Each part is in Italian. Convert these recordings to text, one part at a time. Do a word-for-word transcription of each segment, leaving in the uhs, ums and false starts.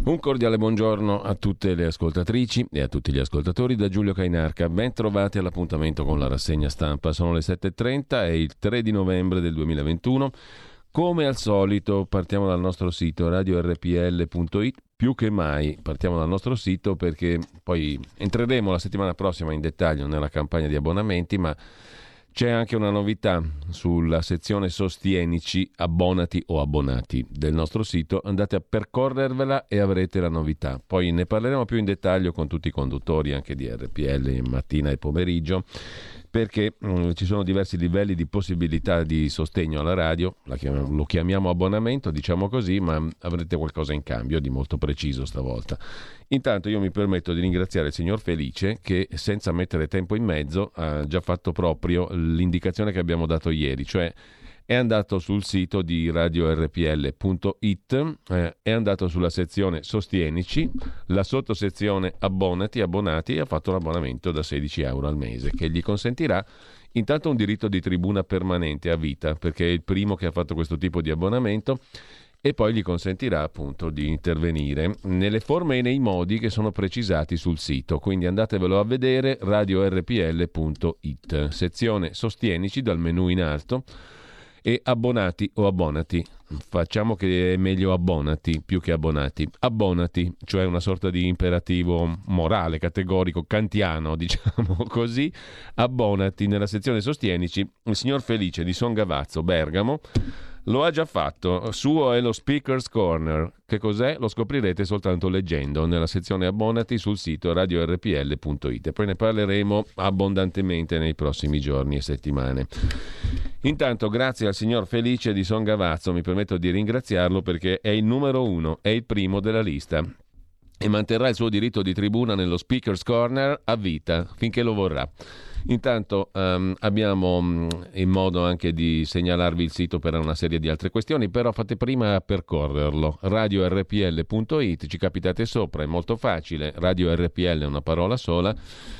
Un cordiale buongiorno a tutte le ascoltatrici e a tutti gli ascoltatori da Giulio Cainarca. Ben trovati all'appuntamento con la rassegna stampa. Sono le sette e trenta e il tre di novembre del duemilaventuno. Come al solito partiamo dal nostro sito radio erre pi elle punto it. Più che mai partiamo dal nostro sito perché poi entreremo la settimana prossima in dettaglio nella campagna di abbonamenti, ma c'è anche una novità sulla sezione Sostienici, abbonati o abbonati del nostro sito. Andate a percorrervela e avrete la novità. Poi ne parleremo più in dettaglio con tutti i conduttori anche di erre pi elle mattina e pomeriggio, perché mh, ci sono diversi livelli di possibilità di sostegno alla radio. La chiam- lo chiamiamo abbonamento, diciamo così, ma avrete qualcosa in cambio di molto preciso stavolta. Intanto io mi permetto di ringraziare il signor Felice che, senza mettere tempo in mezzo, ha già fatto proprio l'indicazione che abbiamo dato ieri, cioè è andato sul sito di radio erre pi elle punto it, eh, è andato sulla sezione Sostienici, la sottosezione Abbonati, abbonati, e ha fatto l'abbonamento da sedici euro al mese, che gli consentirà intanto un diritto di tribuna permanente a vita, perché è il primo che ha fatto questo tipo di abbonamento, e poi gli consentirà appunto di intervenire nelle forme e nei modi che sono precisati sul sito. Quindi andatevelo a vedere, radio erre pi elle punto it, sezione Sostienici dal menu in alto, e abbonati o abbonati. Facciamo che è meglio abbonati più che abbonati. Abbonati, cioè una sorta di imperativo morale, categorico, kantiano, diciamo così. Abbonati. Nella sezione Sostienici il signor Felice di Son Gavazzo, Bergamo, lo ha già fatto. Suo è lo Speaker's Corner. Che cos'è? Lo scoprirete soltanto leggendo nella sezione abbonati sul sito radio erre pi elle punto it, e poi ne parleremo abbondantemente nei prossimi giorni e settimane. Intanto grazie al signor Felice di Son Gavazzo, mi permetto di ringraziarlo perché è il numero uno, è il primo della lista e manterrà il suo diritto di tribuna nello Speaker's Corner a vita finché lo vorrà. Intanto um, abbiamo um, il modo anche di segnalarvi il sito per una serie di altre questioni, però fate prima a percorrerlo. radio erre pi elle punto it, ci capitate sopra, è molto facile. Radio erre pi elle è una parola sola.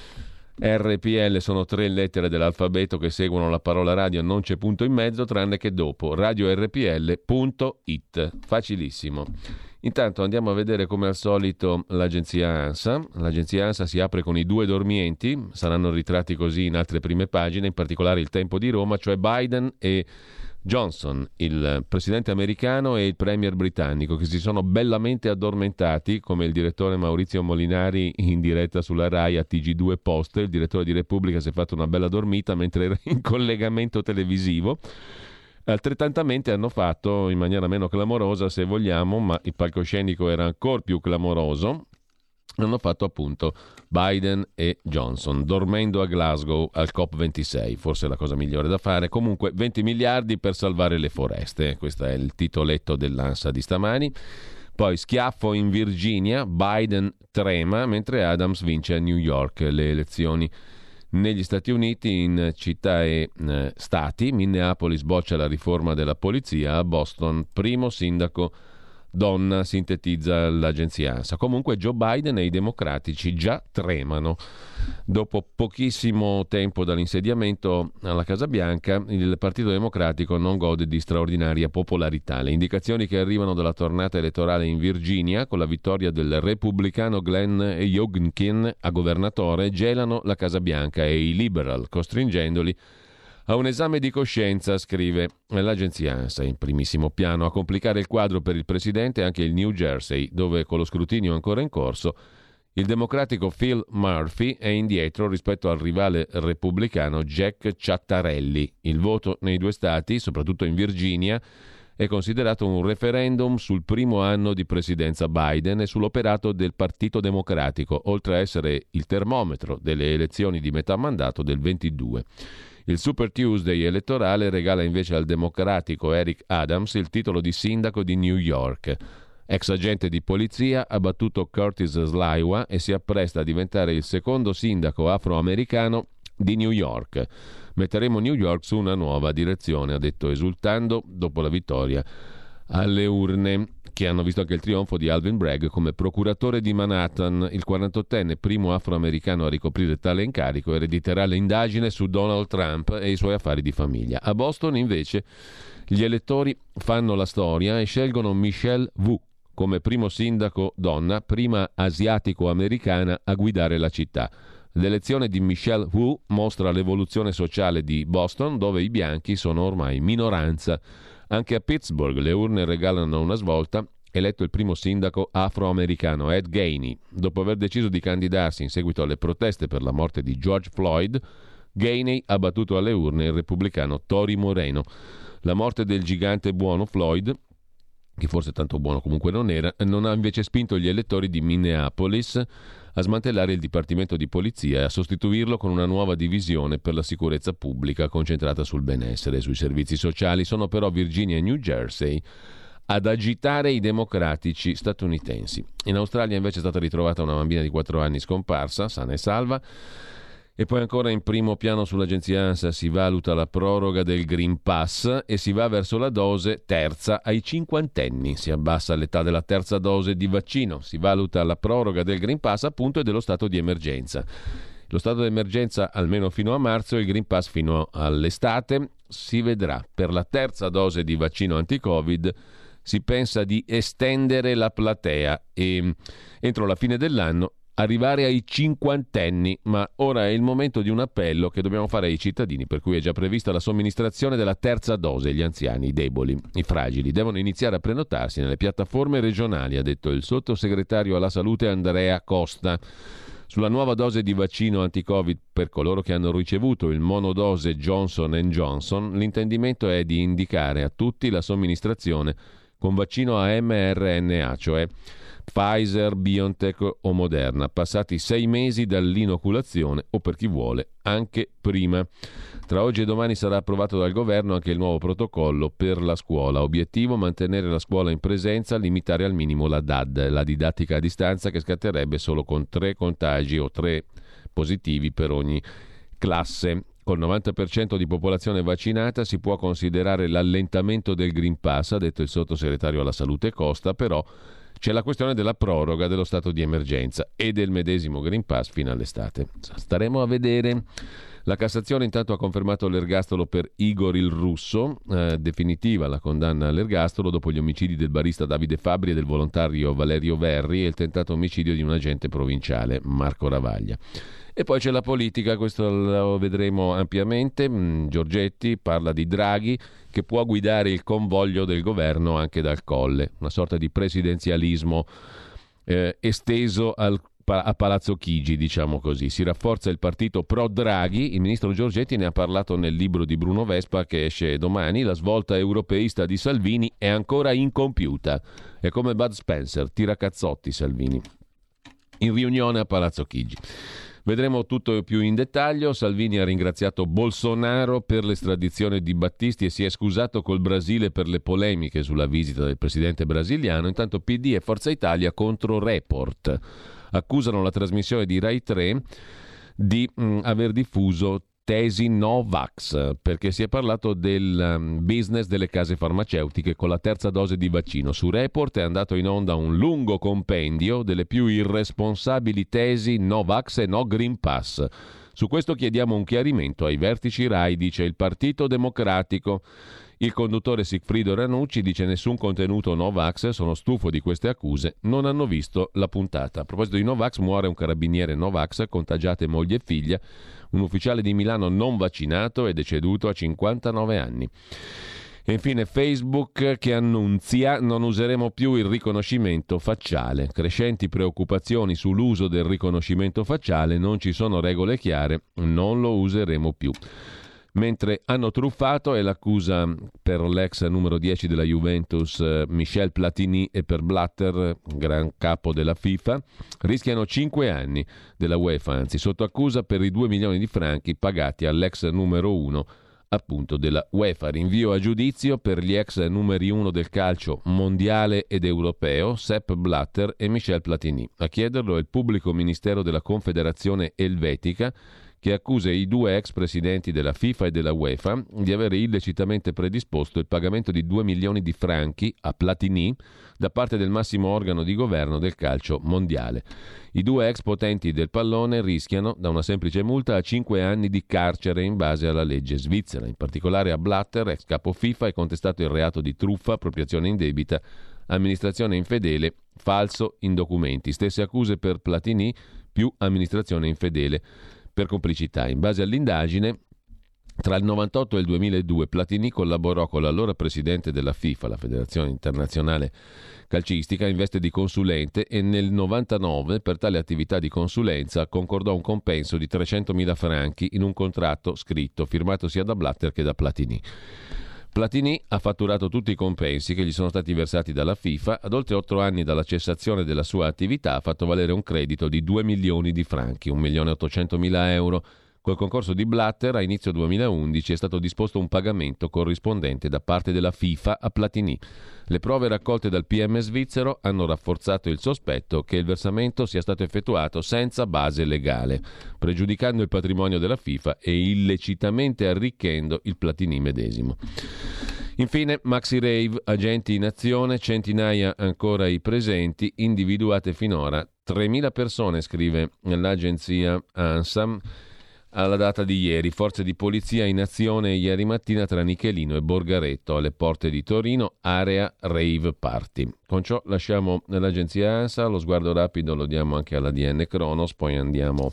erre pi elle sono tre lettere dell'alfabeto che seguono la parola radio, non c'è punto in mezzo tranne che dopo. radio erre pi elle punto it, facilissimo. Intanto andiamo a vedere come al solito l'agenzia ANSA. L'agenzia ANSA si apre con i due dormienti, saranno ritratti così in altre prime pagine, in particolare il Tempo di Roma, cioè Biden e Johnson, il presidente americano e il premier britannico, che si sono bellamente addormentati, come il direttore Maurizio Molinari in diretta sulla Rai a T G due Post. Il direttore di Repubblica si è fatto una bella dormita mentre era in collegamento televisivo. Altrettantamente hanno fatto, in maniera meno clamorosa se vogliamo, ma il palcoscenico era ancora più clamoroso, hanno fatto appunto Biden e Johnson dormendo a Glasgow al COP ventisei, forse la cosa migliore da fare. Comunque venti miliardi per salvare le foreste, questo è il titoletto dell'ANSA di stamani. Poi schiaffo in Virginia, Biden trema mentre Adams vince a New York le elezioni negli Stati Uniti. In città e eh, stati, Minneapolis boccia la riforma della polizia, a Boston primo sindaco donna, sintetizza l'agenzia ANSA. Comunque Joe Biden e i democratici già tremano. Dopo pochissimo tempo dall'insediamento alla Casa Bianca, il Partito Democratico non gode di straordinaria popolarità. Le indicazioni che arrivano dalla tornata elettorale in Virginia, con la vittoria del repubblicano Glenn Youngkin a governatore, gelano la Casa Bianca e i liberal, costringendoli a un esame di coscienza, scrive l'agenzia ANSA. In primissimo piano a complicare il quadro per il presidente anche il New Jersey, dove con lo scrutinio ancora in corso il democratico Phil Murphy è indietro rispetto al rivale repubblicano Jack Ciattarelli. Il voto nei due stati, soprattutto in Virginia, è considerato un referendum sul primo anno di presidenza Biden e sull'operato del Partito Democratico, oltre a essere il termometro delle elezioni di metà mandato del ventidue. Il Super Tuesday elettorale regala invece al democratico Eric Adams il titolo di sindaco di New York. Ex agente di polizia, ha battuto Curtis Sliwa e si appresta a diventare il secondo sindaco afroamericano di New York. Metteremo New York su una nuova direzione, ha detto esultando dopo la vittoria alle urne, che hanno visto anche il trionfo di Alvin Bragg come procuratore di Manhattan. Il quarantottenne, primo afroamericano a ricoprire tale incarico, erediterà l'indagine su Donald Trump e i suoi affari di famiglia. A Boston, invece, gli elettori fanno la storia e scelgono Michelle Wu come primo sindaco donna, prima asiatico-americana a guidare la città. L'elezione di Michelle Wu mostra l'evoluzione sociale di Boston, dove i bianchi sono ormai minoranza. Anche a Pittsburgh le urne regalano una svolta. Eletto il primo sindaco afroamericano, Ed Gainey. Dopo aver deciso di candidarsi in seguito alle proteste per la morte di George Floyd, Gainey ha battuto alle urne il repubblicano Tory Moreno. La morte del gigante buono Floyd, che forse tanto buono comunque non era, non ha invece spinto gli elettori di Minneapolis a smantellare il Dipartimento di Polizia e a sostituirlo con una nuova divisione per la sicurezza pubblica concentrata sul benessere e sui servizi sociali. Sono però Virginia e New Jersey ad agitare i democratici statunitensi. In Australia invece è stata ritrovata una bambina di quattro anni scomparsa, sana e salva. E poi ancora in primo piano sull'agenzia ANSA si valuta la proroga del Green Pass e si va verso la dose terza ai cinquantenni. Si abbassa l'età della terza dose di vaccino. Si valuta la proroga del Green Pass appunto e dello stato di emergenza. Lo stato di emergenza almeno fino a marzo, il Green Pass fino all'estate. Si vedrà. Per la terza dose di vaccino anti-Covid si pensa di estendere la platea e entro la fine dell'anno arrivare ai cinquantenni, ma ora è il momento di un appello che dobbiamo fare ai cittadini, per cui è già prevista la somministrazione della terza dose. Gli anziani, i deboli, i fragili devono iniziare a prenotarsi nelle piattaforme regionali, ha detto il sottosegretario alla salute Andrea Costa. Sulla nuova dose di vaccino anti-Covid per coloro che hanno ricevuto il monodose Johnson and Johnson, l'intendimento è di indicare a tutti la somministrazione con vaccino a mRNA, cioè Pfizer, BioNTech o Moderna, passati sei mesi dall'inoculazione o, per chi vuole, anche prima. Tra oggi e domani sarà approvato dal governo anche il nuovo protocollo per la scuola. Obiettivo: mantenere la scuola in presenza, limitare al minimo la D A D, la didattica a distanza, che scatterebbe solo con tre contagi o tre positivi per ogni classe. Col novanta per cento di popolazione vaccinata si può considerare l'allentamento del Green Pass, ha detto il sottosegretario alla salute Costa, però c'è la questione della proroga dello stato di emergenza e del medesimo Green Pass fino all'estate. Staremo a vedere. La Cassazione intanto ha confermato l'ergastolo per Igor il Russo, eh, definitiva la condanna all'ergastolo dopo gli omicidi del barista Davide Fabbri e del volontario Valerio Verri e il tentato omicidio di un agente provinciale, Marco Ravaglia. E poi c'è la politica, questo lo vedremo ampiamente. Giorgetti parla di Draghi che può guidare il convoglio del governo anche dal Colle, una sorta di presidenzialismo eh, esteso al, a Palazzo Chigi, diciamo così. Si rafforza il partito pro Draghi, il ministro Giorgetti ne ha parlato nel libro di Bruno Vespa che esce domani. La svolta europeista di Salvini è ancora incompiuta, è come Bud Spencer, tira cazzotti Salvini, in riunione a Palazzo Chigi. Vedremo tutto più in dettaglio. Salvini ha ringraziato Bolsonaro per l'estradizione di Battisti e si è scusato col Brasile per le polemiche sulla visita del presidente brasiliano. Intanto P D e Forza Italia contro Report. Accusano la trasmissione di Rai tre di mh, aver diffuso tesi no-vax, perché si è parlato del um, business delle case farmaceutiche con la terza dose di vaccino. Su Report è andato in onda un lungo compendio delle più irresponsabili tesi no-vax e no Green Pass. Su questo chiediamo un chiarimento ai vertici Rai, dice il Partito Democratico. Il conduttore Sigfrido Ranucci dice nessun contenuto no-vax, sono stufo di queste accuse, non hanno visto la puntata. A proposito di no-vax, muore un carabiniere no-vax, contagiate moglie e figlia. Un ufficiale di Milano non vaccinato è deceduto a cinquantanove anni. E infine Facebook che annunzia non useremo più il riconoscimento facciale. Crescenti preoccupazioni sull'uso del riconoscimento facciale, non ci sono regole chiare, non lo useremo più. Mentre hanno truffato è l'accusa per l'ex numero dieci della Juventus Michel Platini e per Blatter, gran capo della FIFA, rischiano cinque anni della UEFA, anzi sotto accusa per i due milioni di franchi pagati all'ex numero uno appunto della UEFA. Rinvio a giudizio per gli ex numeri uno del calcio mondiale ed europeo Sepp Blatter e Michel Platini. A chiederlo è il pubblico ministero della Confederazione Elvetica, che accusa i due ex presidenti della FIFA e della UEFA di avere illecitamente predisposto il pagamento di due milioni di franchi a Platini da parte del massimo organo di governo del calcio mondiale. I due ex potenti del pallone rischiano da una semplice multa a cinque anni di carcere in base alla legge svizzera. In particolare a Blatter, ex capo FIFA, è contestato il reato di truffa, appropriazione indebita, amministrazione infedele, falso in documenti. Stesse accuse per Platini più amministrazione infedele per complicità. In base all'indagine, tra il novantotto e il duemiladue Platini collaborò con l'allora presidente della FIFA, la Federazione Internazionale Calcistica, in veste di consulente, e nel novantanove per tale attività di consulenza concordò un compenso di trecentomila franchi in un contratto scritto, firmato sia da Blatter che da Platini. Platini ha fatturato tutti i compensi che gli sono stati versati dalla FIFA. Ad oltre otto anni dalla cessazione della sua attività ha fatto valere un credito di due milioni di franchi, un milione e ottocentomila euro. Col concorso di Blatter a inizio duemilaundici è stato disposto un pagamento corrispondente da parte della FIFA a Platini. Le prove raccolte dal P M svizzero hanno rafforzato il sospetto che il versamento sia stato effettuato senza base legale, pregiudicando il patrimonio della FIFA e illecitamente arricchendo il Platini medesimo. Infine, Maxi Rave, agenti in azione, centinaia ancora i presenti, individuate finora tremila persone, scrive l'agenzia ANSA. Alla data di ieri, forze di polizia in azione ieri mattina tra Nichelino e Borgaretto, alle porte di Torino, area rave party. Con ciò lasciamo l'agenzia ANSA, lo sguardo rapido lo diamo anche alla D N Kronos, poi andiamo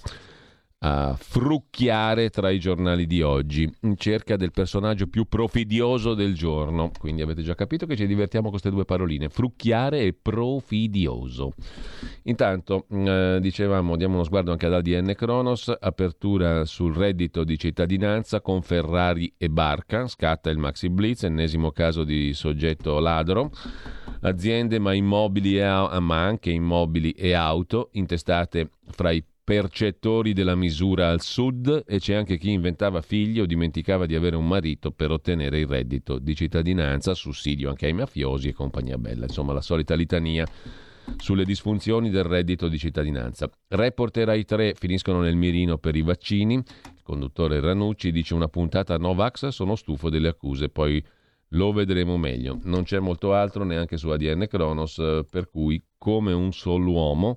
a frucchiare tra i giornali di oggi in cerca del personaggio più profidioso del giorno. Quindi avete già capito che ci divertiamo con queste due paroline, frucchiare e profidioso. Intanto eh, dicevamo, diamo uno sguardo anche ad A D N Kronos, apertura sul reddito di cittadinanza con Ferrari e Barca, scatta il Maxi Blitz, ennesimo caso di soggetto ladro. Aziende ma immobili e, ma anche immobili e auto intestate fra i percettori della misura al sud, e c'è anche chi inventava figli o dimenticava di avere un marito per ottenere il reddito di cittadinanza, sussidio anche ai mafiosi e compagnia bella. Insomma, la solita litania sulle disfunzioni del reddito di cittadinanza. Report e Rai tre finiscono nel mirino per i vaccini. Il conduttore Ranucci dice: una puntata Novax, sono stufo delle accuse, poi lo vedremo meglio. Non c'è molto altro neanche su A D N Kronos, per cui come un solo uomo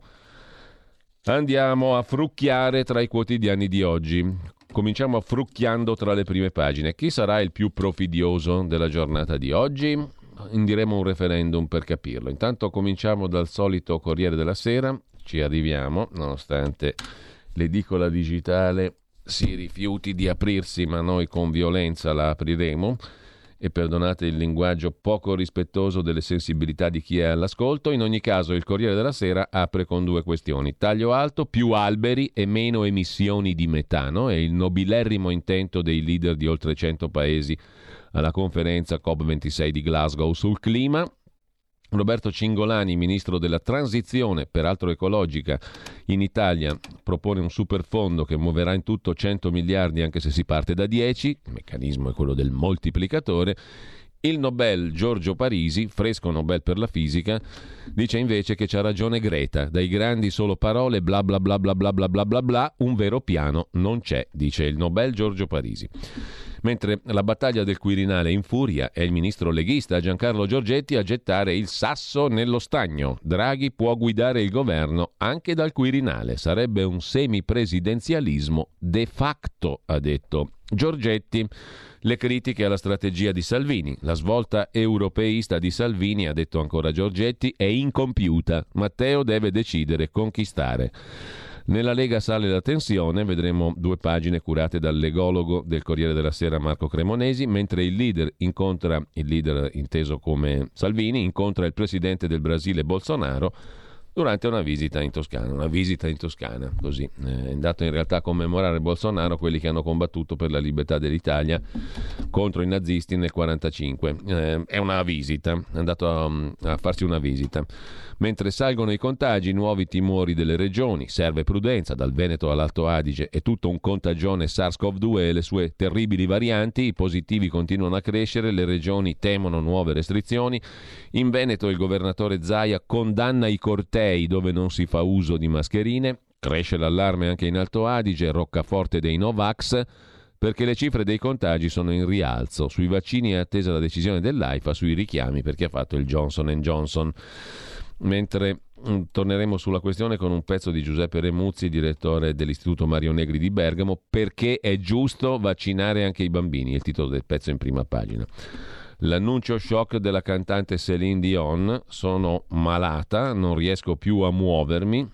andiamo a frucchiare tra i quotidiani di oggi. Cominciamo a frucchiando tra le prime pagine. Chi sarà il più profidioso della giornata di oggi? Indiremo un referendum per capirlo. Intanto cominciamo dal solito Corriere della Sera. Ci arriviamo, nonostante l'edicola digitale si rifiuti di aprirsi, ma noi con violenza la apriremo. E perdonate il linguaggio poco rispettoso delle sensibilità di chi è all'ascolto. In ogni caso il Corriere della Sera apre con due questioni: taglio alto, più alberi e meno emissioni di metano, e il nobilerrimo intento dei leader di oltre cento paesi alla conferenza COP ventisei di Glasgow sul clima. Roberto Cingolani, ministro della transizione, peraltro ecologica, in Italia propone un superfondo che muoverà in tutto cento miliardi anche se si parte da dieci, il meccanismo è quello del moltiplicatore. Il Nobel Giorgio Parisi, fresco Nobel per la fisica, dice invece che c'ha ragione Greta, dai grandi solo parole, bla bla bla bla bla bla bla bla bla, un vero piano non c'è, dice il Nobel Giorgio Parisi. Mentre la battaglia del Quirinale infuria, è il ministro leghista Giancarlo Giorgetti a gettare il sasso nello stagno. Draghi può guidare il governo anche dal Quirinale, sarebbe un semipresidenzialismo de facto, ha detto Giorgetti. Le critiche alla strategia di Salvini. La svolta europeista di Salvini, ha detto ancora Giorgetti, è incompiuta. Matteo deve decidere conquistare. Nella Lega sale la tensione, vedremo due pagine curate dal legologo del Corriere della Sera Marco Cremonesi, mentre il leader incontra, il leader inteso come Salvini, incontra il presidente del Brasile Bolsonaro durante una visita in Toscana. Una visita in Toscana, così, è andato in realtà a commemorare Bolsonaro, quelli che hanno combattuto per la libertà dell'Italia contro i nazisti nel quarantacinque. Eh, è una visita, è andato a, a farsi una visita. Mentre salgono i contagi, nuovi timori delle regioni, serve prudenza, dal Veneto all'Alto Adige è tutto un contagione SARS-CoV due e le sue terribili varianti, i positivi continuano a crescere, le regioni temono nuove restrizioni. In Veneto il governatore Zaia condanna i cortei dove non si fa uso di mascherine, cresce l'allarme anche in Alto Adige, roccaforte dei Novax, perché le cifre dei contagi sono in rialzo. Sui vaccini è attesa la decisione dell'AIFA, sui richiami perché ha fatto il Johnson and Johnson. Mentre mh, torneremo sulla questione con un pezzo di Giuseppe Remuzzi, direttore dell'Istituto Mario Negri di Bergamo, perché è giusto vaccinare anche i bambini, il titolo del pezzo in prima pagina. L'annuncio shock della cantante Céline Dion: sono malata, non riesco più a muovermi,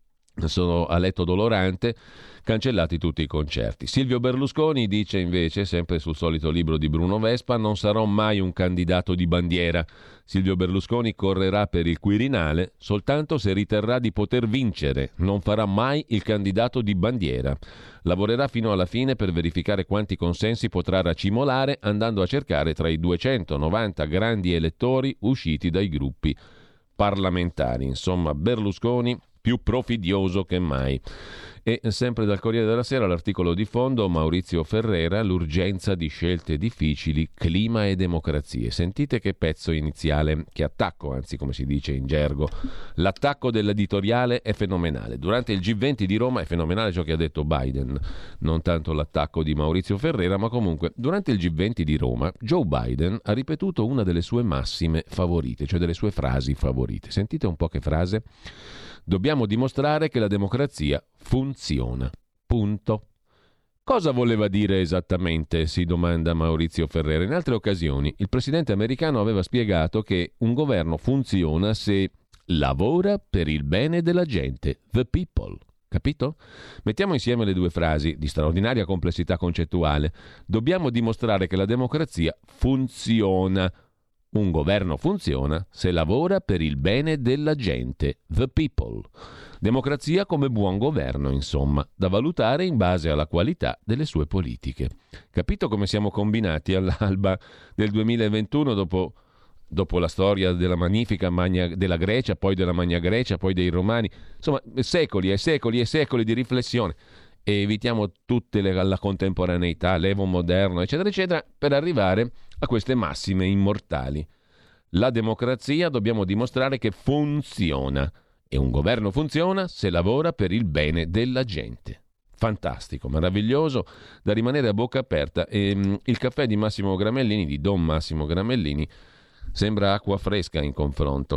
sono a letto dolorante, cancellati tutti i concerti. Silvio Berlusconi dice invece, sempre sul solito libro di Bruno Vespa: non sarò mai un candidato di bandiera. Silvio Berlusconi correrà per il Quirinale soltanto se riterrà di poter vincere, non farà mai il candidato di bandiera. Lavorerà fino alla fine per verificare quanti consensi potrà racimolare, andando a cercare tra i duecentonovanta grandi elettori usciti dai gruppi parlamentari. Insomma, Berlusconi più profidioso che mai. E sempre dal Corriere della Sera l'articolo di fondo: Maurizio Ferrera, l'urgenza di scelte difficili, clima e democrazie. Sentite che pezzo iniziale, che attacco, anzi come si dice in gergo. L'attacco dell'editoriale è fenomenale. Durante il G venti di Roma è fenomenale ciò che ha detto Biden, non tanto l'attacco di Maurizio Ferrera, ma comunque durante il G venti di Roma Joe Biden ha ripetuto una delle sue massime favorite, cioè delle sue frasi favorite. Sentite un po' che frase. Dobbiamo dimostrare che la democrazia funziona. Punto. Cosa voleva dire esattamente? Si domanda Maurizio Ferrera. In altre occasioni il presidente americano aveva spiegato che un governo funziona se lavora per il bene della gente, the people. Capito? Mettiamo insieme le due frasi di straordinaria complessità concettuale. Dobbiamo dimostrare che la democrazia funziona. Un governo funziona se lavora per il bene della gente, the people. Democrazia come buon governo, insomma, da valutare in base alla qualità delle sue politiche. Capito come siamo combinati all'alba del duemilaventuno, dopo, dopo la storia della magnifica Magna, della Grecia, poi della Magna Grecia, poi dei Romani, insomma, secoli e secoli e secoli di riflessione. E evitiamo tutte le, la contemporaneità, l'evo moderno, eccetera, eccetera, per arrivare a queste massime immortali. La democrazia dobbiamo dimostrare che funziona, e un governo funziona se lavora per il bene della gente. Fantastico, meraviglioso, da rimanere a bocca aperta. E, mh, il caffè di Massimo Gramellini, di Don Massimo Gramellini, sembra acqua fresca in confronto.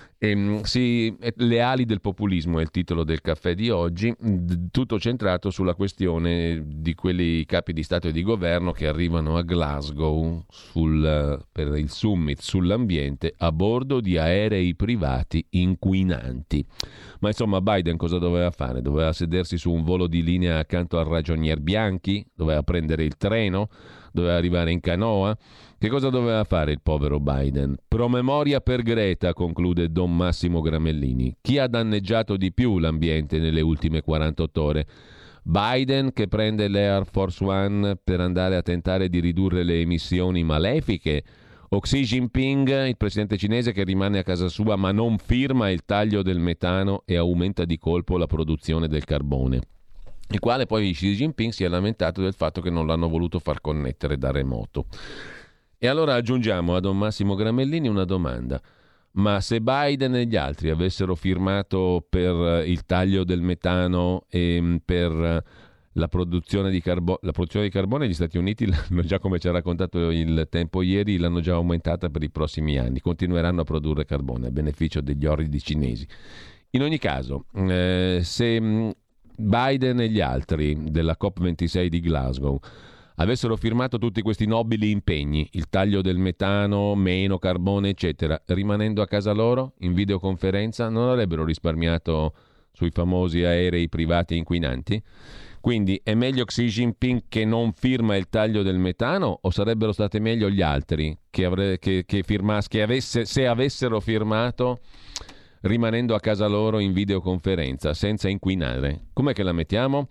E, sì, le ali del populismo è il titolo del caffè di oggi, tutto centrato sulla questione di quelli capi di Stato e di Governo che arrivano a Glasgow sul, per il summit sull'ambiente a bordo di aerei privati inquinanti. Ma insomma, Biden cosa doveva fare? Doveva sedersi su un volo di linea accanto al ragionier Bianchi? Doveva prendere il treno? Doveva arrivare in canoa? Che cosa doveva fare il povero Biden? Promemoria per Greta, conclude Don Massimo Gramellini. Chi ha danneggiato di più l'ambiente nelle ultime quarantotto ore? Biden, che prende l'Air Force One per andare a tentare di ridurre le emissioni malefiche? O Xi Jinping, il presidente cinese, che rimane a casa sua ma non firma il taglio del metano e aumenta di colpo la produzione del carbone? Il quale poi Xi Jinping si è lamentato del fatto che non l'hanno voluto far connettere da remoto. E allora aggiungiamo a Don Massimo Gramellini una domanda: ma se Biden e gli altri avessero firmato per il taglio del metano e per la produzione di carbone, la produzione di carbone gli Stati Uniti l'hanno già, come ci ha raccontato il Tempo ieri, l'hanno già aumentata per i prossimi anni, continueranno a produrre carbone a beneficio degli orridi cinesi. In ogni caso, eh, se Biden e gli altri della COP ventisei di Glasgow avessero firmato tutti questi nobili impegni, il taglio del metano, meno carbone, eccetera, rimanendo a casa loro in videoconferenza, non avrebbero risparmiato sui famosi aerei privati inquinanti? Quindi è meglio Xi Jinping che non firma il taglio del metano, o sarebbero stati meglio gli altri che, avre- che, che, firmas- che avesse- se avessero firmato rimanendo a casa loro in videoconferenza senza inquinare? Com'è che la mettiamo?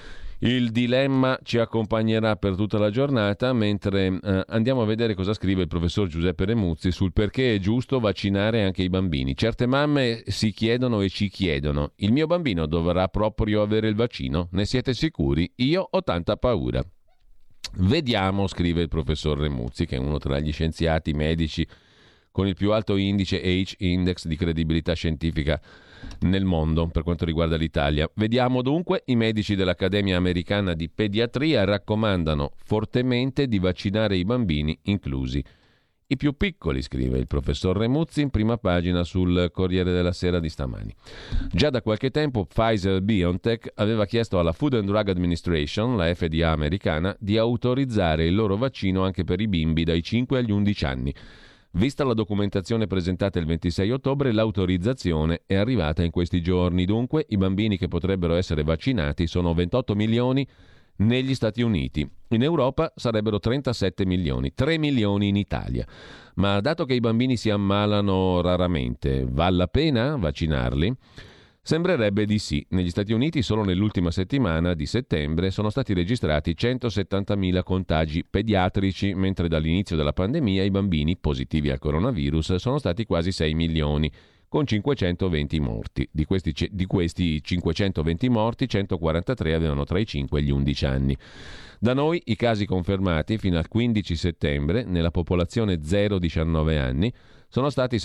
Il dilemma ci accompagnerà per tutta la giornata, mentre eh, andiamo a vedere cosa scrive il professor Giuseppe Remuzzi sul perché è giusto vaccinare anche i bambini. Certe mamme si chiedono e ci chiedono: il mio bambino dovrà proprio avere il vaccino? Ne siete sicuri? Io ho tanta paura. Vediamo, scrive il professor Remuzzi, che è uno tra gli scienziati medici con il più alto indice H-index di credibilità scientifica nel mondo per quanto riguarda l'Italia. Vediamo dunque: i medici dell'Accademia Americana di Pediatria raccomandano fortemente di vaccinare i bambini, inclusi I più piccoli, scrive il professor Remuzzi in prima pagina sul Corriere della Sera di stamani. Già da qualche tempo Pfizer-BioNTech aveva chiesto alla Food and Drug Administration, la F D A americana, di autorizzare il loro vaccino anche per i bimbi dai cinque agli undici anni. Vista la documentazione presentata il ventisei ottobre, l'autorizzazione è arrivata in questi giorni. Dunque, i bambini che potrebbero essere vaccinati sono ventotto milioni negli Stati Uniti. In Europa sarebbero trentasette milioni, tre milioni in Italia. Ma dato che i bambini si ammalano raramente, vale la pena vaccinarli? Sembrerebbe di sì. Negli Stati Uniti solo nell'ultima settimana di settembre sono stati registrati centosettantamila contagi pediatrici, mentre dall'inizio della pandemia i bambini positivi al coronavirus sono stati quasi sei milioni, con cinquecentoventi morti. Di questi, di questi cinquecentoventi morti, centoquarantatré avevano tra i cinque e gli undici anni. Da noi i casi confermati fino al quindici settembre nella popolazione zero diciannove anni sono stati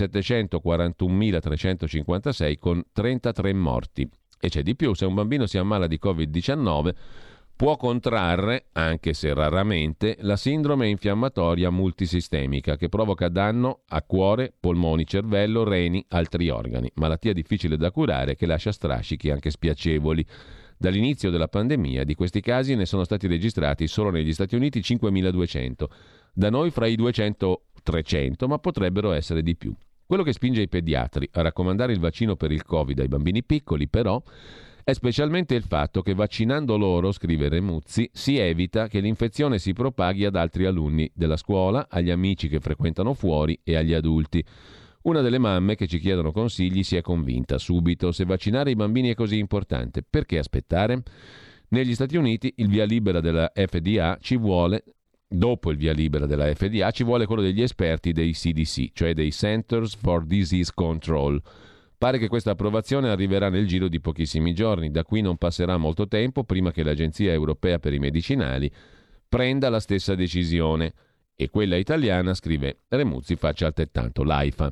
settecentoquarantunomilatrecentocinquantasei con trentatré morti. E c'è di più: se un bambino si ammala di covid diciannove può contrarre, anche se raramente, la sindrome infiammatoria multisistemica che provoca danno a cuore, polmoni, cervello, reni, altri organi. Malattia difficile da curare che lascia strascichi anche spiacevoli. Dall'inizio della pandemia di questi casi ne sono stati registrati solo negli Stati Uniti cinquemiladuecento, da noi fra i duecento trecento, ma potrebbero essere di più. Quello che spinge i pediatri a raccomandare il vaccino per il Covid ai bambini piccoli, però, è specialmente il fatto che vaccinando loro, scrive Remuzzi, si evita che l'infezione si propaghi ad altri alunni della scuola, agli amici che frequentano fuori e agli adulti. Una delle mamme che ci chiedono consigli si è convinta subito: se vaccinare i bambini è così importante, perché aspettare? Negli Stati Uniti il via libera della F D A ci vuole, dopo il via libera della F D A, ci vuole quello degli esperti dei C D C, cioè dei Centers for Disease Control. Pare che questa approvazione arriverà nel giro di pochissimi giorni. Da qui non passerà molto tempo prima che l'Agenzia Europea per i Medicinali prenda la stessa decisione. E quella italiana, scrive Remuzzi, faccia altrettanto, l'AIFA.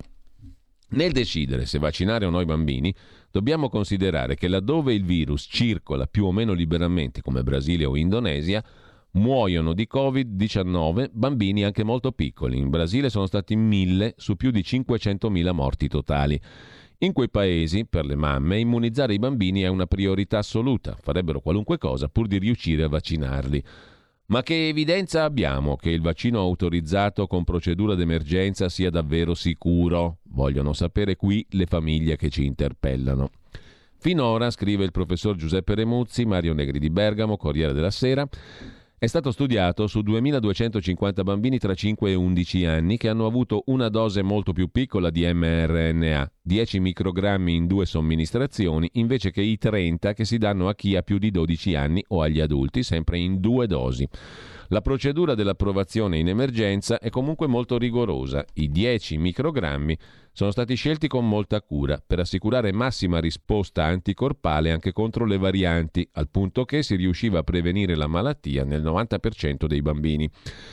Nel decidere se vaccinare o no i bambini, dobbiamo considerare che laddove il virus circola più o meno liberamente, come Brasile o Indonesia, muoiono di covid diciannove bambini anche molto piccoli. In Brasile sono stati mille su più di cinquecentomila morti totali. In quei paesi, per le mamme, immunizzare i bambini è una priorità assoluta. Farebbero qualunque cosa pur di riuscire a vaccinarli. Ma che evidenza abbiamo che il vaccino autorizzato con procedura d'emergenza sia davvero sicuro? Vogliono sapere qui le famiglie che ci interpellano. Finora, scrive il professor Giuseppe Remuzzi, Mario Negri di Bergamo, Corriere della Sera, è stato studiato su duemiladuecentocinquanta bambini tra cinque e undici anni che hanno avuto una dose molto più piccola di mRNA, dieci microgrammi in due somministrazioni, invece che i trenta che si danno a chi ha più di dodici anni o agli adulti, sempre in due dosi. La procedura dell'approvazione in emergenza è comunque molto rigorosa. I dieci microgrammi sono stati scelti con molta cura per assicurare massima risposta anticorpale anche contro le varianti, al punto che si riusciva a prevenire la malattia nel novanta per cento dei bambini.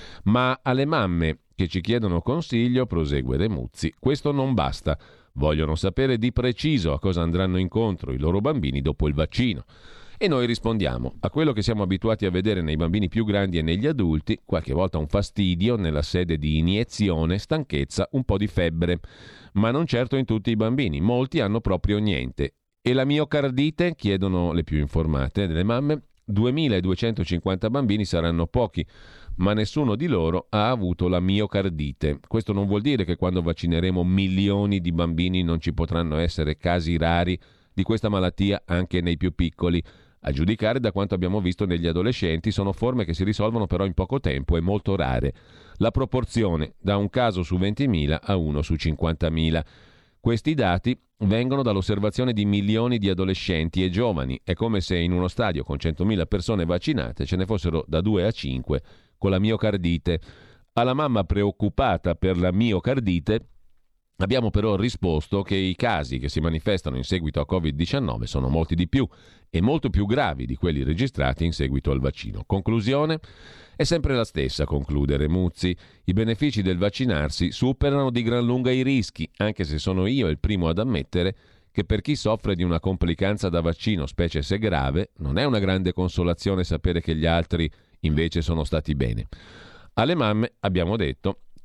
Ma alle mamme che ci chiedono consiglio, prosegue Remuzzi, questo non basta. Vogliono sapere di preciso a cosa andranno incontro i loro bambini dopo il vaccino. E noi rispondiamo a quello che siamo abituati a vedere nei bambini più grandi e negli adulti, qualche volta un fastidio nella sede di iniezione, stanchezza, un po' di febbre. Ma non certo in tutti i bambini, molti hanno proprio niente. E la miocardite? Chiedono le più informate delle mamme. duemiladuecentocinquanta bambini saranno pochi, ma nessuno di loro ha avuto la miocardite. Questo non vuol dire che quando vaccineremo milioni di bambini non ci potranno essere casi rari di questa malattia anche nei più piccoli. A giudicare da quanto abbiamo visto negli adolescenti, sono forme che si risolvono però in poco tempo e molto rare. La proporzione da un caso su ventimila a uno su cinquantamila. Questi dati vengono dall'osservazione di milioni di adolescenti e giovani. È come se in uno stadio con centomila persone vaccinate ce ne fossero da due a cinque con la miocardite. Alla mamma preoccupata per la miocardite abbiamo però risposto che i casi che si manifestano in seguito a covid diciannove sono molti di più e molto più gravi di quelli registrati in seguito al vaccino. Conclusione? È sempre la stessa, conclude Remuzzi. I benefici del vaccinarsi superano di gran lunga i rischi, anche se sono io il primo ad ammettere che per chi soffre di una complicanza da vaccino, specie se grave, non è una grande consolazione sapere che gli altri invece sono stati bene. Alle mamme abbiamo detto: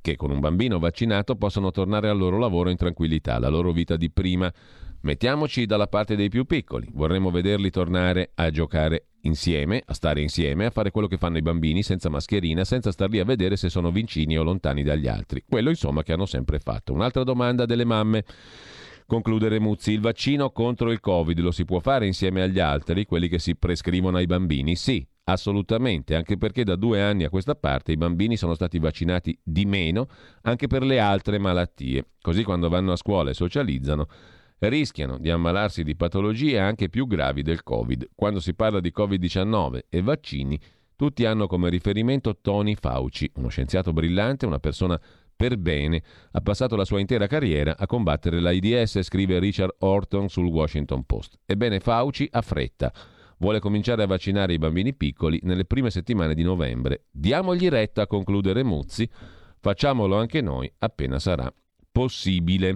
che con un bambino vaccinato possono tornare al loro lavoro in tranquillità, la loro vita di prima. Mettiamoci dalla parte dei più piccoli, vorremmo vederli tornare a giocare insieme, a stare insieme, a fare quello che fanno i bambini senza mascherina, senza star lì a vedere se sono vicini o lontani dagli altri. Quello insomma che hanno sempre fatto. Un'altra domanda delle mamme. Conclude Remuzzi, il vaccino contro il Covid lo si può fare insieme agli altri, quelli che si prescrivono ai bambini? Sì, assolutamente, anche perché da due anni a questa parte i bambini sono stati vaccinati di meno anche per le altre malattie. Così quando vanno a scuola e socializzano rischiano di ammalarsi di patologie anche più gravi del Covid. Quando si parla di covid diciannove e vaccini, tutti hanno come riferimento Tony Fauci, uno scienziato brillante, una persona per bene, ha passato la sua intera carriera a combattere l'AIDS, scrive Richard Horton sul Washington Post. Ebbene, Fauci ha fretta. Vuole cominciare a vaccinare i bambini piccoli nelle prime settimane di novembre. Diamogli retta, conclude Remuzzi. Facciamolo anche noi appena sarà possibile.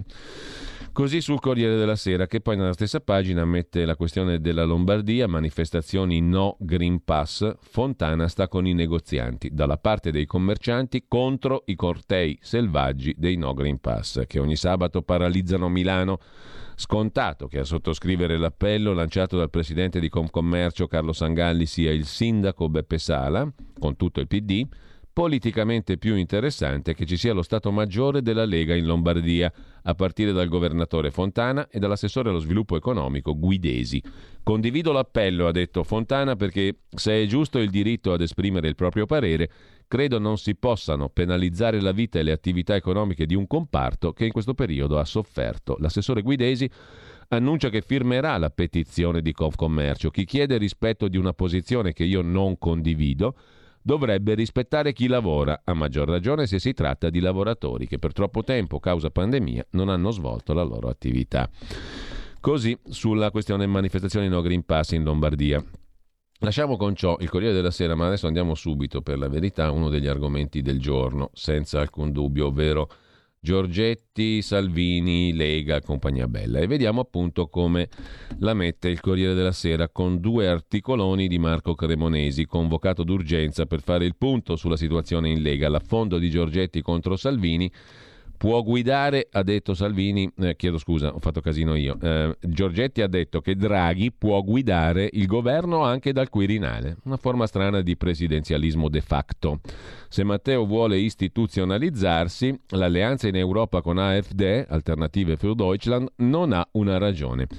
Così sul Corriere della Sera, che poi nella stessa pagina mette la questione della Lombardia, manifestazioni no Green Pass, Fontana sta con i negozianti, dalla parte dei commercianti contro i cortei selvaggi dei no Green Pass, che ogni sabato paralizzano Milano. Scontato che a sottoscrivere l'appello lanciato dal presidente di Confcommercio Carlo Sangalli sia il sindaco Beppe Sala, con tutto il P D, politicamente più interessante che ci sia lo Stato Maggiore della Lega in Lombardia, a partire dal governatore Fontana e dall'assessore allo sviluppo economico Guidesi. Condivido l'appello, ha detto Fontana, perché se è giusto il diritto ad esprimere il proprio parere, credo non si possano penalizzare la vita e le attività economiche di un comparto che in questo periodo ha sofferto. L'assessore Guidesi annuncia che firmerà la petizione di Confcommercio. Chi chiede rispetto di una posizione che io non condivido dovrebbe rispettare chi lavora, a maggior ragione se si tratta di lavoratori che per troppo tempo, causa pandemia, non hanno svolto la loro attività. Così sulla questione manifestazioni no Green Pass in Lombardia. Lasciamo con ciò il Corriere della Sera, ma adesso andiamo subito, per la verità, a uno degli argomenti del giorno, senza alcun dubbio, ovvero Giorgetti, Salvini, Lega, compagnia bella. E vediamo appunto come la mette il Corriere della Sera con due articoloni di Marco Cremonesi, convocato d'urgenza per fare il punto sulla situazione in Lega. L'affondo di Giorgetti contro Salvini. Può guidare, ha detto Salvini, eh, chiedo scusa, ho fatto casino io, eh, Giorgetti ha detto che Draghi può guidare il governo anche dal Quirinale, una forma strana di presidenzialismo de facto. Se Matteo vuole istituzionalizzarsi, l'alleanza in Europa con A F D, Alternative für Deutschland, non ha una ragione.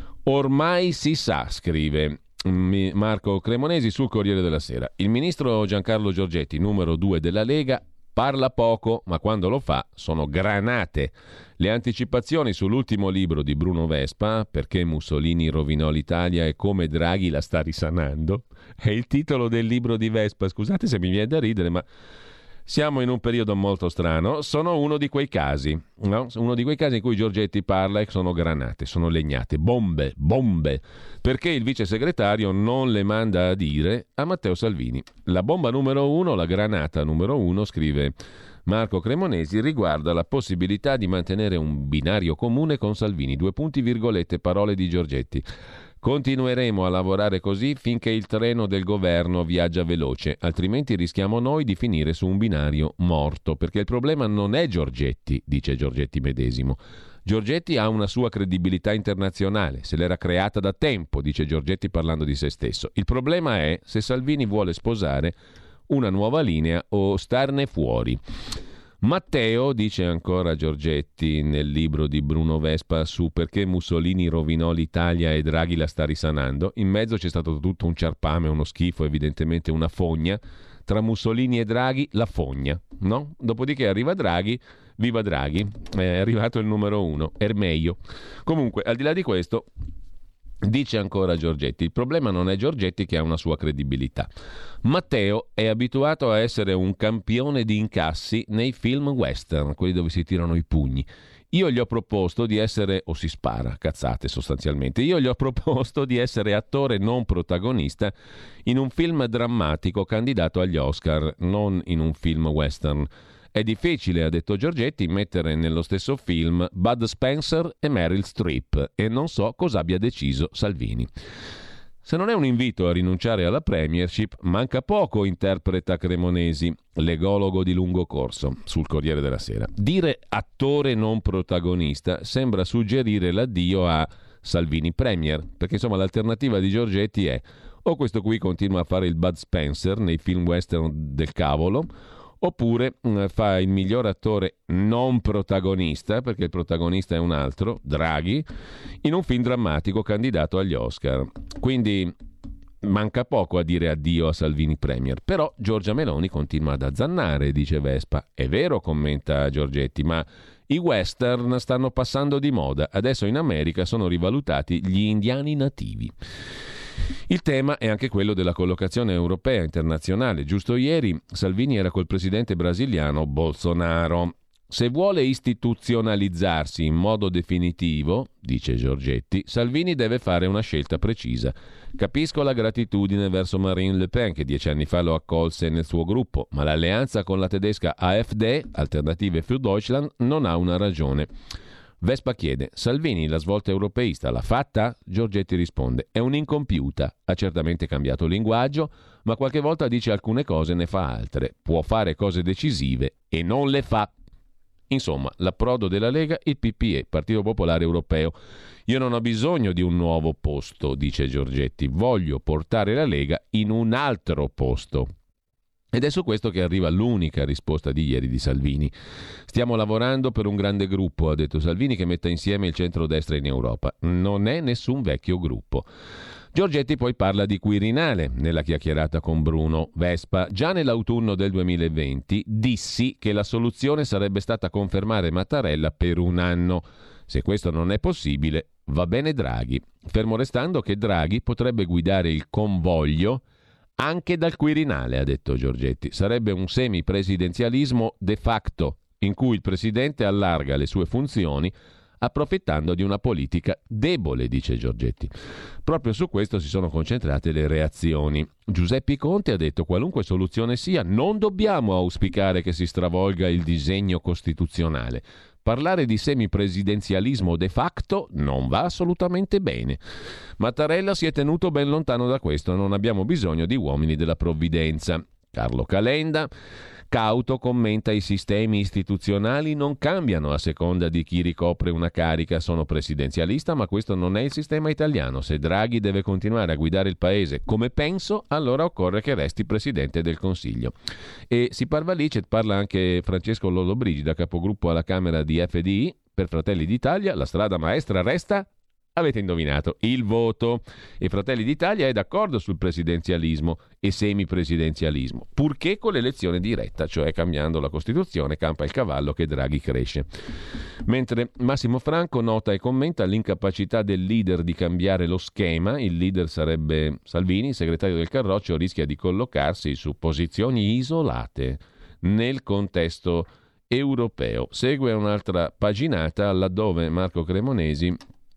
Ormai si sa, scrive Marco Cremonesi sul Corriere della Sera. Il ministro Giancarlo Giorgetti, numero due della Lega, parla poco, ma quando lo fa sono granate. Le anticipazioni sull'ultimo libro di Bruno Vespa, Perché Mussolini rovinò l'Italia e come Draghi la sta risanando, è il titolo del libro di Vespa. Scusate se mi viene da ridere, ma siamo in un periodo molto strano. Sono uno di quei casi, no? Uno di quei casi in cui Giorgetti parla e sono granate, sono legnate, bombe, bombe, perché il vice segretario non le manda a dire a Matteo Salvini. La bomba numero uno, la granata numero uno, scrive Marco Cremonesi, riguarda la possibilità di mantenere un binario comune con Salvini. Due punti virgolette, parole di Giorgetti. Continueremo a lavorare così finché il treno del governo viaggia veloce, altrimenti rischiamo noi di finire su un binario morto, perché il problema non è Giorgetti, dice Giorgetti medesimo. Giorgetti ha una sua credibilità internazionale, se l'era creata da tempo, dice Giorgetti parlando di se stesso. Il problema è se Salvini vuole sposare una nuova linea o starne fuori. Matteo, dice ancora Giorgetti nel libro di Bruno Vespa su Perché Mussolini rovinò l'Italia e Draghi la sta risanando, in mezzo c'è stato tutto un ciarpame, uno schifo, evidentemente una fogna, tra Mussolini e Draghi la fogna, no? Dopodiché arriva Draghi, viva Draghi, è arrivato il numero uno, Ermeio. Comunque, al di là di questo, dice ancora Giorgetti, il problema non è Giorgetti che ha una sua credibilità. Matteo è abituato a essere un campione di incassi nei film western, quelli dove si tirano i pugni. Io gli ho proposto di essere, o si spara, cazzate sostanzialmente, io gli ho proposto di essere attore non protagonista in un film drammatico candidato agli Oscar, non in un film western. È difficile, ha detto Giorgetti, mettere nello stesso film Bud Spencer e Meryl Streep e non so cosa abbia deciso Salvini. Se non è un invito a rinunciare alla premiership, manca poco, interpreta Cremonesi, legologo di lungo corso, sul Corriere della Sera. Dire attore non protagonista sembra suggerire l'addio a Salvini Premier, perché insomma l'alternativa di Giorgetti è o questo qui continua a fare il Bud Spencer nei film western del cavolo, oppure mh, fa il miglior attore non protagonista, perché il protagonista è un altro, Draghi, in un film drammatico candidato agli Oscar. Quindi manca poco a dire addio a Salvini Premier, però Giorgia Meloni continua ad azzannare, dice Vespa. È vero, commenta Giorgetti, ma i western stanno passando di moda, adesso in America sono rivalutati gli indiani nativi. Il tema è anche quello della collocazione europea internazionale. Giusto ieri Salvini era col presidente brasiliano Bolsonaro. Se vuole istituzionalizzarsi in modo definitivo, dice Giorgetti, Salvini deve fare una scelta precisa. Capisco la gratitudine verso Marine Le Pen, che dieci anni fa lo accolse nel suo gruppo, ma l'alleanza con la tedesca A F D, Alternative für Deutschland, non ha una ragione. Vespa chiede: Salvini la svolta europeista l'ha fatta? Giorgetti risponde: è un'incompiuta, ha certamente cambiato linguaggio, ma qualche volta dice alcune cose e ne fa altre, può fare cose decisive e non le fa. Insomma, l'approdo della Lega, il P P E, Partito Popolare Europeo. Io non ho bisogno di un nuovo posto, dice Giorgetti, voglio portare la Lega in un altro posto. Ed è su questo che arriva l'unica risposta di ieri di Salvini. Stiamo lavorando per un grande gruppo, ha detto Salvini, che metta insieme il centrodestra in Europa. Non è nessun vecchio gruppo. Giorgetti poi parla di Quirinale nella chiacchierata con Bruno Vespa. Già nell'autunno del duemilaventi dissi che la soluzione sarebbe stata confermare Mattarella per un anno. Se questo non è possibile, va bene Draghi. Fermo restando che Draghi potrebbe guidare il convoglio anche dal Quirinale, ha detto Giorgetti. Sarebbe un semipresidenzialismo de facto, in cui il presidente allarga le sue funzioni approfittando di una politica debole, dice Giorgetti. Proprio su questo si sono concentrate le reazioni. Giuseppe Conte ha detto: qualunque soluzione sia, non dobbiamo auspicare che si stravolga il disegno costituzionale. Parlare di semipresidenzialismo de facto non va assolutamente bene. Mattarella si è tenuto ben lontano da questo, non abbiamo bisogno di uomini della provvidenza. Carlo Calenda, cauto, commenta: i sistemi istituzionali non cambiano a seconda di chi ricopre una carica. Sono presidenzialista, ma questo non è il sistema italiano. Se Draghi deve continuare a guidare il paese come penso, allora occorre che resti presidente del Consiglio. E si parla lì, parla anche Francesco Lollobrigida, capogruppo alla Camera di F D I. Per Fratelli d'Italia la strada maestra resta, avete indovinato, il voto. E Fratelli d'Italia è d'accordo sul presidenzialismo e semipresidenzialismo, purché con l'elezione diretta, cioè cambiando la Costituzione, campa il cavallo che Draghi cresce. Mentre Massimo Franco nota e commenta l'incapacità del leader di cambiare lo schema. Il leader sarebbe Salvini, il segretario del Carroccio rischia di collocarsi su posizioni isolate nel contesto europeo. Segue un'altra paginata laddove Marco Cremonesi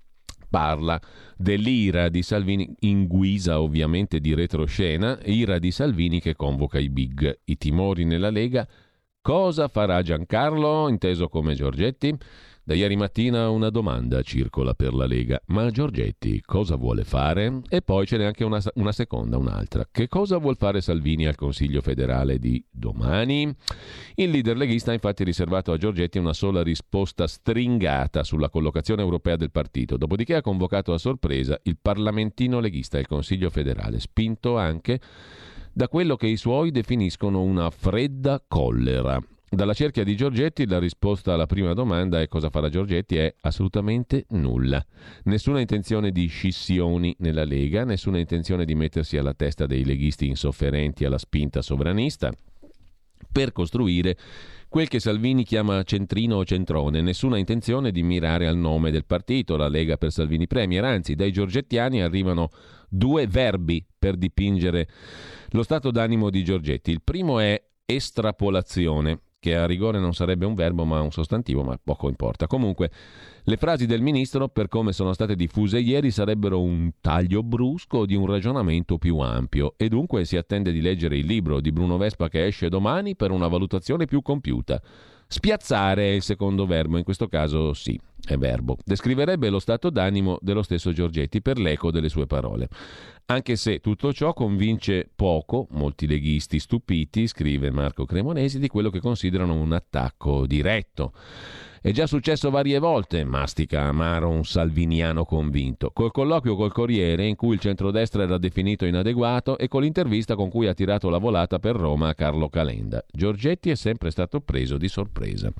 parla dell'ira di Salvini, in guisa ovviamente di retroscena, ira di Salvini che convoca i big. I timori nella Lega. Cosa farà Giancarlo, inteso come Giorgetti? Da ieri mattina una domanda circola per la Lega: ma Giorgetti cosa vuole fare? E poi ce n'è anche una, una seconda, un'altra. Che cosa vuol fare Salvini al Consiglio federale di domani? Il leader leghista ha infatti riservato a Giorgetti una sola risposta stringata sulla collocazione europea del partito, dopodiché ha convocato a sorpresa il parlamentino leghista al Consiglio federale, spinto anche da quello che i suoi definiscono una fredda collera. Dalla cerchia di Giorgetti la risposta alla prima domanda è: cosa farà Giorgetti? È assolutamente nulla. Nessuna intenzione di scissioni nella Lega, nessuna intenzione di mettersi alla testa dei leghisti insofferenti alla spinta sovranista per costruire quel che Salvini chiama centrino o centrone, nessuna intenzione di mirare al nome del partito, la Lega per Salvini Premier. Anzi, dai giorgettiani arrivano due verbi per dipingere lo stato d'animo di Giorgetti. Il primo è estrapolazione, che a rigore non sarebbe un verbo ma un sostantivo, ma poco importa. Comunque, le frasi del ministro, per come sono state diffuse ieri, sarebbero un taglio brusco di un ragionamento più ampio, e dunque si attende di leggere il libro di Bruno Vespa che esce domani per una valutazione più compiuta. Spiazzare è il secondo verbo, in questo caso sì. è verbo. Descriverebbe lo stato d'animo dello stesso Giorgetti per l'eco delle sue parole. Anche se tutto ciò convince poco molti leghisti stupiti, scrive Marco Cremonesi, di quello che considerano un attacco diretto. È già successo varie volte, mastica amaro un salviniano convinto, col colloquio col Corriere in cui il centrodestra era definito inadeguato e con l'intervista con cui ha tirato la volata per Roma a Carlo Calenda. Giorgetti è sempre stato preso di sorpresa.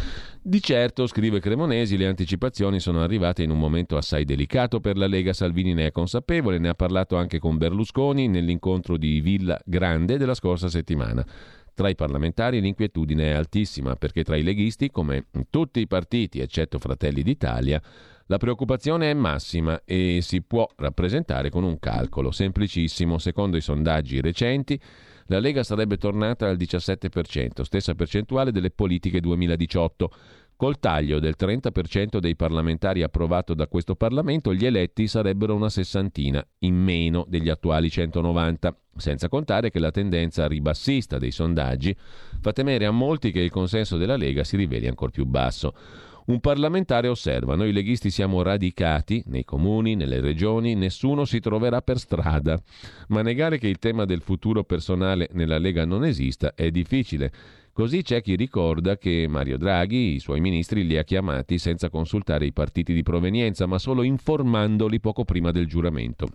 Di certo, scrive Cremonesi, le anticipazioni sono arrivate in un momento assai delicato per la Lega. Salvini ne è consapevole, ne ha parlato anche con Berlusconi nell'incontro di Villa Grande della scorsa settimana. Tra i parlamentari l'inquietudine è altissima perché tra i leghisti, come in tutti i partiti eccetto Fratelli d'Italia, la preoccupazione è massima e si può rappresentare con un calcolo semplicissimo. Secondo i sondaggi recenti, la Lega sarebbe tornata al diciassette per cento, stessa percentuale delle politiche duemiladiciotto. Col taglio del trenta per cento dei parlamentari approvato da questo Parlamento, gli eletti sarebbero una sessantina, in meno degli attuali centonovanta, senza contare che la tendenza ribassista dei sondaggi fa temere a molti che il consenso della Lega si riveli ancor più basso. Un parlamentare osserva: noi leghisti siamo radicati nei comuni, nelle regioni, nessuno si troverà per strada. Ma negare che il tema del futuro personale nella Lega non esista è difficile. Così c'è chi ricorda che Mario Draghi i suoi ministri li ha chiamati senza consultare i partiti di provenienza, ma solo informandoli poco prima del giuramento.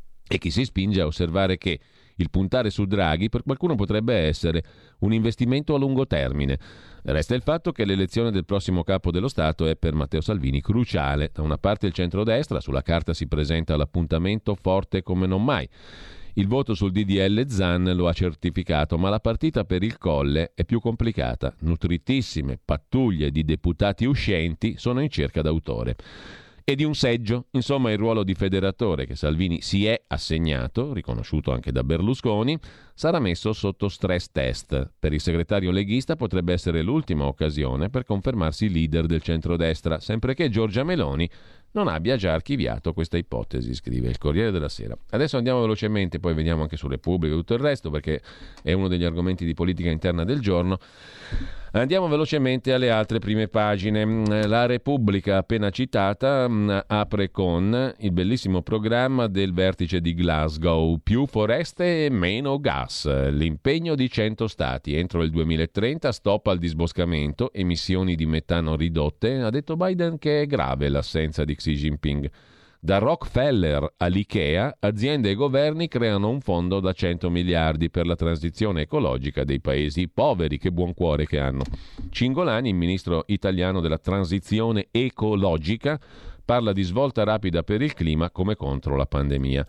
E chi si spinge a osservare che il puntare su Draghi per qualcuno potrebbe essere un investimento a lungo termine. Resta il fatto che l'elezione del prossimo capo dello Stato è per Matteo Salvini cruciale. Da una parte il centrodestra, sulla carta si presenta l'appuntamento forte come non mai. Il voto sul D D L Zan lo ha certificato, ma la partita per il Colle è più complicata. Nutritissime pattuglie di deputati uscenti sono in cerca d'autore. E di un seggio, insomma il ruolo di federatore che Salvini si è assegnato, riconosciuto anche da Berlusconi, sarà messo sotto stress test. Per il segretario leghista potrebbe essere l'ultima occasione per confermarsi leader del centrodestra, sempre che Giorgia Meloni non abbia già archiviato questa ipotesi, scrive il Corriere della Sera. Adesso andiamo velocemente, poi vediamo anche su Repubblica e tutto il resto, perché è uno degli argomenti di politica interna del giorno. Andiamo velocemente alle altre prime pagine. La Repubblica, appena citata, apre con il bellissimo programma del vertice di Glasgow: più foreste e meno gas. L'impegno di cento stati entro il duemilatrenta, stop al disboscamento, emissioni di metano ridotte. Ha detto Biden che è grave l'assenza di Xi Jinping. Da Rockefeller all'Ikea, aziende e governi creano un fondo da cento miliardi per la transizione ecologica dei paesi poveri. Che buon cuore che hanno. Cingolani, il ministro italiano della transizione ecologica, parla di svolta rapida per il clima come contro la pandemia.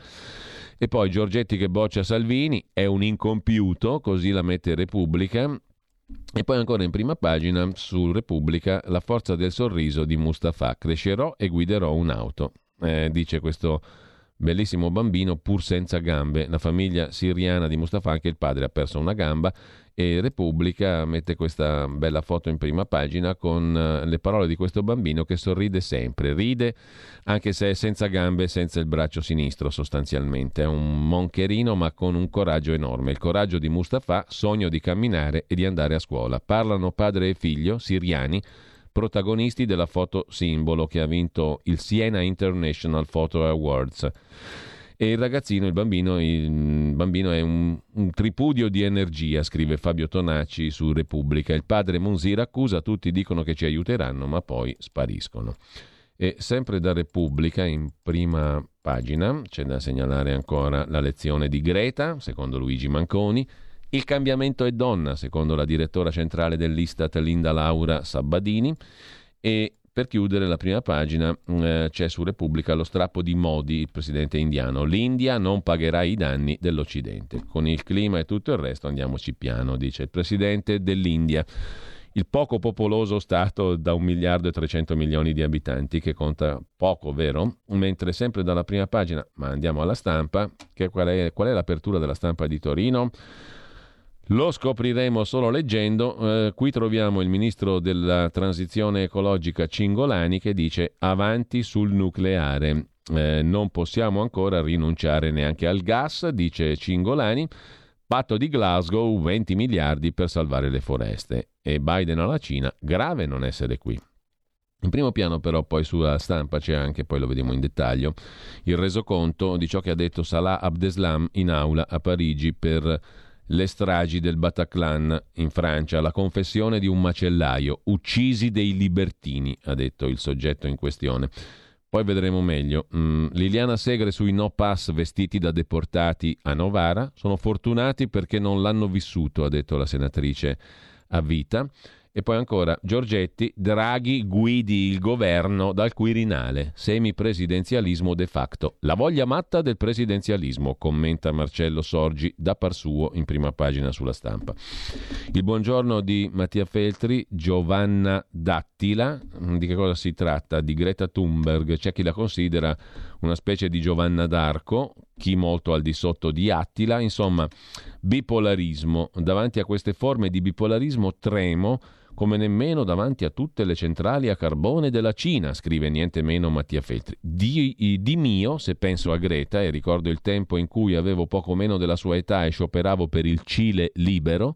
E poi Giorgetti che boccia Salvini, è un incompiuto, così la mette Repubblica. E poi ancora in prima pagina su Repubblica la forza del sorriso di Mustafa: crescerò e guiderò un'auto. Eh, dice questo bellissimo bambino pur senza gambe. La famiglia siriana di Mustafa, anche il padre ha perso una gamba, e Repubblica mette questa bella foto in prima pagina con le parole di questo bambino che sorride sempre, ride anche se è senza gambe e senza il braccio sinistro sostanzialmente. È un moncherino ma con un coraggio enorme, il coraggio di Mustafa, sogno di camminare e di andare a scuola. Parlano padre e figlio siriani, protagonisti della foto simbolo che ha vinto il Siena International Photo Awards. E il ragazzino, il bambino, il bambino è un, un tripudio di energia, scrive Fabio Tonacci su Repubblica. Il padre Munzir accusa, tutti dicono che ci aiuteranno, ma poi spariscono. E sempre da Repubblica, in prima pagina, c'è da segnalare ancora la lezione di Greta, secondo Luigi Manconi. Il cambiamento è donna, secondo la direttora centrale dell'Istat Linda Laura Sabbadini. E per chiudere la prima pagina eh, c'è su Repubblica lo strappo di Modi, il presidente indiano: l'India non pagherà i danni dell'Occidente. Con il clima e tutto il resto andiamoci piano, dice il presidente dell'India, il poco popoloso stato da un miliardo e trecento milioni di abitanti, che conta poco, vero? Mentre sempre dalla prima pagina, ma andiamo alla Stampa, che qual è, qual è l'apertura della Stampa di Torino? Lo scopriremo solo leggendo. Eh, qui troviamo il ministro della transizione ecologica Cingolani che dice: avanti sul nucleare. Eh, non possiamo ancora rinunciare neanche al gas, dice Cingolani. Patto di Glasgow, venti miliardi per salvare le foreste. E Biden alla Cina: grave non essere qui. In primo piano però poi sulla Stampa c'è anche, poi lo vediamo in dettaglio, il resoconto di ciò che ha detto Salah Abdeslam in aula a Parigi per le stragi del Bataclan in Francia, la confessione di un macellaio, uccisi dei libertini, ha detto il soggetto in questione. Poi vedremo meglio. Mm, Liliana Segre sui no pass vestiti da deportati a Novara, sono fortunati perché non l'hanno vissuto, ha detto la senatrice a vita. E poi ancora Giorgetti, Draghi guidi il governo dal Quirinale, semipresidenzialismo de facto. La voglia matta del presidenzialismo, commenta Marcello Sorgi da par suo in prima pagina sulla Stampa. Il buongiorno di Mattia Feltri, Giovanna Dattila, di che cosa si tratta? Di Greta Thunberg, c'è chi la considera una specie di Giovanna d'Arco, chi molto al di sotto di Attila, insomma bipolarismo. Davanti a queste forme di bipolarismo tremo come nemmeno davanti a tutte le centrali a carbone della Cina, scrive niente meno Mattia Feltri. Di, di mio, se penso a Greta, e ricordo il tempo in cui avevo poco meno della sua età e scioperavo per il Cile libero,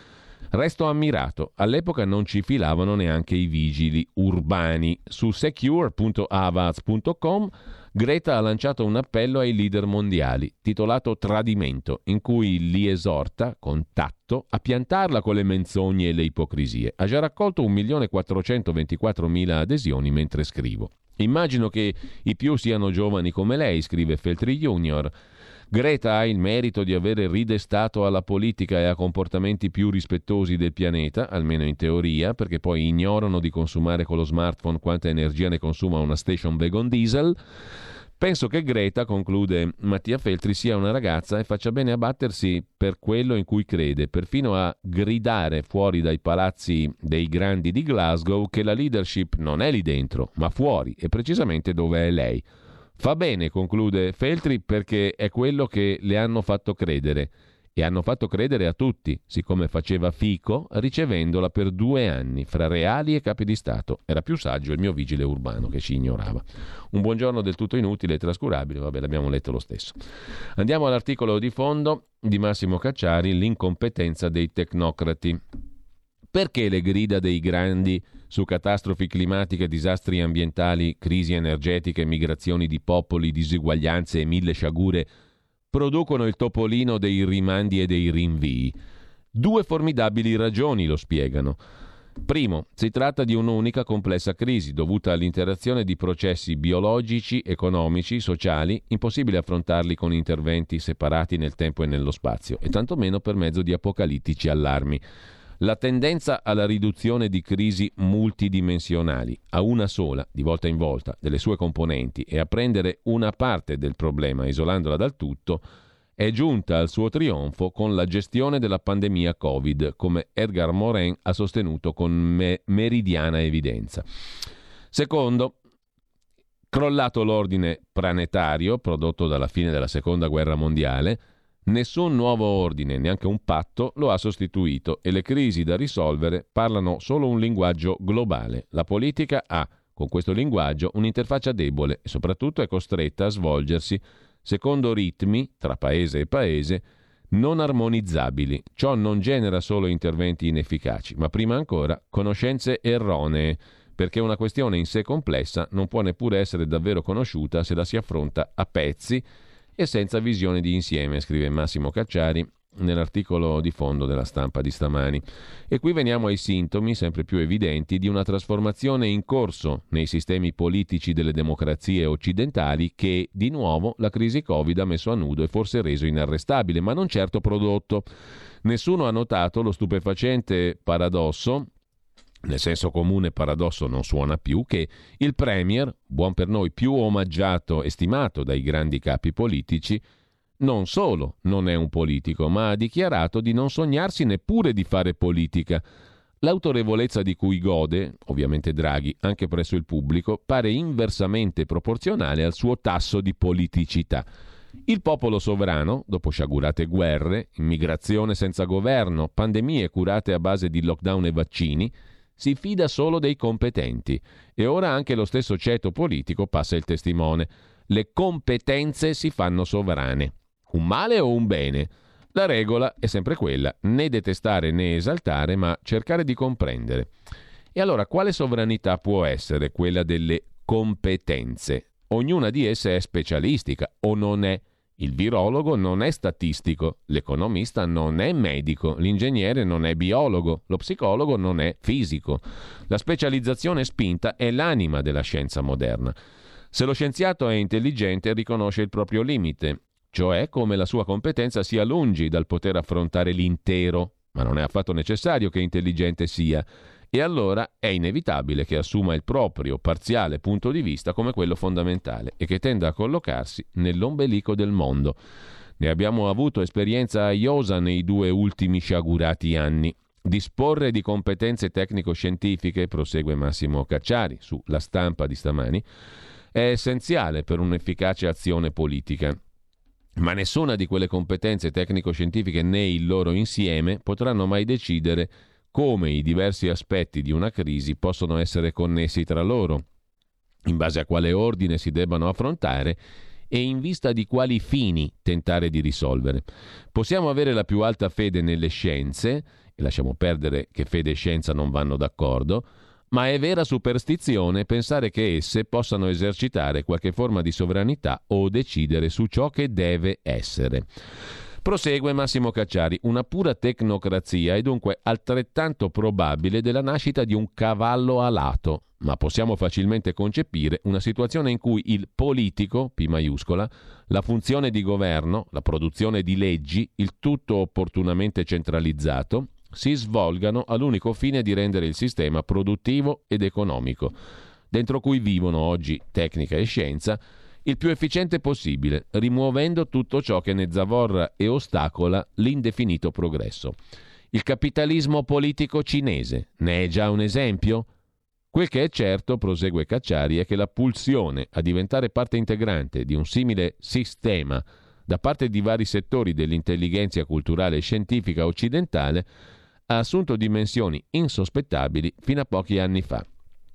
resto ammirato. All'epoca non ci filavano neanche i vigili urbani. Su secure punto avaz punto com Greta ha lanciato un appello ai leader mondiali, titolato Tradimento, in cui li esorta, con tatto, a piantarla con le menzogne e le ipocrisie. Ha già raccolto un milione quattrocentoventiquattromila adesioni mentre scrivo. Immagino che i più siano giovani come lei, scrive Feltri Junior. Greta ha il merito di aver ridestato alla politica e a comportamenti più rispettosi del pianeta, almeno in teoria, perché poi ignorano di consumare con lo smartphone quanta energia ne consuma una station wagon diesel. Penso che Greta, conclude Mattia Feltri, sia una ragazza e faccia bene a battersi per quello in cui crede, perfino a gridare fuori dai palazzi dei grandi di Glasgow che la leadership non è lì dentro, ma fuori, e precisamente dove è lei. Fa bene, conclude Feltri, perché è quello che le hanno fatto credere. E hanno fatto credere a tutti, siccome faceva Fico, ricevendola per due anni, fra reali e capi di Stato. Era più saggio il mio vigile urbano che ci ignorava. Un buongiorno del tutto inutile e trascurabile, vabbè, l'abbiamo letto lo stesso. Andiamo all'articolo di fondo di Massimo Cacciari, l'incompetenza dei tecnocrati. Perché le grida dei grandi su catastrofi climatiche, disastri ambientali, crisi energetiche, migrazioni di popoli, disuguaglianze e mille sciagure producono il topolino dei rimandi e dei rinvii? Due formidabili ragioni lo spiegano. Primo, si tratta di un'unica complessa crisi dovuta all'interazione di processi biologici, economici, sociali, impossibile affrontarli con interventi separati nel tempo e nello spazio, e tantomeno per mezzo di apocalittici allarmi. La tendenza alla riduzione di crisi multidimensionali a una sola, di volta in volta, delle sue componenti e a prendere una parte del problema isolandola dal tutto, è giunta al suo trionfo con la gestione della pandemia Covid, come Edgar Morin ha sostenuto con me- meridiana evidenza. Secondo, crollato l'ordine planetario prodotto dalla fine della Seconda Guerra Mondiale, nessun nuovo ordine, neanche un patto, lo ha sostituito e le crisi da risolvere parlano solo un linguaggio globale. La politica ha, con questo linguaggio, un'interfaccia debole e soprattutto è costretta a svolgersi secondo ritmi, tra paese e paese, non armonizzabili. Ciò non genera solo interventi inefficaci, ma prima ancora conoscenze erronee, perché una questione in sé complessa non può neppure essere davvero conosciuta se la si affronta a pezzi e senza visione di insieme, scrive Massimo Cacciari nell'articolo di fondo della Stampa di stamani. E qui veniamo ai sintomi sempre più evidenti di una trasformazione in corso nei sistemi politici delle democrazie occidentali che, di nuovo, la crisi Covid ha messo a nudo e forse reso inarrestabile, ma non certo prodotto. Nessuno ha notato lo stupefacente paradosso, nel senso comune paradosso non suona più, che il premier, buon per noi, più omaggiato e stimato dai grandi capi politici, non solo non è un politico, ma ha dichiarato di non sognarsi neppure di fare politica. L'autorevolezza di cui gode, ovviamente Draghi, anche presso il pubblico, pare inversamente proporzionale al suo tasso di politicità. Il popolo sovrano, dopo sciagurate guerre, immigrazione senza governo, pandemie curate a base di lockdown e vaccini, si fida solo dei competenti e ora anche lo stesso ceto politico passa il testimone. Le competenze si fanno sovrane. Un male o un bene? La regola è sempre quella, né detestare né esaltare, ma cercare di comprendere. E allora quale sovranità può essere quella delle competenze? Ognuna di esse è specialistica o non è. Il virologo non è statistico, l'economista non è medico, l'ingegnere non è biologo, lo psicologo non è fisico. La specializzazione spinta è l'anima della scienza moderna. Se lo scienziato è intelligente, riconosce il proprio limite, cioè come la sua competenza sia lungi dal poter affrontare l'intero, ma non è affatto necessario che intelligente sia. E allora è inevitabile che assuma il proprio parziale punto di vista come quello fondamentale e che tenda a collocarsi nell'ombelico del mondo. Ne abbiamo avuto esperienza iosa nei due ultimi sciagurati anni. Disporre di competenze tecnico-scientifiche, prosegue Massimo Cacciari su La Stampa di stamani, è essenziale per un'efficace azione politica. Ma nessuna di quelle competenze tecnico-scientifiche né il loro insieme potranno mai decidere come i diversi aspetti di una crisi possono essere connessi tra loro, in base a quale ordine si debbano affrontare e in vista di quali fini tentare di risolvere. Possiamo avere la più alta fede nelle scienze, e lasciamo perdere che fede e scienza non vanno d'accordo, ma è vera superstizione pensare che esse possano esercitare qualche forma di sovranità o decidere su ciò che deve essere. Prosegue Massimo Cacciari, una pura tecnocrazia è dunque altrettanto probabile della nascita di un cavallo alato, ma possiamo facilmente concepire una situazione in cui il politico, P maiuscola, la funzione di governo, la produzione di leggi, il tutto opportunamente centralizzato, si svolgano all'unico fine di rendere il sistema produttivo ed economico, dentro cui vivono oggi tecnica e scienza, il più efficiente possibile, rimuovendo tutto ciò che ne zavorra e ostacola l'indefinito progresso. Il capitalismo politico cinese ne è già un esempio? Quel che è certo, prosegue Cacciari, è che la pulsione a diventare parte integrante di un simile sistema da parte di vari settori dell'intelligenza culturale e scientifica occidentale ha assunto dimensioni insospettabili fino a pochi anni fa.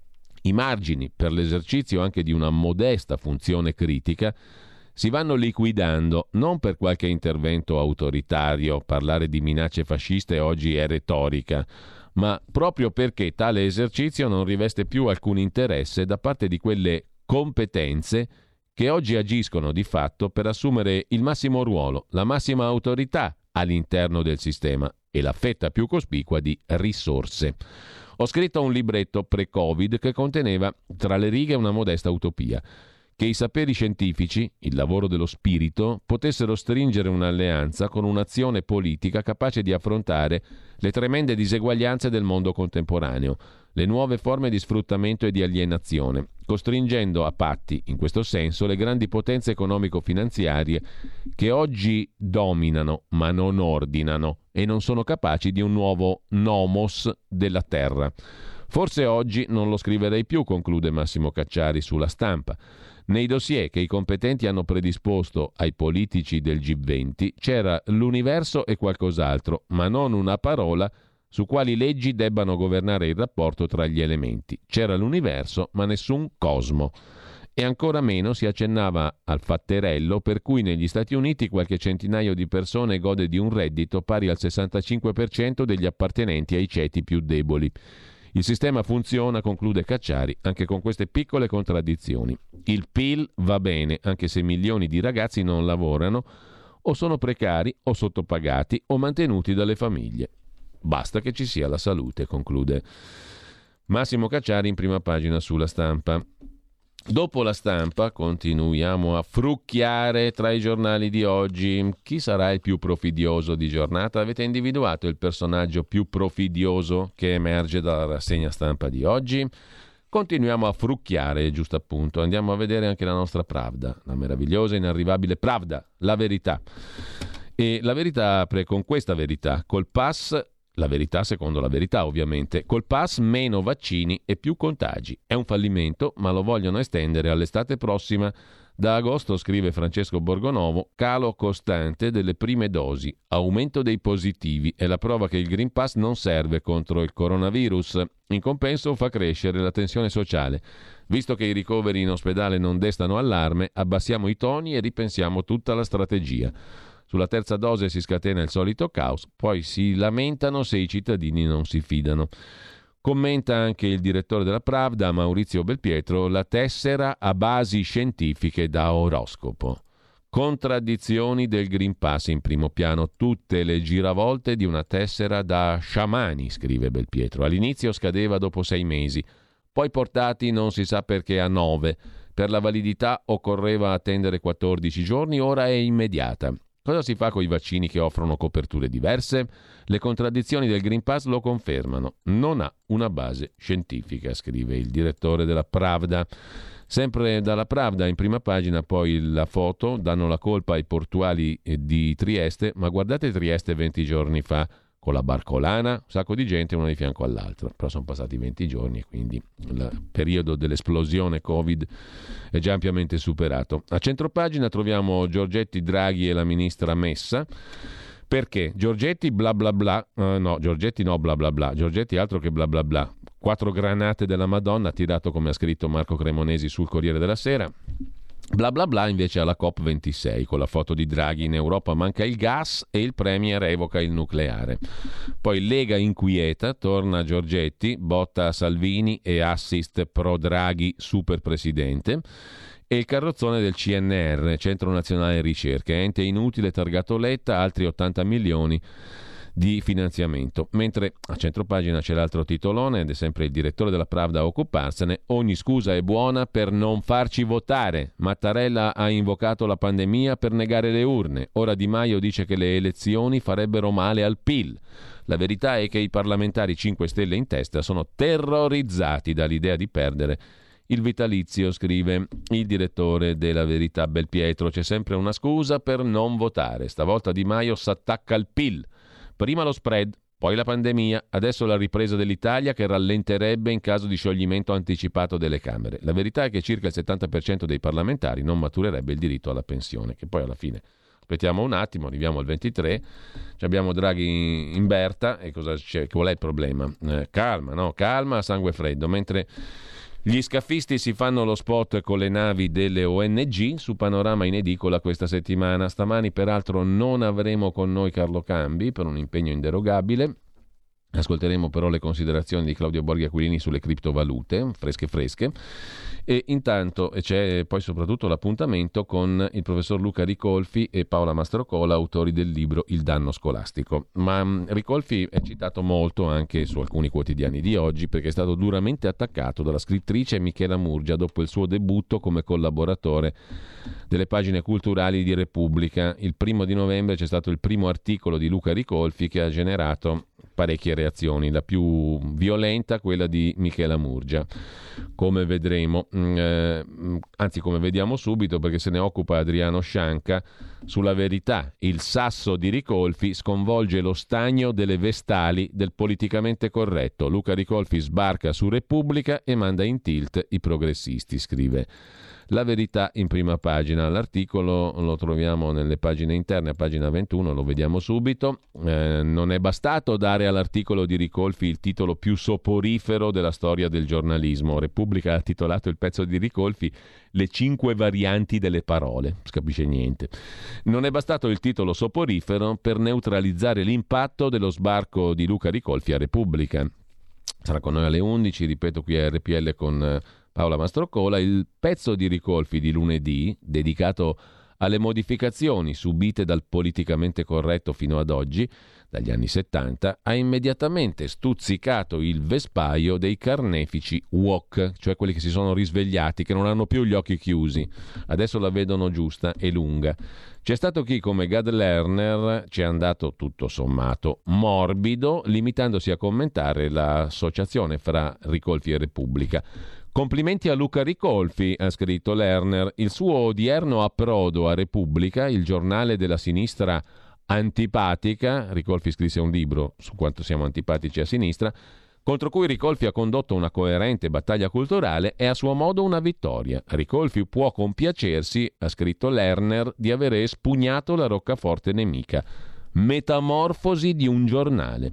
I margini per l'esercizio anche di una modesta funzione critica si vanno liquidando non per qualche intervento autoritario, parlare di minacce fasciste oggi è retorica, ma proprio perché tale esercizio non riveste più alcun interesse da parte di quelle competenze che oggi agiscono di fatto per assumere il massimo ruolo, la massima autorità all'interno del sistema e la fetta più cospicua di risorse. Ho scritto un libretto pre-Covid che conteneva tra le righe una modesta utopia, che i saperi scientifici, il lavoro dello spirito, potessero stringere un'alleanza con un'azione politica capace di affrontare le tremende diseguaglianze del mondo contemporaneo, le nuove forme di sfruttamento e di alienazione, costringendo a patti, in questo senso, le grandi potenze economico-finanziarie che oggi dominano ma non ordinano e non sono capaci di un nuovo nomos della terra. Forse oggi non lo scriverei più, conclude Massimo Cacciari sulla Stampa. Nei dossier che i competenti hanno predisposto ai politici del G venti c'era l'universo e qualcos'altro, ma non una parola su quali leggi debbano governare il rapporto tra gli elementi. C'era l'universo, ma nessun cosmo. E ancora meno si accennava al fatterello per cui negli Stati Uniti qualche centinaio di persone gode di un reddito pari al sessantacinque per cento degli appartenenti ai ceti più deboli. Il sistema funziona, conclude Cacciari, anche con queste piccole contraddizioni. Il P I L va bene, anche se milioni di ragazzi non lavorano, o sono precari, o sottopagati, o mantenuti dalle famiglie. Basta che ci sia la salute, conclude Massimo Cacciari in prima pagina sulla Stampa. Dopo la Stampa continuiamo a frucchiare tra i giornali di oggi. Chi sarà il più profidioso di giornata? Avete individuato il personaggio più profidioso che emerge dalla rassegna stampa di oggi? Continuiamo a frucchiare, giusto appunto. Andiamo a vedere anche la nostra Pravda, la meravigliosa e inarrivabile Pravda, la verità. E la verità apre con questa verità. Col pass... La verità secondo la verità, ovviamente. Col pass meno vaccini e più contagi. È un fallimento, ma lo vogliono estendere all'estate prossima. Da agosto, scrive Francesco Borgonovo, calo costante delle prime dosi, aumento dei positivi. È la prova che il Green Pass non serve contro il coronavirus. In compenso fa crescere la tensione sociale. Visto che i ricoveri in ospedale non destano allarme, abbassiamo i toni e ripensiamo tutta la strategia. Sulla terza dose si scatena il solito caos, poi si lamentano se i cittadini non si fidano. Commenta anche il direttore della Pravda, Maurizio Belpietro, la tessera a basi scientifiche da oroscopo. Contraddizioni del Green Pass in primo piano, tutte le giravolte di una tessera da sciamani, scrive Belpietro. All'inizio scadeva dopo sei mesi, poi portati non si sa perché a nove. Per la validità occorreva attendere quattordici giorni, ora è immediata. Cosa si fa con i vaccini che offrono coperture diverse? Le contraddizioni del Green Pass lo confermano. Non ha una base scientifica, scrive il direttore della Pravda. Sempre dalla Pravda, in prima pagina, poi la foto, danno la colpa ai portuali di Trieste, ma guardate Trieste venti giorni fa, con la barcolana, un sacco di gente una di fianco all'altra, però sono passati venti giorni e quindi il periodo dell'esplosione Covid è già ampiamente superato. A centropagina troviamo Giorgetti, Draghi e la ministra Messa. Perché? Giorgetti bla bla bla, uh, no, Giorgetti no bla bla bla, Giorgetti altro che bla bla bla. Quattro granate della Madonna, tirato come ha scritto Marco Cremonesi sul Corriere della Sera. Bla bla bla invece alla COP ventisei, con la foto di Draghi: in Europa manca il gas e il Premier evoca il nucleare. Poi Lega inquieta, torna Giorgetti, botta a Salvini e assist pro Draghi super presidente. E il carrozzone del C N R, Centro Nazionale Ricerche, ente inutile targato Letta, altri ottanta milioni di finanziamento. Mentre a centropagina c'è l'altro titolone, ed è sempre il direttore della Pravda a occuparsene: ogni scusa è buona per non farci votare. Mattarella ha invocato la pandemia per negare le urne. Ora Di Maio dice che le elezioni farebbero male al P I L. La verità è che i parlamentari cinque Stelle in testa sono terrorizzati dall'idea di perdere il vitalizio, scrive il direttore della Verità Belpietro. C'è sempre una scusa per non votare. Stavolta Di Maio s'attacca al P I L. Prima lo spread, poi la pandemia, adesso la ripresa dell'Italia che rallenterebbe in caso di scioglimento anticipato delle Camere. La verità è che circa il settanta per cento dei parlamentari non maturerebbe il diritto alla pensione, che poi alla fine, aspettiamo un attimo, arriviamo al ventitré, abbiamo Draghi in Berta e cosa c'è? Qual è il problema? Eh, calma, no? Calma, sangue freddo, mentre gli scafisti si fanno lo spot con le navi delle O N G, su Panorama in edicola questa settimana. Stamani peraltro non avremo con noi Carlo Cambi per un impegno inderogabile. Ascolteremo però le considerazioni di Claudio Borghi Aquilini sulle criptovalute, fresche fresche, e intanto c'è poi soprattutto l'appuntamento con il professor Luca Ricolfi e Paola Mastrocola, autori del libro Il danno scolastico. Ma um, Ricolfi è citato molto anche su alcuni quotidiani di oggi perché è stato duramente attaccato dalla scrittrice Michela Murgia dopo il suo debutto come collaboratore delle pagine culturali di Repubblica. Il primo di novembre c'è stato il primo articolo di Luca Ricolfi che ha generato parecchie reazioni, la più violenta quella di Michela Murgia, come vedremo, eh, anzi come vediamo subito perché se ne occupa Adriano Scianca sulla Verità. Il sasso di Ricolfi sconvolge lo stagno delle vestali del politicamente corretto. Luca Ricolfi sbarca su Repubblica e manda in tilt i progressisti, scrive La Verità in prima pagina. L'articolo lo troviamo nelle pagine interne, a pagina ventuno, lo vediamo subito. Eh, non è bastato dare all'articolo di Ricolfi il titolo più soporifero della storia del giornalismo. Repubblica ha titolato il pezzo di Ricolfi Le cinque varianti delle parole. Non si capisce niente. Non è bastato il titolo soporifero per neutralizzare l'impatto dello sbarco di Luca Ricolfi a Repubblica. Sarà con noi alle undici, ripeto, qui a R P L con Paola Mastrocola, il pezzo di Ricolfi di lunedì, dedicato alle modificazioni subite dal politicamente corretto fino ad oggi, dagli anni settanta, ha immediatamente stuzzicato il vespaio dei carnefici woke, cioè quelli che si sono risvegliati, che non hanno più gli occhi chiusi, adesso la vedono giusta e lunga. C'è stato chi, come Gad Lerner, ci è andato tutto sommato morbido, limitandosi a commentare l'associazione fra Ricolfi e Repubblica. Complimenti a Luca Ricolfi, ha scritto Lerner. Il suo odierno approdo a Repubblica, il giornale della sinistra antipatica, Ricolfi scrisse un libro su quanto siamo antipatici a sinistra, contro cui Ricolfi ha condotto una coerente battaglia culturale, è a suo modo una vittoria. Ricolfi può compiacersi, ha scritto Lerner, di avere espugnato la roccaforte nemica. Metamorfosi di un giornale.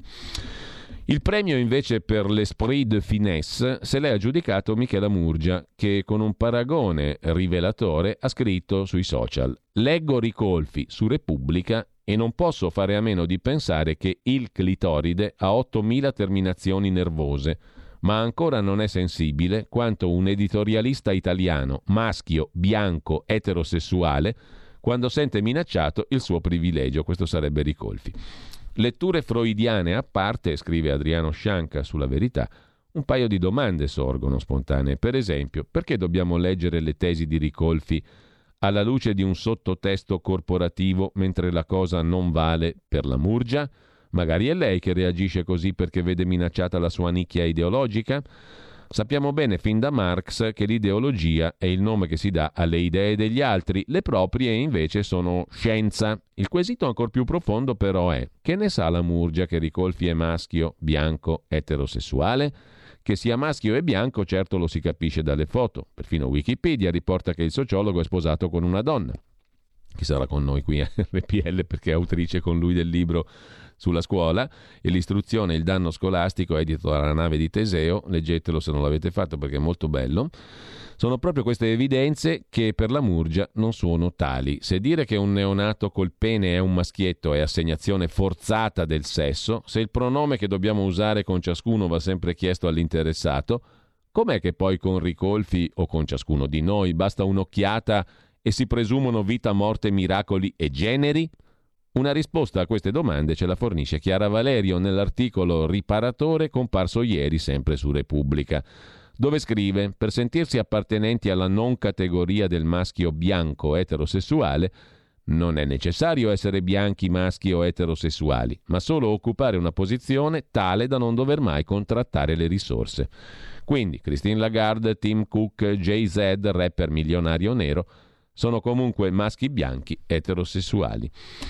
Il premio invece per l'esprit de finesse se l'è aggiudicato Michela Murgia, che con un paragone rivelatore ha scritto sui social: leggo Ricolfi su Repubblica e non posso fare a meno di pensare che il clitoride ha ottomila terminazioni nervose, ma ancora non è sensibile quanto un editorialista italiano, maschio, bianco, eterosessuale, quando sente minacciato il suo privilegio. Questo sarebbe Ricolfi. Letture freudiane a parte, scrive Adriano Scianca sulla Verità, un paio di domande sorgono spontanee. Per esempio, perché dobbiamo leggere le tesi di Ricolfi alla luce di un sottotesto corporativo mentre la cosa non vale per la Murgia? Magari è lei che reagisce così perché vede minacciata la sua nicchia ideologica? Sappiamo bene fin da Marx che l'ideologia è il nome che si dà alle idee degli altri, le proprie invece sono scienza. Il quesito ancor più profondo però è: che ne sa la Murgia che Ricolfi è maschio, bianco, eterosessuale? Che sia maschio e bianco certo lo si capisce dalle foto. Perfino Wikipedia riporta che il sociologo è sposato con una donna. Chi sarà con noi qui a R P L perché è autrice con lui del libro sulla scuola e l'istruzione e il danno scolastico, edito dalla Nave di Teseo. Leggetelo se non l'avete fatto perché è molto bello. Sono proprio queste evidenze che per la Murgia non sono tali. Se dire che un neonato col pene è un maschietto è assegnazione forzata del sesso, se il pronome che dobbiamo usare con ciascuno va sempre chiesto all'interessato, com'è che poi con Ricolfi o con ciascuno di noi basta un'occhiata e si presumono vita, morte, miracoli e generi? Una risposta a queste domande ce la fornisce Chiara Valerio nell'articolo Riparatore comparso ieri sempre su Repubblica, dove scrive: per sentirsi appartenenti alla non categoria del maschio bianco eterosessuale non è necessario essere bianchi maschi o eterosessuali, ma solo occupare una posizione tale da non dover mai contrattare le risorse. Quindi Christine Lagarde, Tim Cook, Jay-Z, rapper milionario nero, sono comunque maschi bianchi eterosessuali.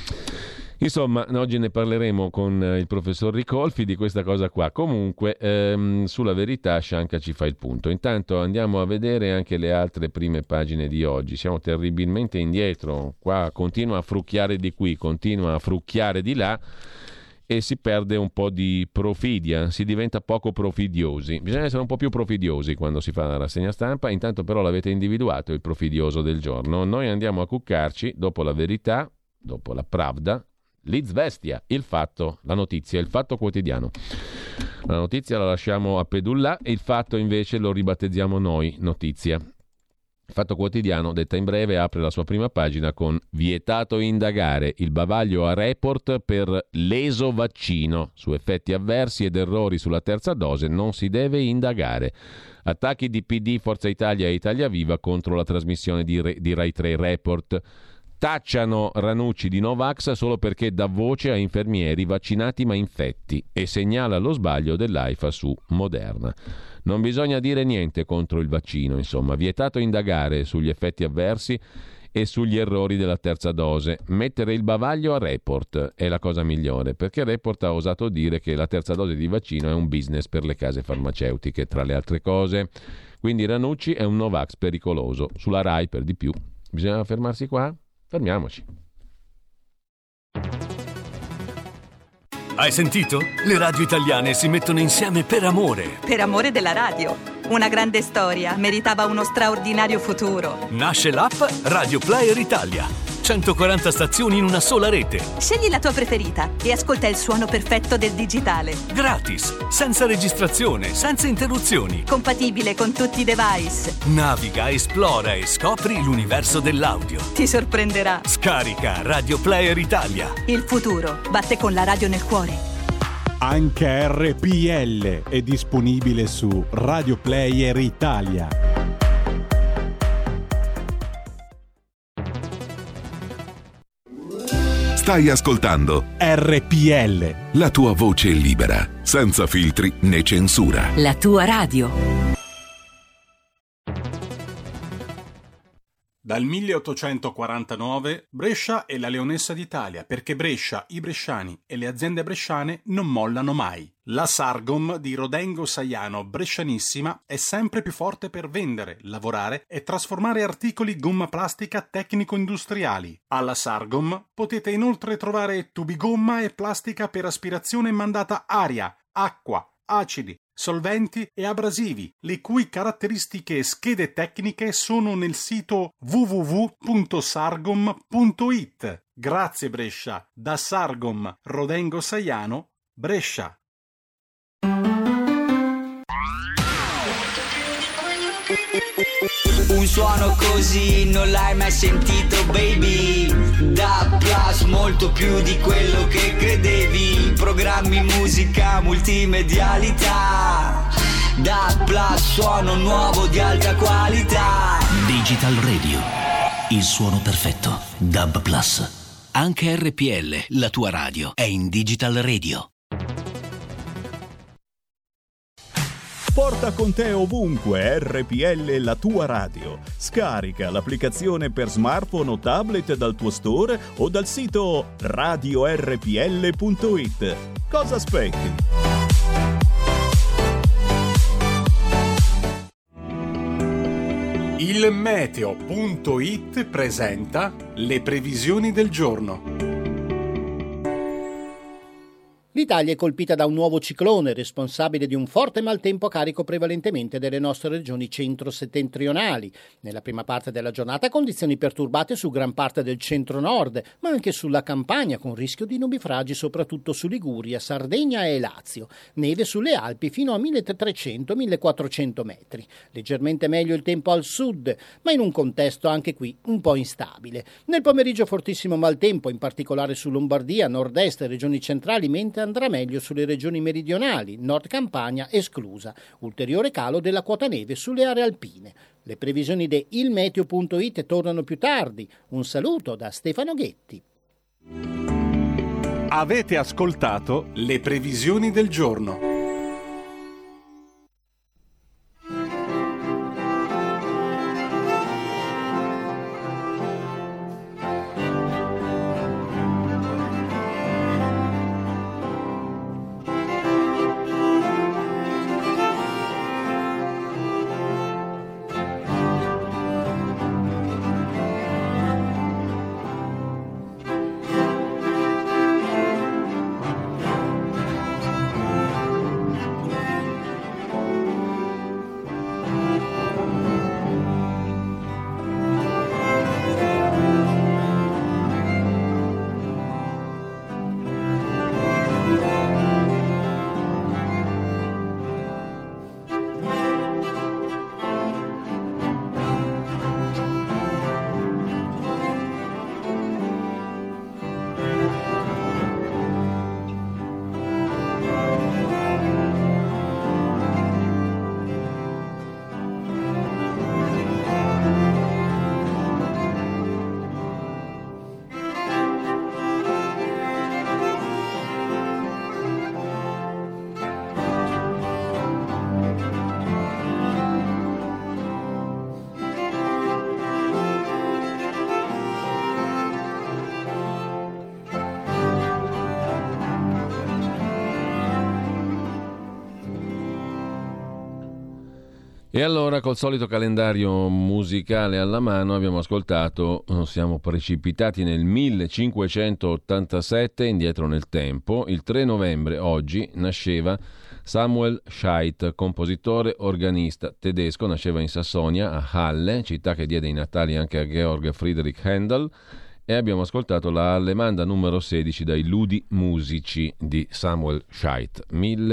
Insomma, oggi ne parleremo con il professor Ricolfi di questa cosa qua. Comunque, ehm, sulla Verità Scianca ci fa il punto. Intanto andiamo a vedere anche le altre prime pagine di oggi. Siamo terribilmente indietro. Qua continua a frucchiare di qui, continua a frucchiare di là e si perde un po' di profidia, si diventa poco profidiosi. Bisogna essere un po' più profidiosi quando si fa la rassegna stampa. Intanto però l'avete individuato il profidioso del giorno. Noi andiamo a cuccarci dopo la Verità, dopo la Pravda, l'Izvestia, il fatto, la notizia, il Fatto Quotidiano. La notizia la lasciamo a Pedulla e il fatto invece lo ribattezziamo noi, notizia. Il Fatto Quotidiano, detta in breve, apre la sua prima pagina con: vietato indagare, il bavaglio a Report per l'esovaccino. Su effetti avversi ed errori sulla terza dose non si deve indagare. Attacchi di P D, Forza Italia e Italia Viva contro la trasmissione di, Re, di Rai tre Report. Tacciano Ranucci di Novax solo perché dà voce a infermieri vaccinati ma infetti e segnala lo sbaglio dell'AIFA su Moderna. Non bisogna dire niente contro il vaccino, insomma, vietato indagare sugli effetti avversi e sugli errori della terza dose. Mettere il bavaglio a Report è la cosa migliore, perché Report ha osato dire che la terza dose di vaccino è un business per le case farmaceutiche, tra le altre cose. Quindi Ranucci è un Novax pericoloso. Sulla Rai per di più. Bisogna fermarsi qua? Fermiamoci. Hai sentito? Le radio italiane si mettono insieme per amore. Per amore della radio. Una grande storia meritava uno straordinario futuro. Nasce l'app Radio Player Italia. centoquaranta stazioni in una sola rete. Scegli la tua preferita e ascolta il suono perfetto del digitale. Gratis, senza registrazione, senza interruzioni. Compatibile con tutti i device. Naviga, esplora e scopri l'universo dell'audio. Ti sorprenderà. Scarica Radio Player Italia. Il futuro batte con la radio nel cuore. Anche R P L è disponibile su Radio Player Italia. Stai ascoltando R P L, la tua voce libera, senza filtri né censura. La tua radio. Dal milleottocentoquarantanove Brescia è la leonessa d'Italia, perché Brescia, i bresciani e le aziende bresciane non mollano mai. La Sargom di Rodengo Saiano, brescianissima, è sempre più forte per vendere, lavorare e trasformare articoli gomma plastica tecnico-industriali. Alla Sargom potete inoltre trovare tubi gomma e plastica per aspirazione mandata aria, acqua, acidi, solventi e abrasivi, le cui caratteristiche e schede tecniche sono nel sito w w w punto sargom punto i t. Grazie Brescia, da Sargom Rodengo Saiano, Brescia. Un suono così non l'hai mai sentito, baby. Da Plus, molto più di quello che credevi. Programmi, musica, multimedialità. Da Plus, suono nuovo di alta qualità. Digital Radio, il suono perfetto. Dub Plus. Anche R P L, la tua radio, è in Digital Radio. Porta con te ovunque R P L, la tua radio. Scarica l'applicazione per smartphone o tablet dal tuo store o dal sito radio r p l punto i t. Cosa aspetti? Il meteo punto i t presenta le previsioni del giorno. L'Italia è colpita da un nuovo ciclone responsabile di un forte maltempo a carico prevalentemente delle nostre regioni centro-settentrionali. Nella prima parte della giornata condizioni perturbate su gran parte del centro-nord, ma anche sulla Campania con rischio di nubifragi soprattutto su Liguria, Sardegna e Lazio. Neve sulle Alpi fino a milletrecento millequattrocento metri. Leggermente meglio il tempo al sud, ma in un contesto anche qui un po' instabile. Nel pomeriggio fortissimo maltempo, in particolare su Lombardia, nord-est e regioni centrali, mentre andrà meglio sulle regioni meridionali, Nord Campania esclusa. Ulteriore calo della quota neve sulle aree alpine. Le previsioni di ilmeteo punto i t tornano più tardi. Un saluto da Stefano Ghetti. Avete ascoltato le previsioni del giorno. E allora, col solito calendario musicale alla mano, abbiamo ascoltato, siamo precipitati nel millecinquecentottantasette, indietro nel tempo. Il tre novembre, oggi, nasceva Samuel Scheidt, compositore organista tedesco, nasceva in Sassonia, a Halle, città che diede i natali anche a Georg Friedrich Händel, e abbiamo ascoltato la allemanda numero sedici dai Ludi Musici di Samuel Scheidt,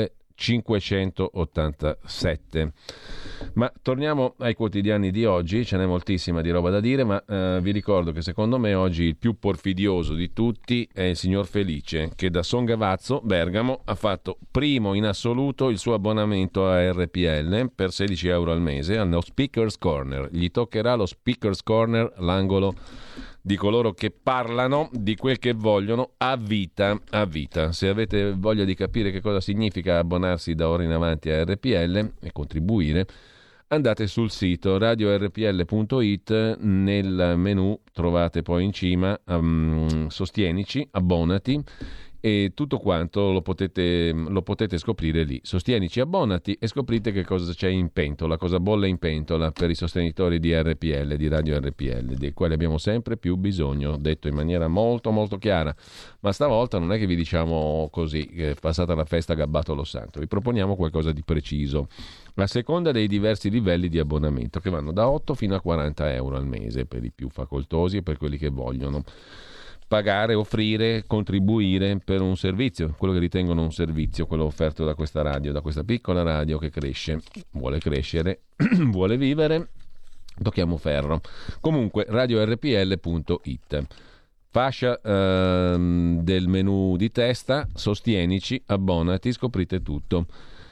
millecinquecentottantasette. Ma torniamo ai quotidiani di oggi, ce n'è moltissima di roba da dire, ma eh, vi ricordo che secondo me oggi il più porfidioso di tutti è il signor Felice, che da Son Gavazzo, Bergamo, ha fatto primo in assoluto il suo abbonamento a R P L per sedici euro al mese allo Speaker's Corner. Gli toccherà lo Speaker's Corner, l'angolo di coloro che parlano di quel che vogliono a vita, a vita. Se avete voglia di capire che cosa significa abbonarsi da ora in avanti a R P L e contribuire, andate sul sito radio r p l punto i t, nel menu trovate poi in cima um, sostienici, abbonati, e tutto quanto lo potete, lo potete scoprire lì. Sostienici, abbonati e scoprite che cosa c'è in pentola, cosa bolle in pentola per i sostenitori di R P L, di Radio R P L, dei quali abbiamo sempre più bisogno, detto in maniera molto molto chiara. Ma stavolta non è che vi diciamo così, che è passata la festa gabbato lo santo, vi proponiamo qualcosa di preciso, a seconda dei diversi livelli di abbonamento, che vanno da otto fino a quaranta euro al mese per i più facoltosi e per quelli che vogliono pagare, offrire, contribuire per un servizio, quello che ritengono un servizio, quello offerto da questa radio, da questa piccola radio che cresce, vuole crescere, vuole vivere, tocchiamo ferro. Comunque, radio R P L punto it. Fascia ehm, del menu di testa, sostienici, abbonati, scoprite tutto.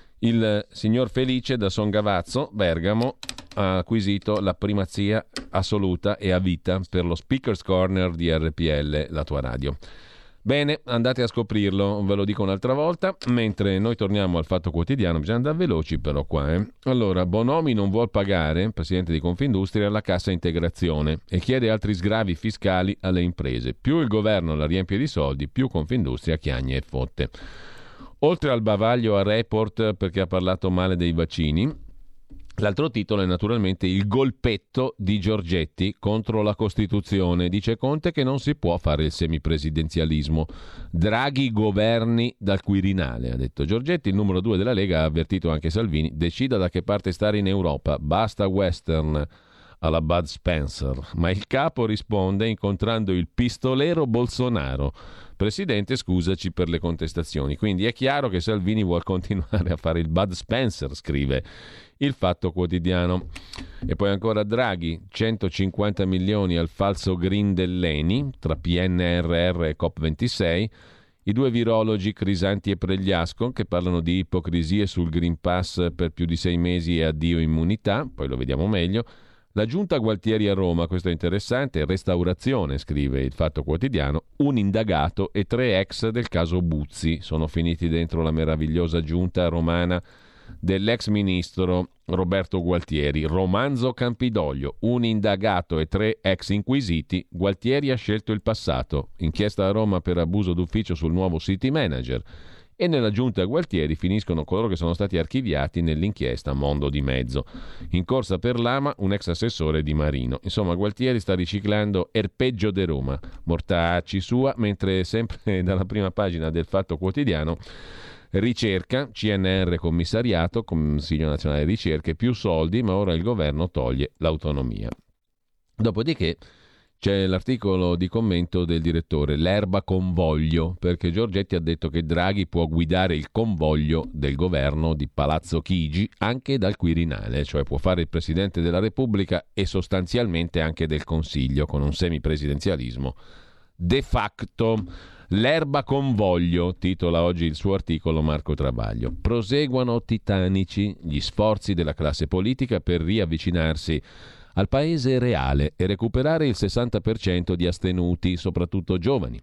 Il signor Felice da Son Gavazzo, Bergamo, ha acquisito la primazia assoluta e a vita per lo Speaker's Corner di R P L, la tua radio. Bene, andate a scoprirlo, ve lo dico un'altra volta, mentre noi torniamo al Fatto Quotidiano, bisogna andare veloci però qua. Eh. Allora, Bonomi non vuol pagare, presidente di Confindustria, la cassa integrazione e chiede altri sgravi fiscali alle imprese. Più il governo la riempie di soldi, più Confindustria chiagne e fotte. Oltre al bavaglio a Report perché ha parlato male dei vaccini, l'altro titolo è naturalmente il golpetto di Giorgetti contro la Costituzione. Dice Conte che non si può fare il semipresidenzialismo. Draghi governi dal Quirinale, ha detto Giorgetti. Il numero due della Lega ha avvertito anche Salvini. Decida da che parte stare in Europa. Basta western alla Bud Spencer. Ma il capo risponde incontrando il pistolero Bolsonaro. Presidente, scusaci per le contestazioni. Quindi è chiaro che Salvini vuol continuare a fare il Bud Spencer, scrive il Fatto Quotidiano. E poi ancora Draghi, centocinquanta milioni al falso green dell'Eni tra P N R R e COP ventisei. I due virologi Crisanti e Pregliasco che parlano di ipocrisie sul Green Pass per più di sei mesi e addio immunità, poi lo vediamo meglio. La giunta Gualtieri a Roma, questo è interessante, restaurazione, scrive il Fatto Quotidiano, un indagato e tre ex del caso Buzzi sono finiti dentro la meravigliosa giunta romana dell'ex ministro Roberto Gualtieri. Romanzo Campidoglio, un indagato e tre ex inquisiti, Gualtieri ha scelto il passato, inchiesta a Roma per abuso d'ufficio sul nuovo city manager. E nella giunta Gualtieri finiscono coloro che sono stati archiviati nell'inchiesta Mondo di Mezzo. In corsa per l'Ama un ex assessore di Marino. Insomma, Gualtieri sta riciclando Erpeggio de Roma, mortacci sua, mentre sempre dalla prima pagina del Fatto Quotidiano, ricerca, C N R commissariato, Consiglio Nazionale di Ricerche, più soldi, ma ora il governo toglie l'autonomia. Dopodiché c'è l'articolo di commento del direttore, l'erba convoglio, perché Giorgetti ha detto che Draghi può guidare il convoglio del governo di Palazzo Chigi anche dal Quirinale, cioè può fare il Presidente della Repubblica e sostanzialmente anche del Consiglio, con un semipresidenzialismo de facto. L'erba convoglio, titola oggi il suo articolo Marco Travaglio. Proseguono titanici gli sforzi della classe politica per riavvicinarsi al paese reale e recuperare il sessanta per cento di astenuti, soprattutto giovani.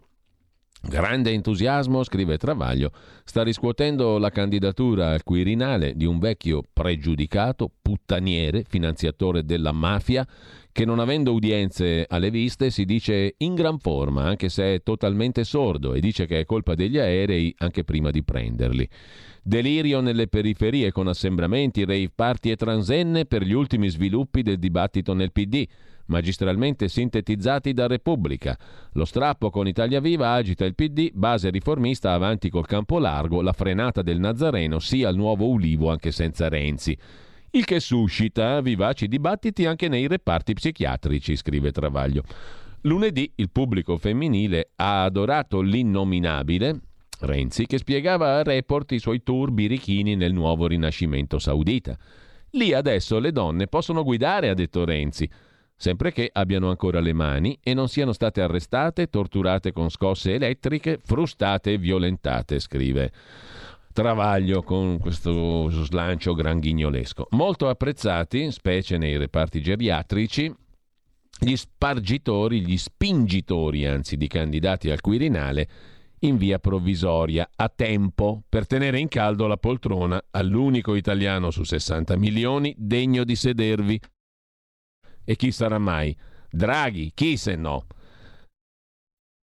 Grande entusiasmo, scrive Travaglio, sta riscuotendo la candidatura al Quirinale di un vecchio pregiudicato, puttaniere, finanziatore della mafia, che non avendo udienze alle viste si dice in gran forma, anche se è totalmente sordo, e dice che è colpa degli aerei anche prima di prenderli. Delirio nelle periferie con assembramenti, rave party e transenne per gli ultimi sviluppi del dibattito nel P D, magistralmente sintetizzati da Repubblica. Lo strappo con Italia Viva agita il P D, base riformista avanti col campo largo, la frenata del Nazareno sia al nuovo Ulivo anche senza Renzi. Il che suscita vivaci dibattiti anche nei reparti psichiatrici, scrive Travaglio. Lunedì il pubblico femminile ha adorato l'innominabile Renzi, che spiegava a Report i suoi tour birichini nel nuovo rinascimento saudita. Lì adesso le donne possono guidare, ha detto Renzi, sempre che abbiano ancora le mani e non siano state arrestate, torturate con scosse elettriche, frustate e violentate, scrive Travaglio con questo slancio granghignolesco. Molto apprezzati, specie nei reparti geriatrici, gli spargitori, gli spingitori, anzi, di candidati al Quirinale in via provvisoria, a tempo, per tenere in caldo la poltrona all'unico italiano su sessanta milioni degno di sedervi. E chi sarà mai? Draghi, chi se no?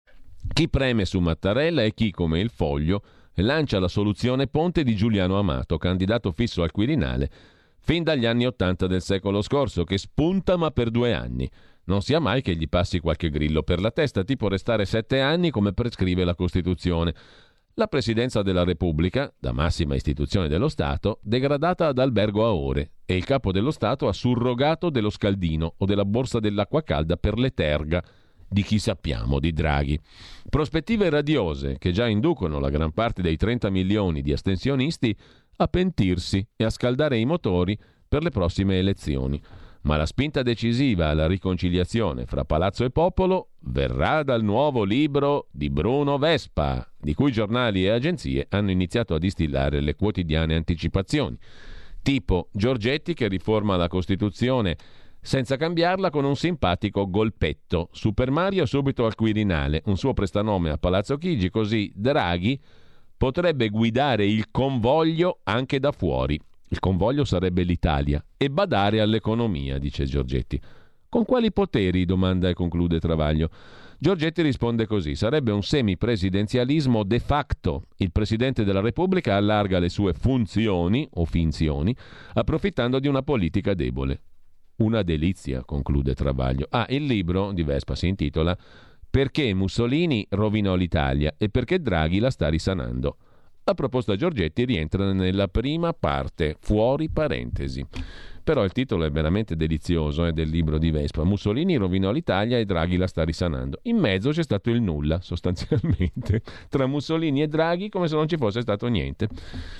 Chi preme su Mattarella e chi, come il Foglio, lancia la soluzione ponte di Giuliano Amato, candidato fisso al Quirinale fin dagli anni Ottanta del secolo scorso, che spunta ma per due anni. Non sia mai che gli passi qualche grillo per la testa, tipo restare sette anni come prescrive la Costituzione. La Presidenza della Repubblica, da massima istituzione dello Stato, degradata ad albergo a ore, e il Capo dello Stato a surrogato dello scaldino o della borsa dell'acqua calda per le terga di chi sappiamo, di Draghi. Prospettive radiose che già inducono la gran parte dei trenta milioni di astensionisti a pentirsi e a scaldare i motori per le prossime elezioni. Ma la spinta decisiva alla riconciliazione fra palazzo e popolo verrà dal nuovo libro di Bruno Vespa, di cui giornali e agenzie hanno iniziato a distillare le quotidiane anticipazioni. Tipo Giorgetti che riforma la Costituzione senza cambiarla con un simpatico golpetto. Super Mario subito al Quirinale, un suo prestanome a Palazzo Chigi, così Draghi potrebbe guidare il convoglio anche da fuori. Il convoglio sarebbe l'Italia e badare all'economia, dice Giorgetti. Con quali poteri? Domanda e conclude Travaglio. Giorgetti risponde così: sarebbe un semipresidenzialismo de facto. Il Presidente della Repubblica allarga le sue funzioni o finzioni approfittando di una politica debole. Una delizia, conclude Travaglio. Ah, il libro di Vespa si intitola Perché Mussolini rovinò l'Italia e perché Draghi la sta risanando. La proposta Giorgetti rientra nella prima parte, fuori parentesi. Però il titolo è veramente delizioso, è del libro di Vespa. Mussolini rovinò l'Italia e Draghi la sta risanando. In mezzo c'è stato il nulla, sostanzialmente, tra Mussolini e Draghi, come se non ci fosse stato niente.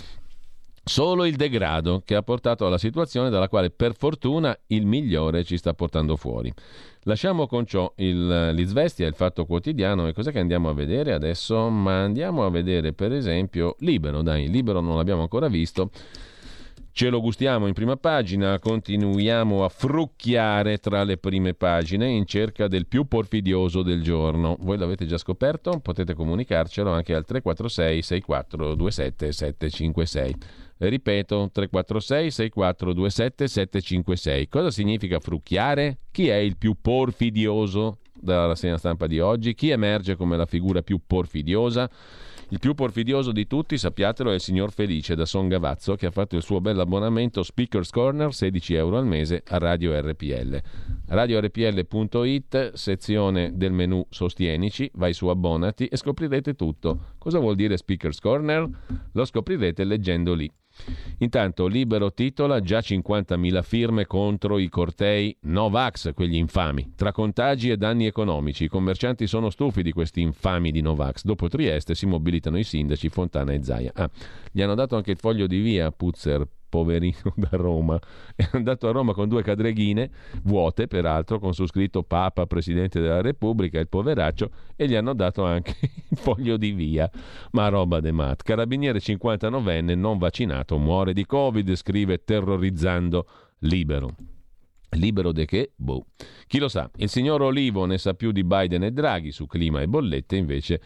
Solo il degrado che ha portato alla situazione dalla quale per fortuna il migliore ci sta portando fuori. Lasciamo con ciò il, l'Izvestia, il Fatto Quotidiano, e cos'è che andiamo a vedere adesso? Ma andiamo a vedere per esempio Libero, dai, Libero non l'abbiamo ancora visto, ce lo gustiamo in prima pagina, continuiamo a frucchiare tra le prime pagine in cerca del più porfidioso del giorno. Voi l'avete già scoperto? Potete comunicarcelo anche al tre quattro sei sei quattro due sette sette cinque sei. Ripeto, tre quattro sei sei quattro due sette sette cinque sei. Cosa significa frucchiare? Chi è il più porfidioso dalla rassegna stampa di oggi? Chi emerge come la figura più porfidiosa? Il più porfidioso di tutti, sappiatelo, è il signor Felice da Son Gavazzo, che ha fatto il suo bell'abbonamento Speakers Corner, sedici euro al mese, a Radio R P L. radio r p l punto i t, sezione del menu Sostienici, vai su Abbonati e scoprirete tutto. Cosa vuol dire Speakers Corner? Lo scoprirete leggendo lì. Intanto Libero titola: già cinquantamila firme contro i cortei Novax, quegli infami. Tra contagi e danni economici, i commercianti sono stufi di questi infami di Novax. Dopo Trieste si mobilitano i sindaci Fontana e Zaia. Ah, gli hanno dato anche il foglio di via a Puzzer, poverino, da Roma. È andato a Roma con due cadreghine vuote, peraltro, con su scritto Papa, Presidente della Repubblica, il poveraccio, e gli hanno dato anche il foglio di via. Ma roba de mat. Carabiniere cinquantanovenne non vaccinato muore di Covid, scrive terrorizzando Libero. Libero de che? Boh. Chi lo sa? Il signor Olivo ne sa più di Biden e Draghi, su clima e bollette invece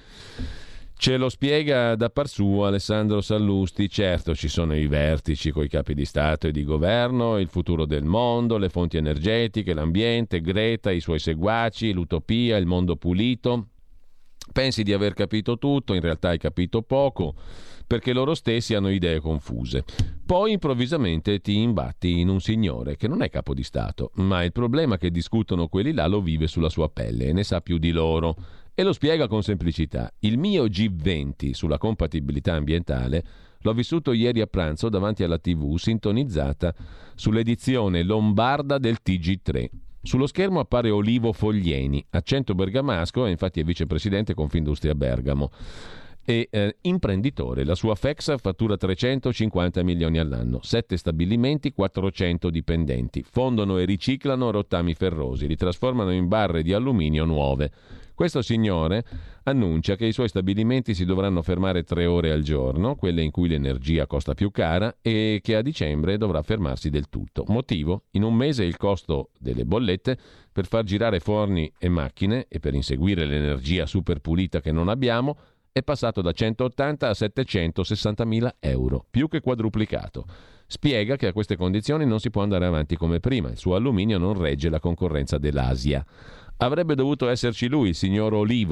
ce lo spiega da par suo Alessandro Sallusti. Certo, ci sono i vertici coi capi di Stato e di governo, il futuro del mondo, le fonti energetiche, l'ambiente, Greta, i suoi seguaci, l'utopia, il mondo pulito. Pensi di aver capito tutto, in realtà hai capito poco, perché loro stessi hanno idee confuse. Poi improvvisamente ti imbatti in un signore che non è capo di Stato, ma il problema che discutono quelli là lo vive sulla sua pelle e ne sa più di loro. E lo spiega con semplicità. Il mio G venti sulla compatibilità ambientale l'ho vissuto ieri a pranzo davanti alla tivù sintonizzata sull'edizione lombarda del T G tre. Sullo schermo appare Olivo Foglieni, accento bergamasco, e infatti è vicepresidente Confindustria Bergamo. E eh, imprenditore, la sua Fexa fattura trecentocinquanta milioni all'anno, sette stabilimenti, quattrocento dipendenti, fondono e riciclano rottami ferrosi, li trasformano in barre di alluminio nuove. Questo signore annuncia che i suoi stabilimenti si dovranno fermare tre ore al giorno, quelle in cui l'energia costa più cara, e che a dicembre dovrà fermarsi del tutto. Motivo? In un mese il costo delle bollette per far girare forni e macchine e per inseguire l'energia super pulita che non abbiamo è passato da centottanta a settecentosessantamila euro, più che quadruplicato. Spiega che a queste condizioni non si può andare avanti come prima, il suo alluminio non regge la concorrenza dell'Asia. Avrebbe dovuto esserci lui, il signor Olivo,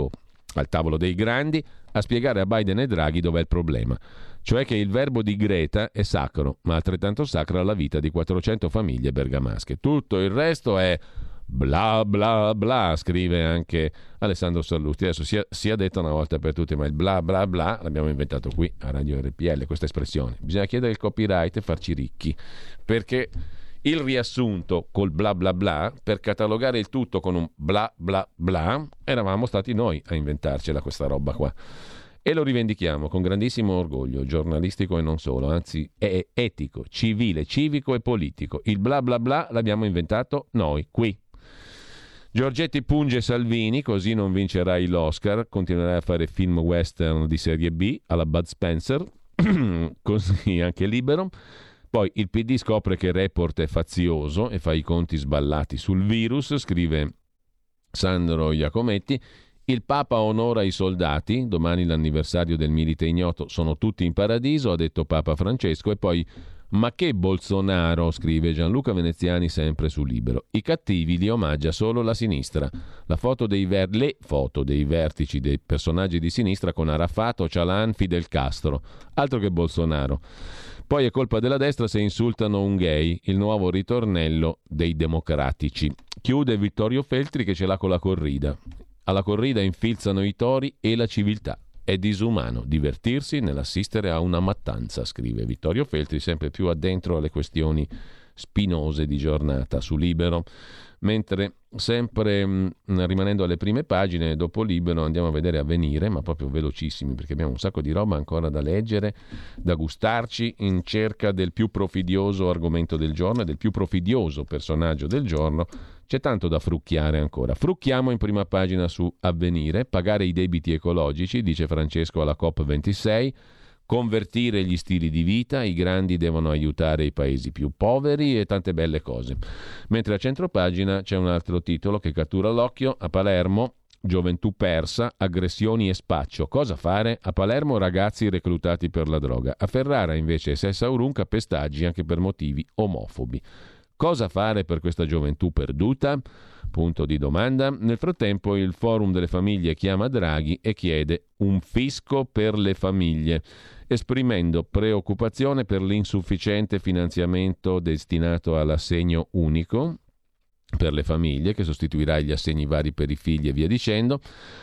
al tavolo dei grandi, a spiegare a Biden e Draghi dov'è il problema, cioè che il verbo di Greta è sacro, ma altrettanto sacra la vita di quattrocento famiglie bergamasche. Tutto il resto è bla bla bla, scrive anche Alessandro Sallusti. Adesso sia, sia detto una volta per tutte, ma il bla bla bla l'abbiamo inventato qui a Radio R P L, questa espressione. Bisogna chiedere il copyright e farci ricchi, perché il riassunto col bla bla bla, per catalogare il tutto con un bla bla bla, eravamo stati noi a inventarcela questa roba qua. E lo rivendichiamo con grandissimo orgoglio, giornalistico e non solo, anzi è etico, civile, civico e politico. Il bla bla bla l'abbiamo inventato noi, qui. Giorgetti punge Salvini, così non vincerai l'Oscar, continuerai a fare film western di serie B alla Bud Spencer, così anche Libero. Poi il P D scopre che Report è fazioso e fa i conti sballati sul virus, scrive Sandro Iacometti. Il Papa onora i soldati, domani l'anniversario del Milite Ignoto, sono tutti in paradiso, ha detto Papa Francesco. E poi, ma che Bolsonaro, scrive Gianluca Veneziani sempre su Libero. I cattivi li omaggia solo la sinistra. La foto dei ver- le foto dei vertici dei personaggi di sinistra con Arafat, Öcalan, Fidel Castro. Altro che Bolsonaro. Poi è colpa della destra se insultano un gay, il nuovo ritornello dei democratici. Chiude Vittorio Feltri che ce l'ha con la corrida. Alla corrida infilzano i tori e la civiltà. È disumano divertirsi nell'assistere a una mattanza, scrive Vittorio Feltri, sempre più addentro alle questioni spinose di giornata su Libero. Mentre sempre mh, rimanendo alle prime pagine, dopo Libero andiamo a vedere Avvenire, ma proprio velocissimi perché abbiamo un sacco di roba ancora da leggere, da gustarci, in cerca del più profidioso argomento del giorno e del più profidioso personaggio del giorno. C'è tanto da frucchiare ancora. Frucchiamo in prima pagina su Avvenire. Pagare i debiti ecologici, dice Francesco alla COP ventisei. Convertire gli stili di vita, i grandi devono aiutare i paesi più poveri e tante belle cose. Mentre a centropagina c'è un altro titolo che cattura l'occhio. A Palermo, gioventù persa, aggressioni e spaccio. Cosa fare? A Palermo ragazzi reclutati per la droga. A Ferrara invece Sessa Aurunca pestaggi anche per motivi omofobi. Cosa fare per questa gioventù perduta? Punto di domanda. Nel frattempo il Forum delle Famiglie chiama Draghi e chiede un fisco per le famiglie, esprimendo preoccupazione per l'insufficiente finanziamento destinato all'assegno unico per le famiglie, che sostituirà gli assegni vari per i figli e via dicendo.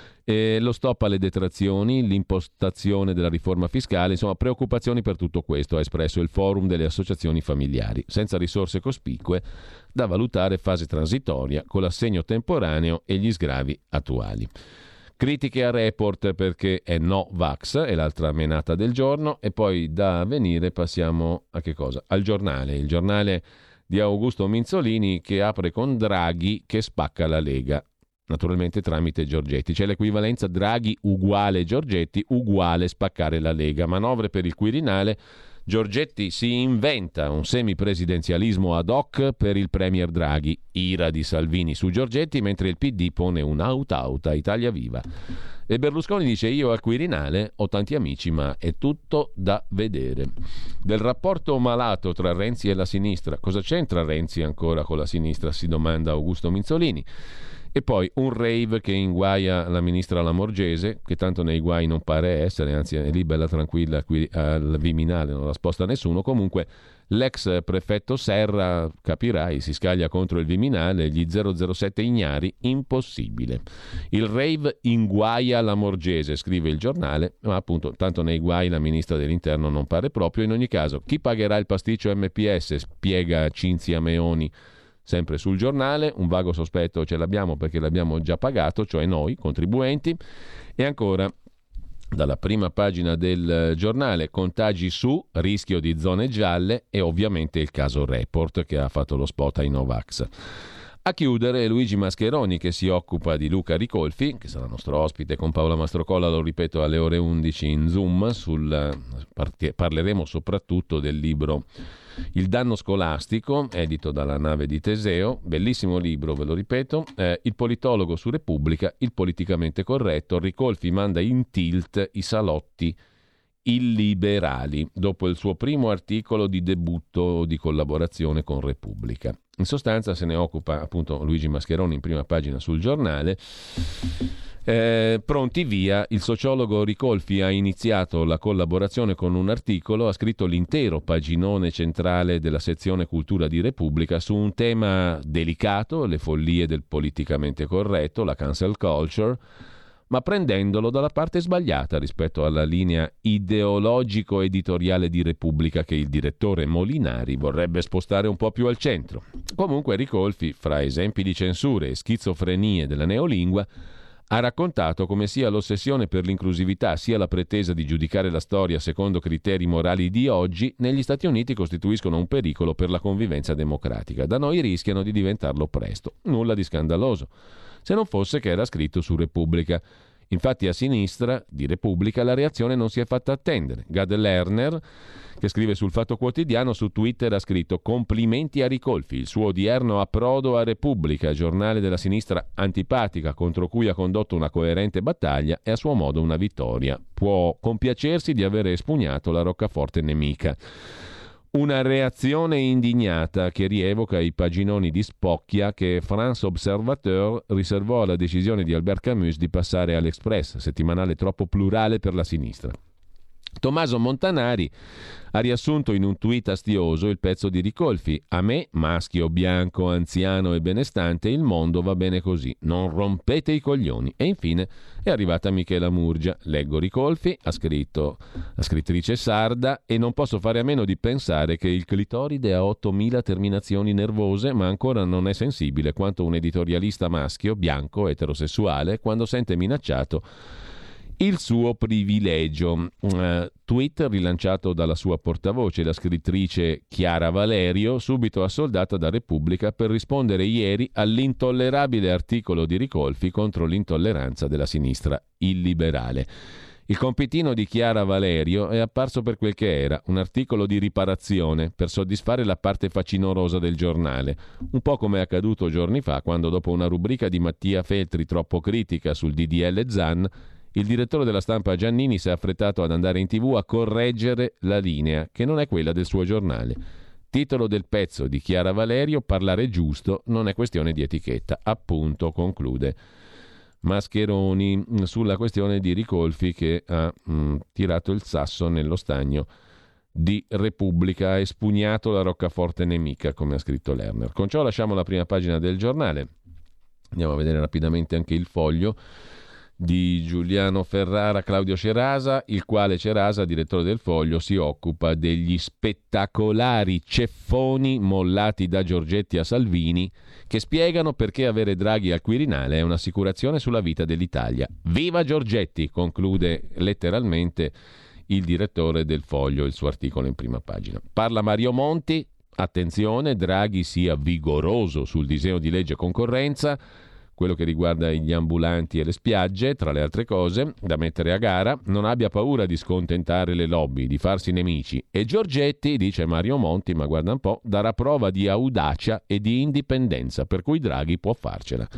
E lo stop alle detrazioni, l'impostazione della riforma fiscale, insomma preoccupazioni per tutto questo ha espresso il Forum delle associazioni familiari. Senza risorse cospicue, da valutare fase transitoria con l'assegno temporaneo e gli sgravi attuali. Critiche a Report perché è no vax, è l'altra menata del giorno. E poi da Avvenire passiamo a che cosa? Al Giornale, il giornale di Augusto Minzolini che apre con Draghi che spacca la Lega. Naturalmente tramite Giorgetti. C'è l'equivalenza Draghi uguale Giorgetti uguale spaccare la Lega. Manovre per il Quirinale. Giorgetti si inventa un semipresidenzialismo ad hoc per il premier Draghi. Ira di Salvini su Giorgetti, mentre il P D pone un out-out a Italia Viva. E Berlusconi dice: io al Quirinale ho tanti amici, ma è tutto da vedere. Del rapporto malato tra Renzi e la sinistra. Cosa c'entra Renzi ancora con la sinistra? Si domanda Augusto Minzolini. E poi un rave che inguaia la ministra Lamorgese, che tanto nei guai non pare essere, anzi è lì bella tranquilla qui al Viminale, non la sposta nessuno. Comunque l'ex prefetto Serra, capirai, si scaglia contro il Viminale, gli zero zero sette ignari, impossibile. Il rave inguaia Lamorgese, scrive il giornale, ma appunto tanto nei guai la ministra dell'Interno non pare proprio. In ogni caso, chi pagherà il pasticcio M P S, spiega Cinzia Meoni, sempre sul giornale. Un vago sospetto ce l'abbiamo perché l'abbiamo già pagato, cioè noi, contribuenti. E ancora, dalla prima pagina del giornale, contagi su, rischio di zone gialle e ovviamente il caso Report che ha fatto lo spot ai Novax. A chiudere Luigi Mascheroni che si occupa di Luca Ricolfi, che sarà nostro ospite con Paola Mastrocolla, lo ripeto, alle ore undici in Zoom. Sul, parleremo soprattutto del libro Il danno scolastico, edito dalla Nave di Teseo, bellissimo libro, ve lo ripeto. Eh, il politologo su Repubblica, il politicamente corretto, Ricolfi manda in tilt i salotti illiberali dopo il suo primo articolo di debutto di collaborazione con Repubblica. In sostanza se ne occupa appunto Luigi Mascheroni in prima pagina sul giornale Eh, pronti via, il sociologo Ricolfi ha iniziato la collaborazione con un articolo, ha scritto l'intero paginone centrale della sezione Cultura di Repubblica su un tema delicato, le follie del politicamente corretto, la cancel culture, ma prendendolo dalla parte sbagliata rispetto alla linea ideologico-editoriale di Repubblica che il direttore Molinari vorrebbe spostare un po' più al centro. Comunque Ricolfi, fra esempi di censure e schizofrenie della neolingua, ha raccontato come sia l'ossessione per l'inclusività sia la pretesa di giudicare la storia secondo criteri morali di oggi negli Stati Uniti costituiscono un pericolo per la convivenza democratica. Da noi rischiano di diventarlo presto. Nulla di scandaloso, se non fosse che era scritto su Repubblica. Infatti a sinistra di Repubblica la reazione non si è fatta attendere. Gad Lerner, che scrive sul Fatto Quotidiano, su Twitter ha scritto: complimenti a Ricolfi, il suo odierno approdo a Repubblica, giornale della sinistra antipatica contro cui ha condotto una coerente battaglia, è a suo modo una vittoria. Può compiacersi di avere espugnato la roccaforte nemica. Una reazione indignata che rievoca i paginoni di spocchia che France Observateur riservò alla decisione di Albert Camus di passare all'Express, settimanale troppo plurale per la sinistra. Tommaso Montanari ha riassunto in un tweet astioso il pezzo di Ricolfi: a me, maschio, bianco, anziano e benestante, il mondo va bene così, non rompete i coglioni. E infine è arrivata Michela Murgia. Leggo Ricolfi, ha scritto la scrittrice sarda, e non posso fare a meno di pensare che il clitoride ha ottomila terminazioni nervose, ma ancora non è sensibile quanto un editorialista maschio, bianco, eterosessuale, quando sente minacciato il suo privilegio. Uh, tweet rilanciato dalla sua portavoce, la scrittrice Chiara Valerio, subito assoldata da Repubblica per rispondere ieri all'intollerabile articolo di Ricolfi contro l'intolleranza della sinistra illiberale. Il compitino di Chiara Valerio è apparso per quel che era, un articolo di riparazione per soddisfare la parte facinorosa del giornale, un po' come è accaduto giorni fa quando, dopo una rubrica di Mattia Feltri troppo critica sul D D L Zan, il direttore della Stampa Giannini si è affrettato ad andare in tivù a correggere la linea, che non è quella del suo giornale. Titolo del pezzo di Chiara Valerio: parlare giusto non è questione di etichetta. Appunto, conclude Mascheroni sulla questione di Ricolfi, che ha mh, tirato il sasso nello stagno di Repubblica, ha espugnato la roccaforte nemica, come ha scritto Lerner. Con ciò lasciamo la prima pagina del giornale. Andiamo a vedere rapidamente anche il Foglio di Giuliano Ferrara, Claudio Cerasa, il quale Cerasa, direttore del Foglio, si occupa degli spettacolari ceffoni mollati da Giorgetti a Salvini, che spiegano perché avere Draghi al Quirinale è un'assicurazione sulla vita dell'Italia. Viva Giorgetti, conclude letteralmente il direttore del Foglio il suo articolo in prima pagina. Parla Mario Monti: attenzione, Draghi sia vigoroso sul disegno di legge concorrenza, quello che riguarda gli ambulanti e le spiagge, tra le altre cose, da mettere a gara. Non abbia paura di scontentare le lobby, di farsi nemici. E Giorgetti, dice Mario Monti, ma guarda un po', darà prova di audacia e di indipendenza, per cui Draghi può farcela.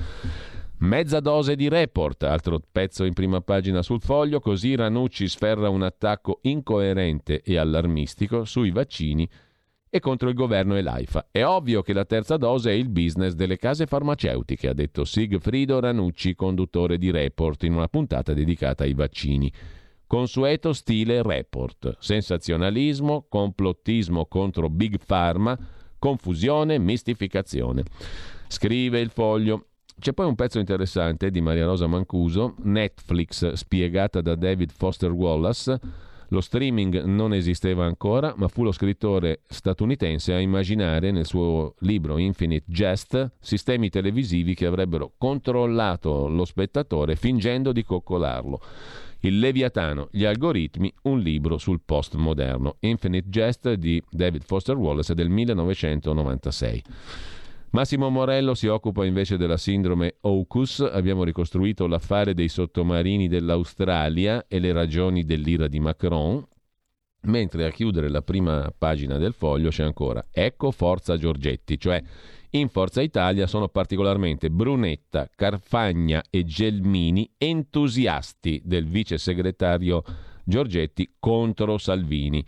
Mezza dose di Report, altro pezzo in prima pagina sul Foglio, così Ranucci sferra un attacco incoerente e allarmistico sui vaccini e contro il governo e l'AIFA. È ovvio che la terza dose è il business delle case farmaceutiche, ha detto Sigfrido Ranucci, conduttore di Report, in una puntata dedicata ai vaccini. Consueto stile Report: sensazionalismo, complottismo contro Big Pharma, confusione, mistificazione. Scrive il Foglio. C'è poi un pezzo interessante di Maria Rosa Mancuso, Netflix spiegata da David Foster Wallace. Lo streaming non esisteva ancora, ma fu lo scrittore statunitense a immaginare nel suo libro Infinite Jest sistemi televisivi che avrebbero controllato lo spettatore fingendo di coccolarlo. Il Leviatano, gli algoritmi, un libro sul postmoderno. Infinite Jest di David Foster Wallace del millenovecentonovantasei. Massimo Morello si occupa invece della sindrome AUKUS. Abbiamo ricostruito l'affare dei sottomarini dell'Australia e le ragioni dell'ira di Macron, mentre a chiudere la prima pagina del Foglio c'è ancora ecco Forza Giorgetti, cioè in Forza Italia sono particolarmente Brunetta, Carfagna e Gelmini entusiasti del vice segretario Giorgetti contro Salvini.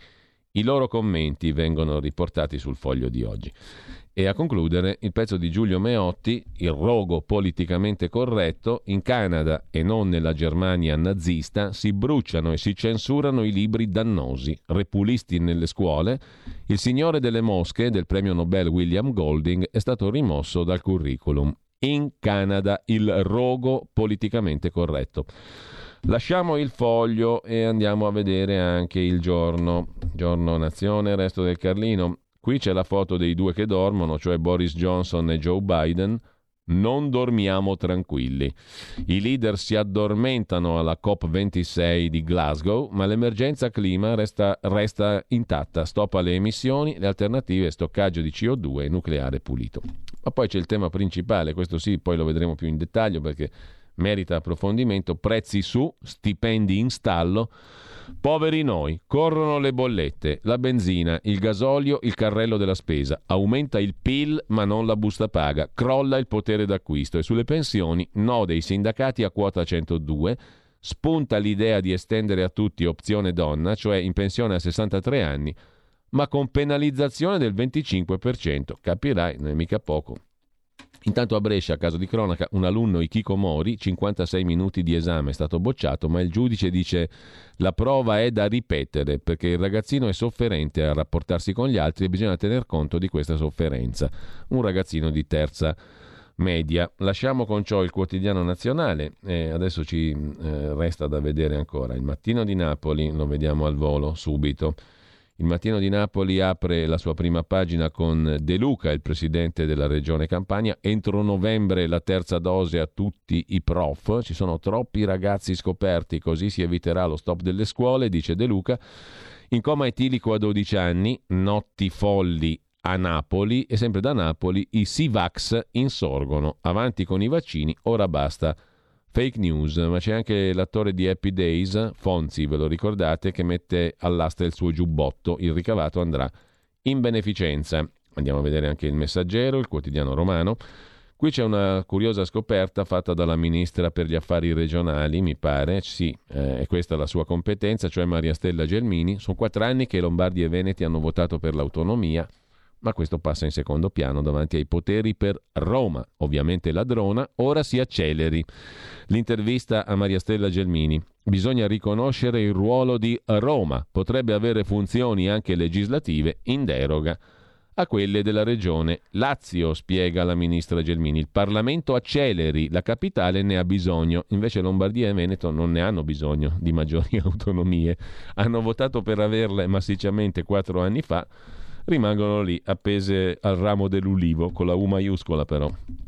I loro commenti vengono riportati sul Foglio di oggi. E a concludere il pezzo di Giulio Meotti, il rogo politicamente corretto. In Canada e non nella Germania nazista si bruciano e si censurano i libri dannosi, repulisti nelle scuole. Il signore delle mosche del premio Nobel William Golding è stato rimosso dal curriculum. In Canada il rogo politicamente corretto. Lasciamo il Foglio e andiamo a vedere anche il Giorno. Giorno, Nazione, Resto del Carlino. Qui c'è la foto dei due che dormono, cioè Boris Johnson e Joe Biden. Non dormiamo tranquilli. I leader si addormentano alla COP ventisei di Glasgow, ma l'emergenza clima resta, resta intatta. Stop alle emissioni, le alternative stoccaggio di C O due e nucleare pulito. Ma poi c'è il tema principale, questo sì, poi lo vedremo più in dettaglio perché merita approfondimento. Prezzi su, stipendi in stallo. Poveri noi, corrono le bollette, la benzina, il gasolio, il carrello della spesa, aumenta il P I L ma non la busta paga, crolla il potere d'acquisto e sulle pensioni no dei sindacati a quota centodue, spunta l'idea di estendere a tutti opzione donna, cioè in pensione a sessantatré anni, ma con penalizzazione del venticinque per cento, capirai, non è mica poco. Intanto a Brescia, caso di cronaca, un alunno hikikomori, cinquantasei minuti di esame, è stato bocciato, ma il giudice dice la prova è da ripetere perché il ragazzino è sofferente a rapportarsi con gli altri e bisogna tener conto di questa sofferenza. Un ragazzino di terza media. Lasciamo con ciò il Quotidiano Nazionale e adesso ci eh, resta da vedere ancora. Il Mattino di Napoli, lo vediamo al volo subito. Il Mattino di Napoli apre la sua prima pagina con De Luca, il presidente della regione Campania. Entro novembre la terza dose a tutti i prof. Ci sono troppi ragazzi scoperti, così si eviterà lo stop delle scuole, dice De Luca. In coma etilico a dodici anni, notti folli a Napoli e sempre da Napoli i Sivax insorgono. Avanti con i vaccini, ora basta. Fake news, ma c'è anche l'attore di Happy Days, Fonzi, ve lo ricordate, che mette all'asta il suo giubbotto. Il ricavato andrà in beneficenza. Andiamo a vedere anche il Messaggero, il quotidiano romano. Qui c'è una curiosa scoperta fatta dalla ministra per gli affari regionali, mi pare, sì, eh, è questa la sua competenza, cioè Maria Stella Gelmini. Sono quattro anni che Lombardi e Veneti hanno votato per l'autonomia, ma questo passa in secondo piano davanti ai poteri per Roma, ovviamente ladrona, ora si acceleri. L'intervista a Maria Stella Gelmini. Bisogna riconoscere il ruolo di Roma, potrebbe avere funzioni anche legislative in deroga a quelle della regione Lazio, spiega la ministra Gelmini. Il Parlamento acceleri, la capitale ne ha bisogno, invece Lombardia e Veneto non ne hanno bisogno di maggiori autonomie. Hanno votato per averle massicciamente quattro anni fa, rimangono lì appese al ramo dell'ulivo, con la U maiuscola però.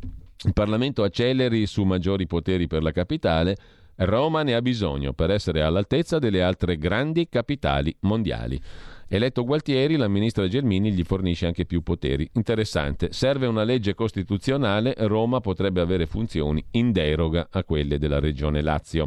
Il Parlamento acceleri su maggiori poteri per la capitale. Roma ne ha bisogno per essere all'altezza delle altre grandi capitali mondiali. Eletto Gualtieri, la ministra Gelmini gli fornisce anche più poteri. Interessante, serve una legge costituzionale, Roma potrebbe avere funzioni in deroga a quelle della regione Lazio.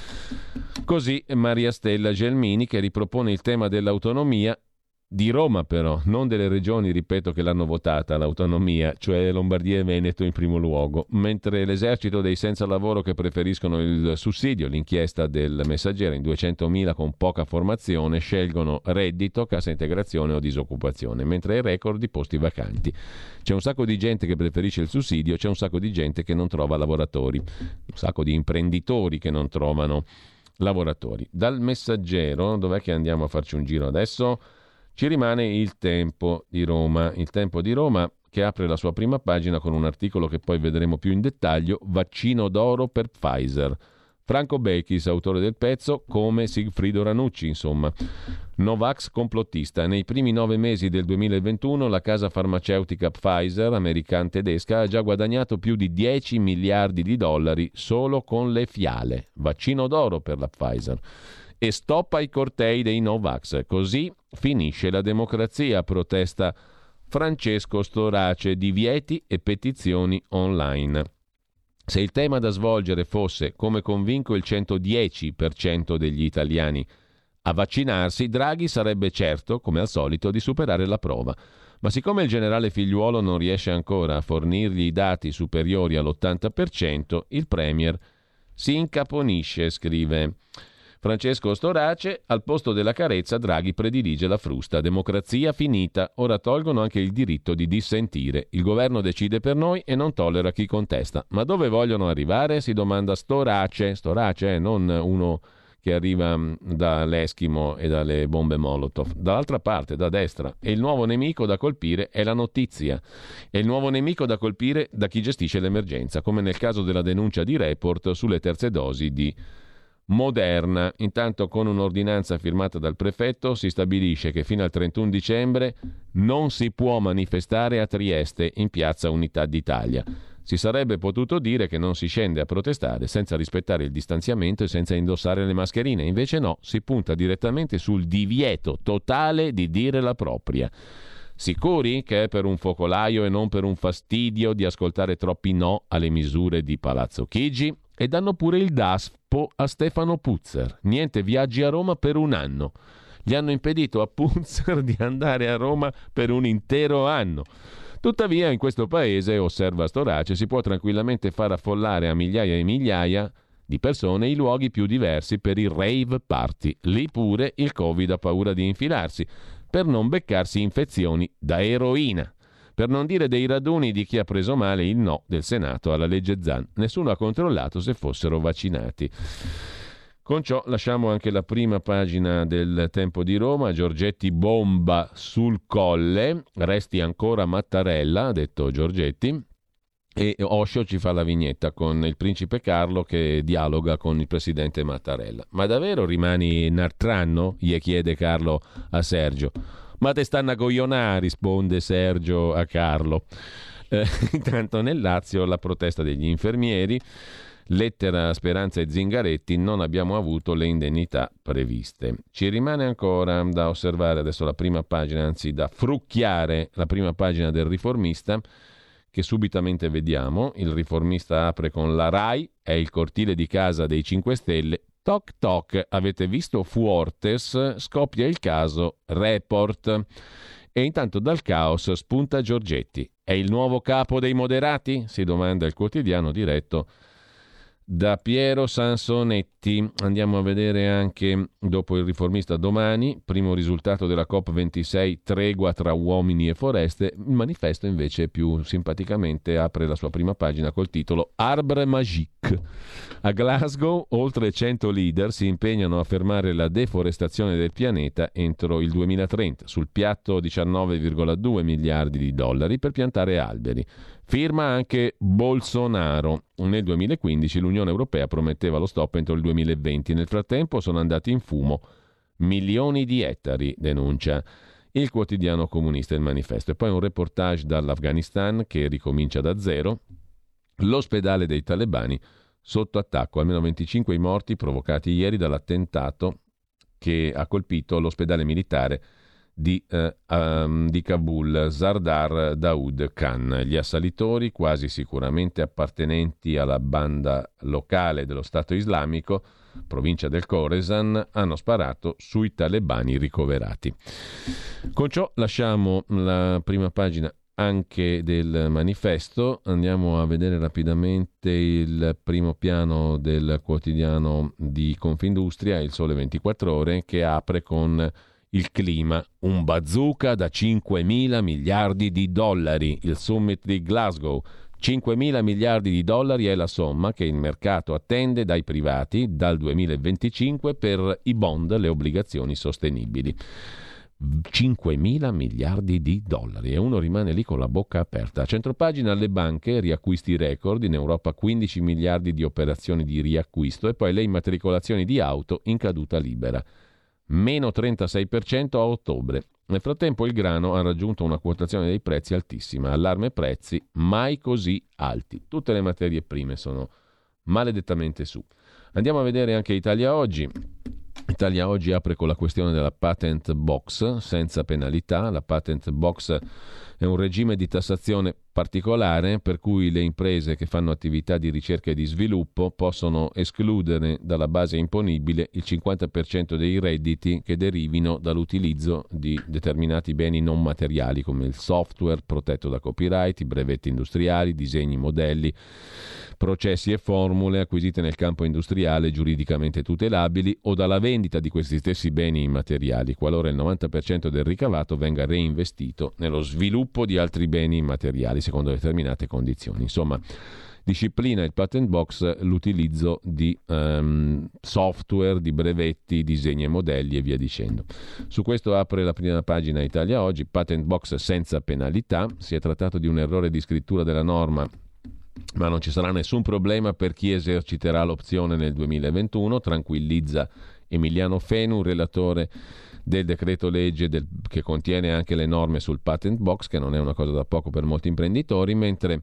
Così Maria Stella Gelmini, che ripropone il tema dell'autonomia di Roma però, non delle regioni, ripeto, che l'hanno votata l'autonomia, cioè Lombardia e Veneto in primo luogo, mentre l'esercito dei senza lavoro che preferiscono il sussidio, l'inchiesta del Messaggero, in duecentomila con poca formazione scelgono reddito, cassa integrazione o disoccupazione, mentre il record di posti vacanti. C'è un sacco di gente che preferisce il sussidio, c'è un sacco di gente che non trova lavoratori, un sacco di imprenditori che non trovano lavoratori. Dal Messaggero, dov'è che andiamo a farci un giro adesso? Ci rimane il Tempo di Roma, il Tempo di Roma che apre la sua prima pagina con un articolo che poi vedremo più in dettaglio, vaccino d'oro per Pfizer. Franco Bechis, autore del pezzo, come Sigfrido Ranucci, insomma. Novax complottista. Nei primi nove mesi del duemilaventuno la casa farmaceutica Pfizer, americana tedesca, ha già guadagnato più di dieci miliardi di dollari solo con le fiale. Vaccino d'oro per la Pfizer. E stop ai cortei dei Novax. Così finisce la democrazia, protesta Francesco Storace, divieti e petizioni online. Se il tema da svolgere fosse come convinco il centodieci per cento degli italiani a vaccinarsi, Draghi sarebbe certo, come al solito, di superare la prova. Ma siccome il generale Figliuolo non riesce ancora a fornirgli i dati superiori all'ottanta per cento, il premier si incaponisce, scrive Francesco Storace, al posto della carezza Draghi predilige la frusta. Democrazia finita, ora tolgono anche il diritto di dissentire. Il governo decide per noi e non tollera chi contesta. Ma dove vogliono arrivare? Si domanda Storace, Storace, eh, non uno che arriva dall'Eschimo e dalle bombe Molotov, dall'altra parte, da destra. E il nuovo nemico da colpire è la notizia. È il nuovo nemico da colpire da chi gestisce l'emergenza, come nel caso della denuncia di Report sulle terze dosi di Moderna. Intanto, con un'ordinanza firmata dal prefetto, si stabilisce che fino al trentuno dicembre non si può manifestare a Trieste in piazza Unità d'Italia. Si sarebbe potuto dire che non si scende a protestare senza rispettare il distanziamento e senza indossare le mascherine. Invece no, si punta direttamente sul divieto totale di dire la propria. Sicuri che è per un focolaio e non per un fastidio di ascoltare troppi no alle misure di Palazzo Chigi? E danno pure il DASPO a Stefano Puzzer. Niente viaggi a Roma per un anno. Gli hanno impedito a Puzzer di andare a Roma per un intero anno. Tuttavia in questo paese, osserva Storace, si può tranquillamente far affollare a migliaia e migliaia di persone i luoghi più diversi per i rave party. Lì pure il Covid ha paura di infilarsi per non beccarsi infezioni da eroina. Per non dire dei raduni di chi ha preso male il no del Senato alla legge Zan. Nessuno ha controllato se fossero vaccinati. Con ciò lasciamo anche la prima pagina del Tempo di Roma. Giorgetti bomba sul Colle, resti ancora Mattarella, ha detto Giorgetti, e Osho ci fa la vignetta con il principe Carlo che dialoga con il presidente Mattarella. Ma davvero rimani nartranno? Gli chiede Carlo a Sergio. Ma te stanno a coglionà, risponde Sergio a Carlo. Eh, intanto nel Lazio la protesta degli infermieri, lettera a Speranza e Zingaretti, non abbiamo avuto le indennità previste. Ci rimane ancora da osservare adesso la prima pagina, anzi da frucchiare la prima pagina del Riformista, che subitamente vediamo. Il Riformista apre con la RAI, è il cortile di casa dei cinque Stelle. Toc toc, avete visto Fuortes? Scoppia il caso Report. E intanto dal caos spunta Giorgetti. È il nuovo capo dei moderati? Si domanda il quotidiano diretto da Piero Sansonetti. Andiamo a vedere anche, dopo il Riformista Domani, primo risultato della COP ventisei, tregua tra uomini e foreste. Il Manifesto invece più simpaticamente apre la sua prima pagina col titolo Arbre Magique. A Glasgow oltre cento leader si impegnano a fermare la deforestazione del pianeta entro il duemilatrenta. Sul piatto diciannove virgola due miliardi di dollari per piantare alberi. Firma anche Bolsonaro. Nel duemilaquindici l'Unione Europea prometteva lo stop entro il duemilaventi. Nel frattempo sono andati in fumo milioni di ettari, denuncia il quotidiano comunista Il Manifesto. E poi un reportage dall'Afghanistan che ricomincia da zero. L'ospedale dei talebani sotto attacco, almeno venticinque i morti provocati ieri dall'attentato che ha colpito l'ospedale militare di, eh, um, di Kabul, Zardar Daoud Khan. Gli assalitori, quasi sicuramente appartenenti alla banda locale dello Stato Islamico, provincia del Khorasan, hanno sparato sui talebani ricoverati. Con ciò lasciamo la prima pagina anche del Manifesto. Andiamo a vedere rapidamente il primo piano del quotidiano di Confindustria, Il Sole ventiquattro Ore, che apre con il clima, un bazooka da cinquemila miliardi di dollari, il summit di Glasgow. cinquemila miliardi di dollari è la somma che il mercato attende dai privati dal duemilaventicinque per i bond, le obbligazioni sostenibili. cinquemila miliardi di dollari e uno rimane lì con la bocca aperta. A centropagina le banche, riacquisti record, in Europa quindici miliardi di operazioni di riacquisto e poi le immatricolazioni di auto in caduta libera. Meno trentasei per cento a ottobre. Nel frattempo il grano ha raggiunto una quotazione dei prezzi altissima, allarme prezzi mai così alti. Tutte le materie prime sono maledettamente su. Andiamo a vedere anche Italia Oggi. Italia Oggi apre con la questione della patent box senza penalità. La patent box È un regime di tassazione particolare per cui le imprese che fanno attività di ricerca e di sviluppo possono escludere dalla base imponibile il cinquanta per cento dei redditi che derivino dall'utilizzo di determinati beni non materiali come il software protetto da copyright, i brevetti industriali, disegni, modelli, processi e formule acquisite nel campo industriale giuridicamente tutelabili o dalla vendita di questi stessi beni immateriali, qualora il novanta per cento del ricavato venga reinvestito nello sviluppo di altri beni immateriali secondo determinate condizioni. Insomma, disciplina il Patent Box l'utilizzo di um, software, di brevetti, disegni e modelli e via dicendo. Su questo apre la prima pagina Italia Oggi, Patent Box senza penalità. Si è trattato di un errore di scrittura della norma, ma non ci sarà nessun problema per chi eserciterà l'opzione nel duemilaventuno, tranquillizza Emiliano Fenu, relatore del decreto legge del, che contiene anche le norme sul Patent Box, che non è una cosa da poco per molti imprenditori, mentre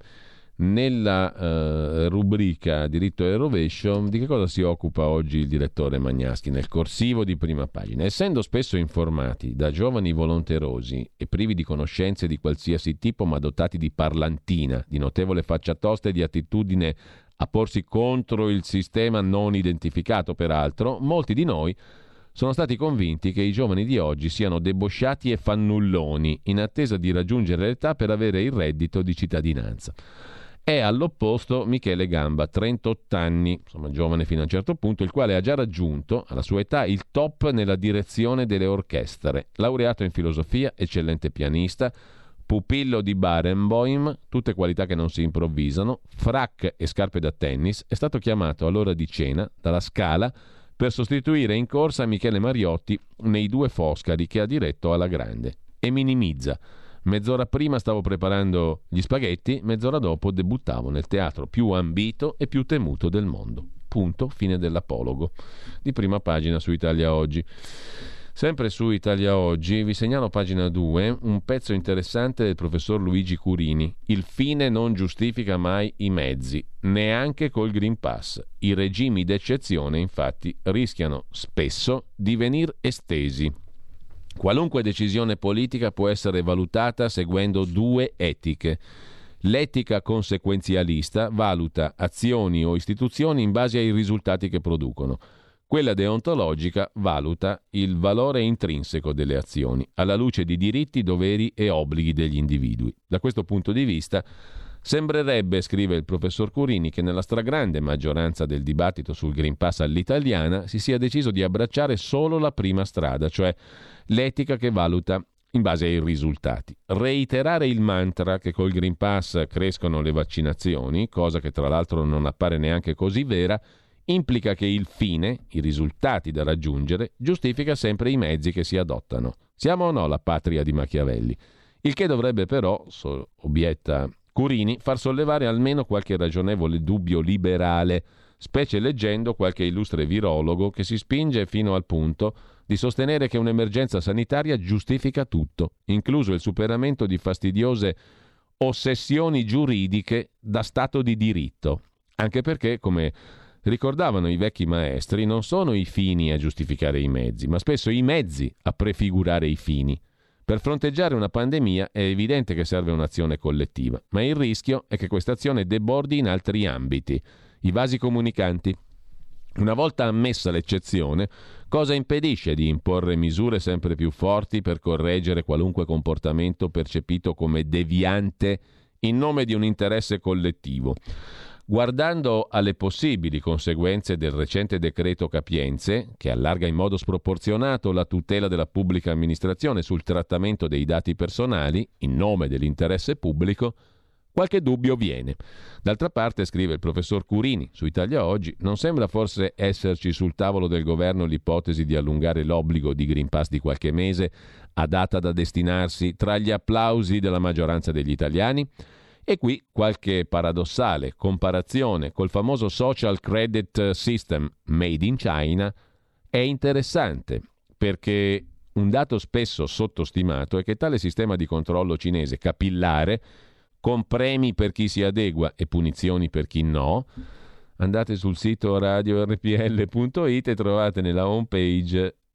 nella eh, rubrica diritto e rovescio di che cosa si occupa oggi il direttore Magnaschi nel corsivo di prima pagina. Essendo spesso informati da giovani volonterosi e privi di conoscenze di qualsiasi tipo ma dotati di parlantina, di notevole faccia tosta e di attitudine a porsi contro il sistema non identificato peraltro, molti di noi sono stati convinti che i giovani di oggi siano debosciati e fannulloni in attesa di raggiungere l'età per avere il reddito di cittadinanza. È all'opposto Michele Gamba, trentotto anni, insomma giovane fino a un certo punto, il quale ha già raggiunto alla sua età il top nella direzione delle orchestre. Laureato in filosofia, eccellente pianista, pupillo di Barenboim, tutte qualità che non si improvvisano, frac e scarpe da tennis, è stato chiamato all'ora di cena dalla Scala per sostituire in corsa Michele Mariotti nei due Foscari che ha diretto alla grande. E minimizza. Mezz'ora prima stavo preparando gli spaghetti, mezz'ora dopo debuttavo nel teatro più ambito e più temuto del mondo. Punto, fine dell'apologo. Di prima pagina su Italia Oggi. Sempre su Italia Oggi vi segnalo pagina due un pezzo interessante del professor Luigi Curini. Il fine non giustifica mai i mezzi, neanche col Green Pass. I regimi d'eccezione, infatti, rischiano spesso di venir estesi. Qualunque decisione politica può essere valutata seguendo due etiche. L'etica conseguenzialista valuta azioni o istituzioni in base ai risultati che producono. Quella deontologica valuta il valore intrinseco delle azioni, alla luce di diritti, doveri e obblighi degli individui. Da questo punto di vista, sembrerebbe, scrive il professor Curini, che nella stragrande maggioranza del dibattito sul Green Pass all'italiana si sia deciso di abbracciare solo la prima strada, cioè l'etica che valuta in base ai risultati. Reiterare il mantra che col Green Pass crescono le vaccinazioni, cosa che tra l'altro non appare neanche così vera, implica che il fine, i risultati da raggiungere, giustifica sempre i mezzi che si adottano. Siamo o no la patria di Machiavelli? Il che dovrebbe però, so, obietta Curini, far sollevare almeno qualche ragionevole dubbio liberale, specie leggendo qualche illustre virologo che si spinge fino al punto di sostenere che un'emergenza sanitaria giustifica tutto, incluso il superamento di fastidiose ossessioni giuridiche da Stato di diritto. Anche perché, come ricordavano i vecchi maestri, non sono i fini a giustificare i mezzi, ma spesso i mezzi a prefigurare i fini. Per fronteggiare una pandemia è evidente che serve un'azione collettiva, ma il rischio è che questa azione debordi in altri ambiti, i vasi comunicanti. Una volta ammessa l'eccezione, cosa impedisce di imporre misure sempre più forti per correggere qualunque comportamento percepito come deviante in nome di un interesse collettivo? Guardando alle possibili conseguenze del recente decreto Capienze, che allarga in modo sproporzionato la tutela della pubblica amministrazione sul trattamento dei dati personali in nome dell'interesse pubblico, qualche dubbio viene. D'altra parte, scrive il professor Curini su Italia Oggi, non sembra forse esserci sul tavolo del governo l'ipotesi di allungare l'obbligo di Green Pass di qualche mese a data da destinarsi tra gli applausi della maggioranza degli italiani? E qui qualche paradossale comparazione col famoso social credit system made in China è interessante, perché un dato spesso sottostimato è che tale sistema di controllo cinese capillare, con premi per chi si adegua e punizioni per chi no, andate sul sito radio erre p l punto i t e trovate nella home page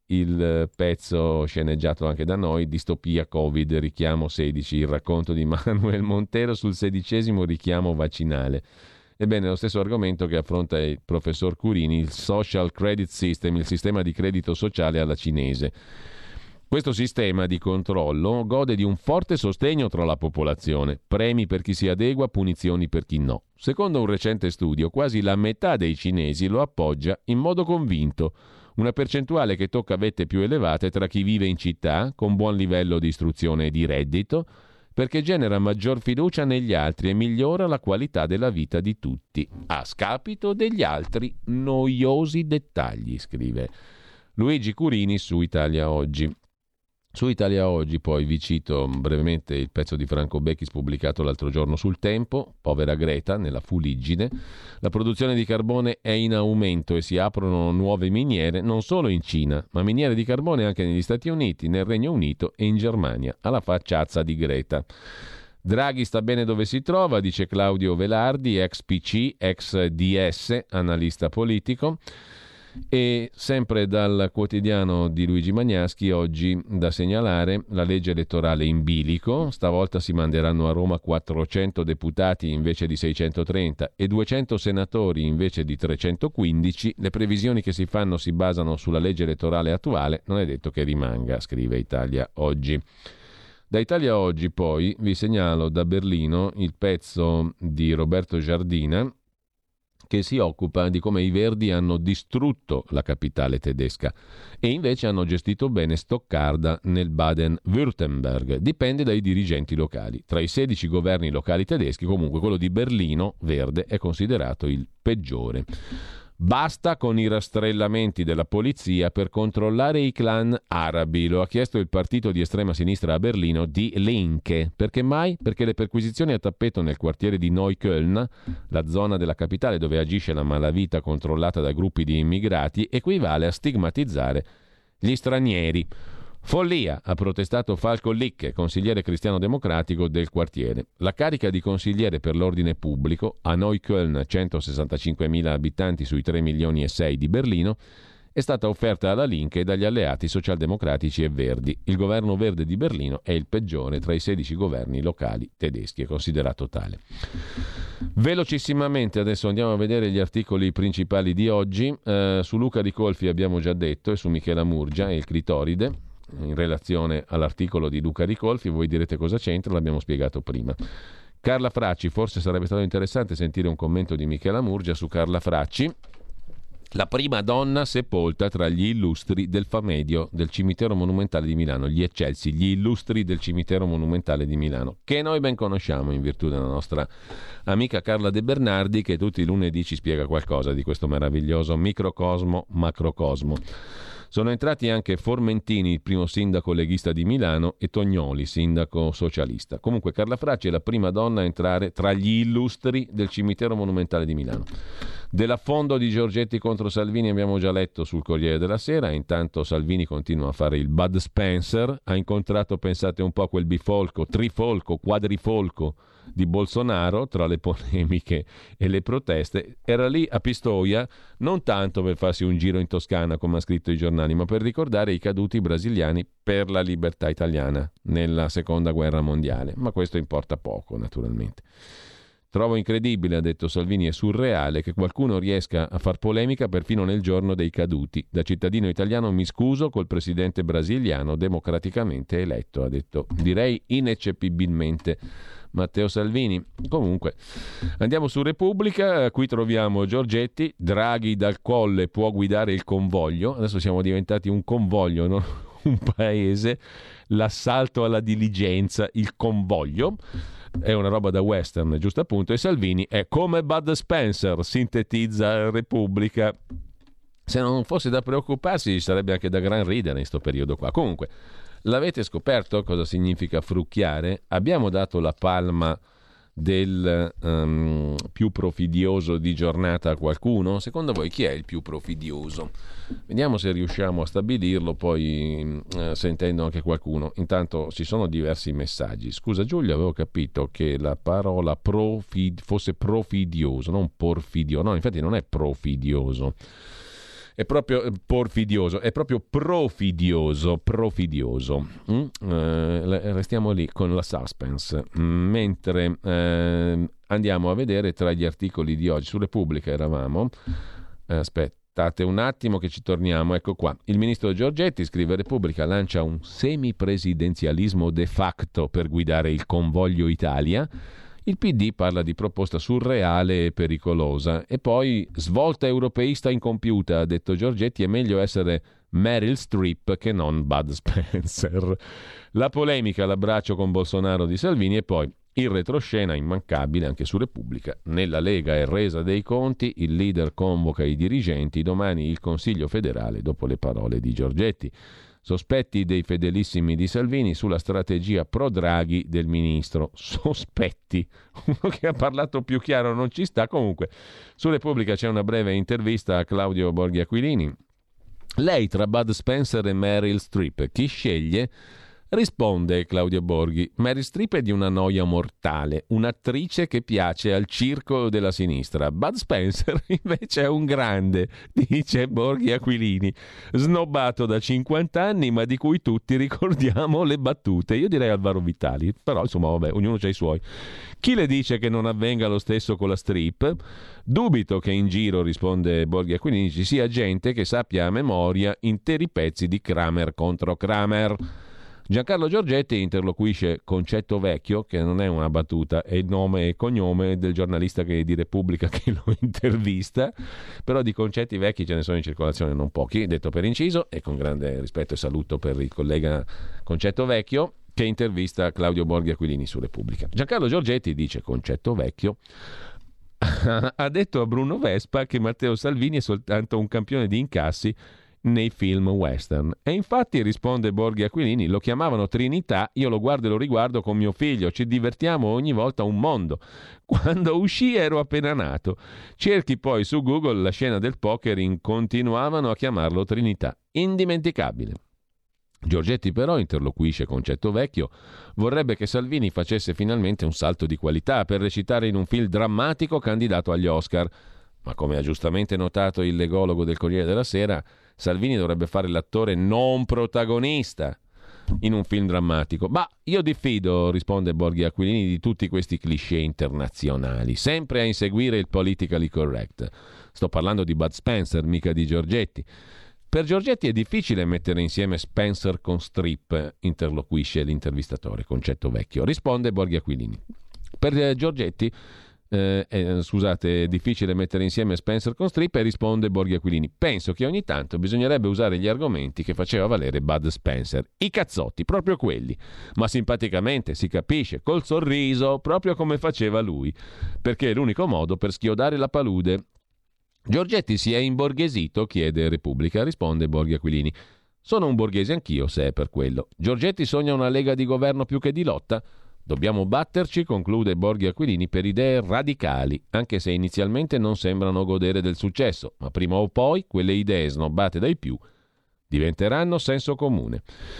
il pezzo sceneggiato anche da noi, Distopia Covid, richiamo sedici, il racconto di Manuel Montero sul sedicesimo richiamo vaccinale. Ebbene, lo stesso argomento che affronta il professor Curini, il Social Credit System, il sistema di credito sociale alla cinese. Questo sistema di controllo gode di un forte sostegno tra la popolazione, premi per chi si adegua, punizioni per chi no. Secondo un recente studio, quasi la metà dei cinesi lo appoggia in modo convinto, una percentuale che tocca vette più elevate tra chi vive in città, con buon livello di istruzione e di reddito, perché genera maggior fiducia negli altri e migliora la qualità della vita di tutti, a scapito degli altri noiosi dettagli, scrive Luigi Curini su Italia Oggi. Su Italia Oggi poi vi cito brevemente il pezzo di Franco Bechis pubblicato l'altro giorno sul Tempo, Povera Greta, nella fuliggine. La produzione di carbone è in aumento e si aprono nuove miniere non solo in Cina, ma miniere di carbone anche negli Stati Uniti, nel Regno Unito e in Germania, alla facciazza di Greta. Draghi sta bene dove si trova, dice Claudio Velardi, ex P C, ex D S, analista politico. E sempre dal quotidiano di Luigi Magnaschi, oggi da segnalare la legge elettorale in bilico. Stavolta si manderanno a Roma quattrocento deputati invece di seicentotrenta e duecento senatori invece di trecentoquindici. Le previsioni che si fanno si basano sulla legge elettorale attuale, non è detto che rimanga, scrive Italia Oggi. Da Italia Oggi poi vi segnalo da Berlino il pezzo di Roberto Giardina, che si occupa di come i Verdi hanno distrutto la capitale tedesca e invece hanno gestito bene Stoccarda nel Baden-Württemberg. Dipende dai dirigenti locali. Tra i sedici governi locali tedeschi, comunque quello di Berlino, verde, è considerato il peggiore. Basta con i rastrellamenti della polizia per controllare i clan arabi, lo ha chiesto il partito di estrema sinistra a Berlino, Die Linke. Perché mai? Perché le perquisizioni a tappeto nel quartiere di Neukölln, la zona della capitale dove agisce la malavita controllata da gruppi di immigrati, equivale a stigmatizzare gli stranieri. Follia, ha protestato Falco Licche, consigliere cristiano-democratico del quartiere. La carica di consigliere per l'ordine pubblico, a Neukölln, centosessantacinquemila abitanti sui tre milioni e sei di Berlino, è stata offerta alla Linke dagli alleati socialdemocratici e verdi. Il governo verde di Berlino è il peggiore tra i sedici governi locali tedeschi, è considerato tale. Velocissimamente adesso andiamo a vedere gli articoli principali di oggi. Eh, su Luca Ricolfi abbiamo già detto, e su Michela Murgia e il clitoride. In relazione all'articolo di Luca Ricolfi, voi direte cosa c'entra, l'abbiamo spiegato prima. Carla Fracci, forse sarebbe stato interessante sentire un commento di Michela Murgia su Carla Fracci, la prima donna sepolta tra gli illustri del Famedio del cimitero monumentale di Milano, gli eccelsi, gli illustri del cimitero monumentale di Milano, che noi ben conosciamo in virtù della nostra amica Carla De Bernardi, che tutti i lunedì ci spiega qualcosa di questo meraviglioso microcosmo, macrocosmo. Sono entrati anche Formentini, il primo sindaco leghista di Milano, e Tognoli, sindaco socialista. Comunque Carla Fracci è la prima donna a entrare tra gli illustri del cimitero monumentale di Milano. Dell'affondo di Giorgetti contro Salvini abbiamo già letto sul Corriere della Sera. Intanto Salvini continua a fare il Bud Spencer. Ha incontrato, pensate un po', quel bifolco, trifolco, quadrifolco di Bolsonaro tra le polemiche e le proteste. Era lì a Pistoia non tanto per farsi un giro in Toscana, come ha scritto i giornali, ma per ricordare i caduti brasiliani per la libertà italiana nella seconda guerra mondiale. Ma questo importa poco, naturalmente. Trovo incredibile, ha detto Salvini, è surreale che qualcuno riesca a far polemica perfino nel giorno dei caduti. Da cittadino italiano mi scuso col presidente brasiliano democraticamente eletto, ha detto, direi ineccepibilmente, Matteo Salvini. Comunque andiamo su Repubblica, qui troviamo Giorgetti, Draghi dal Colle può guidare il convoglio, adesso siamo diventati un convoglio, non un paese, l'assalto alla diligenza, il convoglio, è una roba da western, giusto appunto, e Salvini è come Bud Spencer, sintetizza Repubblica. Se non fosse da preoccuparsi ci sarebbe anche da gran ridere in sto periodo qua. Comunque, l'avete scoperto cosa significa frucchiare? Abbiamo dato la palma del um, più profidioso di giornata a qualcuno? Secondo voi chi è il più profidioso? Vediamo se riusciamo a stabilirlo poi uh, sentendo anche qualcuno. Intanto ci sono diversi messaggi. Scusa Giulio, avevo capito che la parola profid fosse profidioso, non porfidio. No, infatti non è profidioso. è proprio porfidioso, è proprio profidioso, profidioso. Mm? Eh, restiamo lì con la suspense, mm, mentre eh, andiamo a vedere tra gli articoli di oggi. Su Repubblica eravamo, eh, aspettate un attimo che ci torniamo, ecco qua. Il ministro Giorgetti, scrive Repubblica, lancia un semipresidenzialismo de facto per guidare il convoglio Italia. Il P D parla di proposta surreale e pericolosa. E poi svolta europeista incompiuta, ha detto Giorgetti, è meglio essere Meryl Streep che non Bud Spencer. La polemica, l'abbraccio con Bolsonaro di Salvini e poi il retroscena immancabile anche su Repubblica. Nella Lega è resa dei conti, il leader convoca i dirigenti, domani il Consiglio federale dopo le parole di Giorgetti. Sospetti dei fedelissimi di Salvini sulla strategia pro-Draghi del ministro. Sospetti. Uno che ha parlato più chiaro non ci sta. Comunque, su Repubblica c'è una breve intervista a Claudio Borghi Aquilini. Lei tra Bud Spencer e Meryl Streep, chi sceglie? Risponde Claudio Borghi, Meryl Streep è di una noia mortale, un'attrice che piace al circo della sinistra. Bud Spencer invece è un grande, dice Borghi Aquilini, snobbato da cinquanta anni ma di cui tutti ricordiamo le battute. Io direi Alvaro Vitali, però insomma vabbè, ognuno c'ha i suoi. Chi le dice che non avvenga lo stesso con la Streep? Dubito che in giro, risponde Borghi Aquilini, ci sia gente che sappia a memoria interi pezzi di Kramer contro Kramer. Giancarlo Giorgetti interloquisce Concetto Vecchio, che non è una battuta, è il nome e cognome del giornalista che, di Repubblica che lo intervista, però di concetti vecchi ce ne sono in circolazione non pochi, detto per inciso, e con grande rispetto e saluto per il collega Concetto Vecchio, che intervista Claudio Borghi Aquilini su Repubblica. Giancarlo Giorgetti dice Concetto Vecchio, ha detto a Bruno Vespa che Matteo Salvini è soltanto un campione di incassi nei film western. E infatti, risponde Borghi Aquilini, lo chiamavano Trinità, io lo guardo e lo riguardo con mio figlio, ci divertiamo ogni volta un mondo. Quando uscì ero appena nato. Cerchi poi su Google la scena del poker in continuavano a chiamarlo Trinità. Indimenticabile. Giorgetti però interloquisce Concetto Vecchio, vorrebbe che Salvini facesse finalmente un salto di qualità per recitare in un film drammatico candidato agli Oscar. Ma come ha giustamente notato il legologo del Corriere della Sera, Salvini dovrebbe fare l'attore non protagonista in un film drammatico. Ma io diffido, risponde Borghi Aquilini, di tutti questi cliché internazionali, sempre a inseguire il politically correct. Sto parlando di Bud Spencer, mica di Giorgetti. Per Giorgetti è difficile mettere insieme Spencer con Streep, interloquisce l'intervistatore Concetto Vecchio. Risponde Borghi Aquilini. Per Giorgetti Eh, eh, scusate, è difficile mettere insieme Spencer con Streep, e risponde Borghi Aquilini, penso che ogni tanto bisognerebbe usare gli argomenti che faceva valere Bud Spencer, i cazzotti, proprio quelli, ma simpaticamente, si capisce, col sorriso, proprio come faceva lui, perché è l'unico modo per schiodare la palude. Giorgetti si è imborghesito, chiede Repubblica, risponde Borghi Aquilini, sono un borghese anch'io se è per quello. Giorgetti sogna una lega di governo più che di lotta. Dobbiamo batterci, conclude Borghi Aquilini, per idee radicali, anche se inizialmente non sembrano godere del successo, ma prima o poi quelle idee snobbate dai più diventeranno senso comune.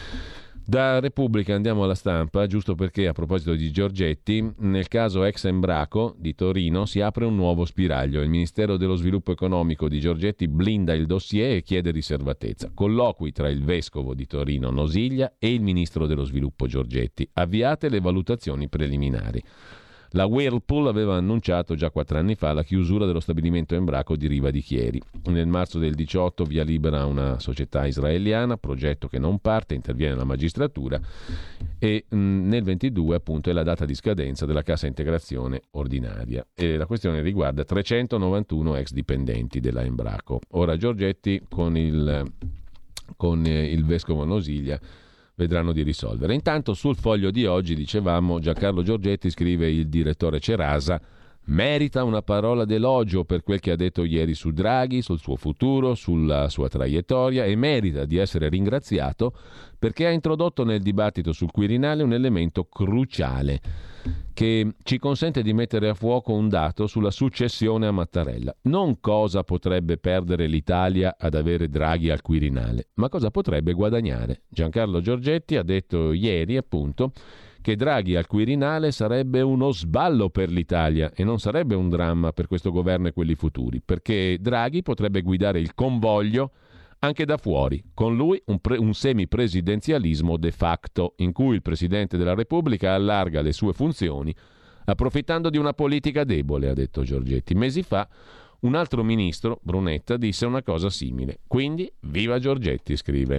Da Repubblica andiamo alla Stampa, giusto perché a proposito di Giorgetti, nel caso ex Embraco di Torino si apre un nuovo spiraglio. Il Ministero dello Sviluppo Economico di Giorgetti blinda il dossier e chiede riservatezza. Colloqui tra il vescovo di Torino Nosiglia e il Ministro dello Sviluppo Giorgetti. Avviate le valutazioni preliminari. La Whirlpool aveva annunciato già quattro anni fa la chiusura dello stabilimento Embraco di Riva di Chieri. Nel marzo del diciotto via libera una società israeliana, progetto che non parte, interviene la magistratura e mh, nel ventidue appunto è la data di scadenza della cassa integrazione ordinaria. E la questione riguarda trecentonovantuno ex dipendenti della Embraco. Ora Giorgetti con il, con il vescovo Nosiglia vedranno di risolvere. Intanto sul Foglio di oggi, dicevamo, Giancarlo Giorgetti, scrive il direttore Cerasa, merita una parola d'elogio per quel che ha detto ieri su Draghi, sul suo futuro, sulla sua traiettoria, e merita di essere ringraziato perché ha introdotto nel dibattito sul Quirinale un elemento cruciale che ci consente di mettere a fuoco un dato sulla successione a Mattarella. Non cosa potrebbe perdere l'Italia ad avere Draghi al Quirinale, ma cosa potrebbe guadagnare. Giancarlo Giorgetti ha detto ieri, appunto, che Draghi al Quirinale sarebbe uno sballo per l'Italia e non sarebbe un dramma per questo governo e quelli futuri, perché Draghi potrebbe guidare il convoglio anche da fuori, con lui un, pre- un semipresidenzialismo de facto, in cui il Presidente della Repubblica allarga le sue funzioni approfittando di una politica debole, ha detto Giorgetti. Mesi fa un altro ministro, Brunetta, disse una cosa simile. Quindi, viva Giorgetti, scrive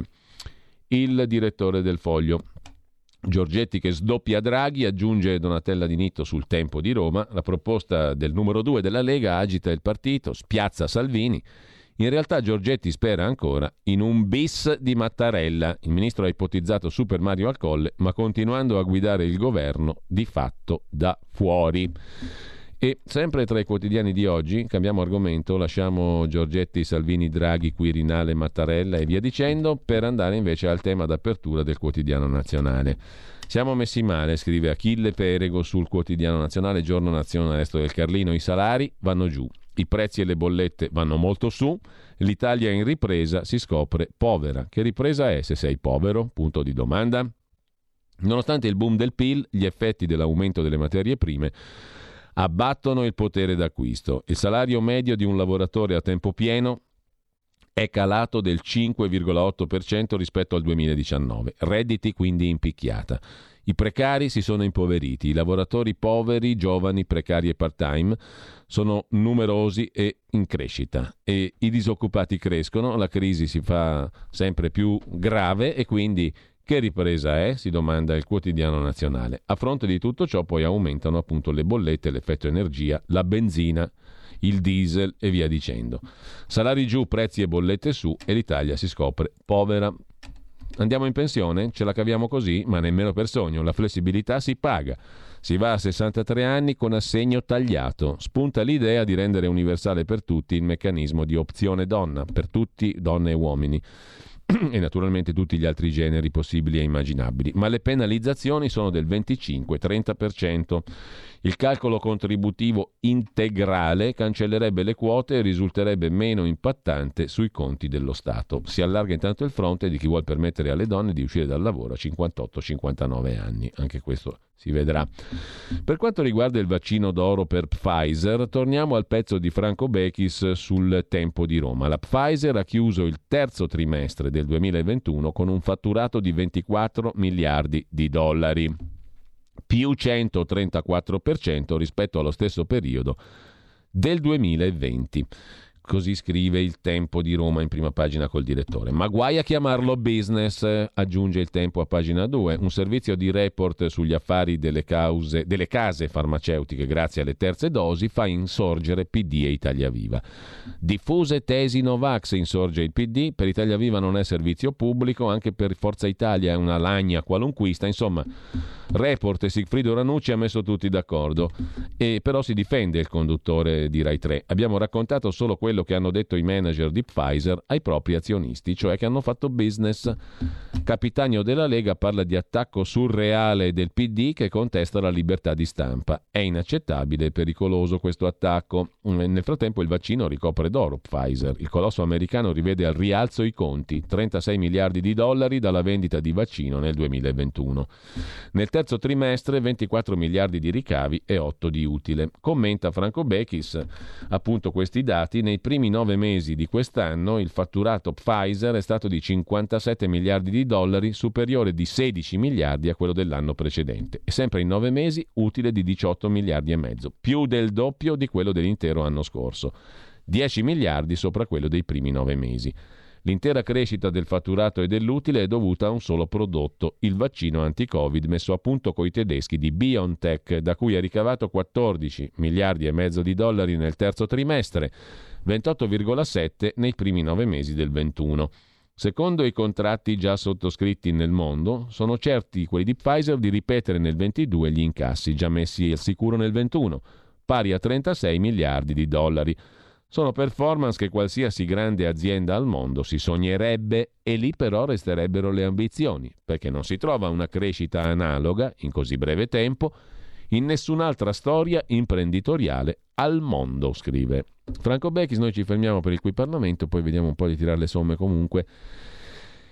il direttore del Foglio. Giorgetti che sdoppia Draghi, aggiunge Donatella Di Nitto sul Tempo di Roma. La proposta del numero due della Lega agita il partito, spiazza Salvini. In realtà Giorgetti spera ancora in un bis di Mattarella. Il ministro ha ipotizzato Super Mario al Colle, ma continuando a guidare il governo di fatto da fuori. E sempre tra i quotidiani di oggi, cambiamo argomento, lasciamo Giorgetti, Salvini, Draghi, Quirinale, Mattarella e via dicendo, per andare invece al tema d'apertura del Quotidiano Nazionale. Siamo messi male, scrive Achille Perego sul Quotidiano Nazionale, Giorno Nazione Resto del Carlino, i salari vanno giù, i prezzi e le bollette vanno molto su, l'Italia in ripresa si scopre povera. Che ripresa è se sei povero? Punto di domanda. Nonostante il boom del P I L, gli effetti dell'aumento delle materie prime abbattono il potere d'acquisto. Il salario medio di un lavoratore a tempo pieno è calato del cinque virgola otto per cento rispetto al duemiladiciannove, redditi quindi in picchiata. I precari si sono impoveriti, i lavoratori poveri, giovani, precari e part-time sono numerosi e in crescita e i disoccupati crescono, la crisi si fa sempre più grave e quindi che ripresa è? Si domanda il Quotidiano Nazionale. A fronte di tutto ciò poi aumentano appunto le bollette, l'effetto energia, la benzina, il diesel e via dicendo. Salari giù, prezzi e bollette su e l'Italia si scopre povera. Andiamo in pensione? Ce la caviamo così? Ma nemmeno per sogno. La flessibilità si paga. Si va a sessantatré anni con assegno tagliato. Spunta l'idea di rendere universale per tutti il meccanismo di opzione donna, per tutti, donne e uomini. E naturalmente tutti gli altri generi possibili e immaginabili, ma le penalizzazioni sono del venticinque trenta per cento. Il calcolo contributivo integrale cancellerebbe le quote e risulterebbe meno impattante sui conti dello Stato. Si allarga intanto il fronte di chi vuol permettere alle donne di uscire dal lavoro a cinquantotto cinquantanove anni. Anche questo si vedrà. Per quanto riguarda il vaccino d'oro per Pfizer, torniamo al pezzo di Franco Bechis sul Tempo di Roma. La Pfizer ha chiuso il terzo trimestre del duemilaventuno con un fatturato di ventiquattro miliardi di dollari, più centotrentaquattro per cento rispetto allo stesso periodo del duemilaventi. Così scrive il Tempo di Roma in prima pagina col direttore. Ma guai a chiamarlo business, aggiunge il Tempo a pagina due. Un servizio di report sugli affari delle, cause, delle case farmaceutiche grazie alle terze dosi fa insorgere P D e Italia Viva. Diffuse tesi Novax, insorge il P D. Per Italia Viva non è servizio pubblico, anche per Forza Italia è una lagna qualunquista. Insomma, report e Sigfrido Ranucci ha messo tutti d'accordo. E però si difende il conduttore di Rai tre. Abbiamo raccontato solo quello che hanno detto i manager di Pfizer ai propri azionisti, cioè che hanno fatto business. Capitano della Lega parla di attacco surreale del P D che contesta la libertà di stampa. È inaccettabile e pericoloso questo attacco. Nel frattempo il vaccino ricopre d'oro Pfizer. Il colosso americano rivede al rialzo i conti, trentasei miliardi di dollari dalla vendita di vaccino nel duemilaventuno. Nel terzo trimestre ventiquattro miliardi di ricavi e otto di utile. Commenta Franco Bechis appunto questi dati. Nei primi nove mesi di quest'anno il fatturato Pfizer è stato di cinquantasette miliardi di dollari, superiore di sedici miliardi a quello dell'anno precedente, e sempre in nove mesi utile di diciotto miliardi e mezzo, più del doppio di quello dell'intero anno scorso, dieci miliardi sopra quello dei primi nove mesi. L'intera crescita del fatturato e dell'utile è dovuta a un solo prodotto, il vaccino anti-Covid messo a punto coi tedeschi di BioNTech, da cui ha ricavato quattordici miliardi e mezzo di dollari nel terzo trimestre, ventotto virgola sette nei primi nove mesi del ventuno. Secondo i contratti già sottoscritti nel mondo, sono certi quelli di Pfizer di ripetere nel ventidue gli incassi già messi al sicuro nel ventuno, pari a trentasei miliardi di dollari. Sono performance che qualsiasi grande azienda al mondo si sognerebbe, e lì però resterebbero le ambizioni, perché non si trova una crescita analoga in così breve tempo in nessun'altra storia imprenditoriale al mondo, scrive Franco Bechis. Noi ci fermiamo per il Qui Parlamento, poi vediamo un po' di tirare le somme comunque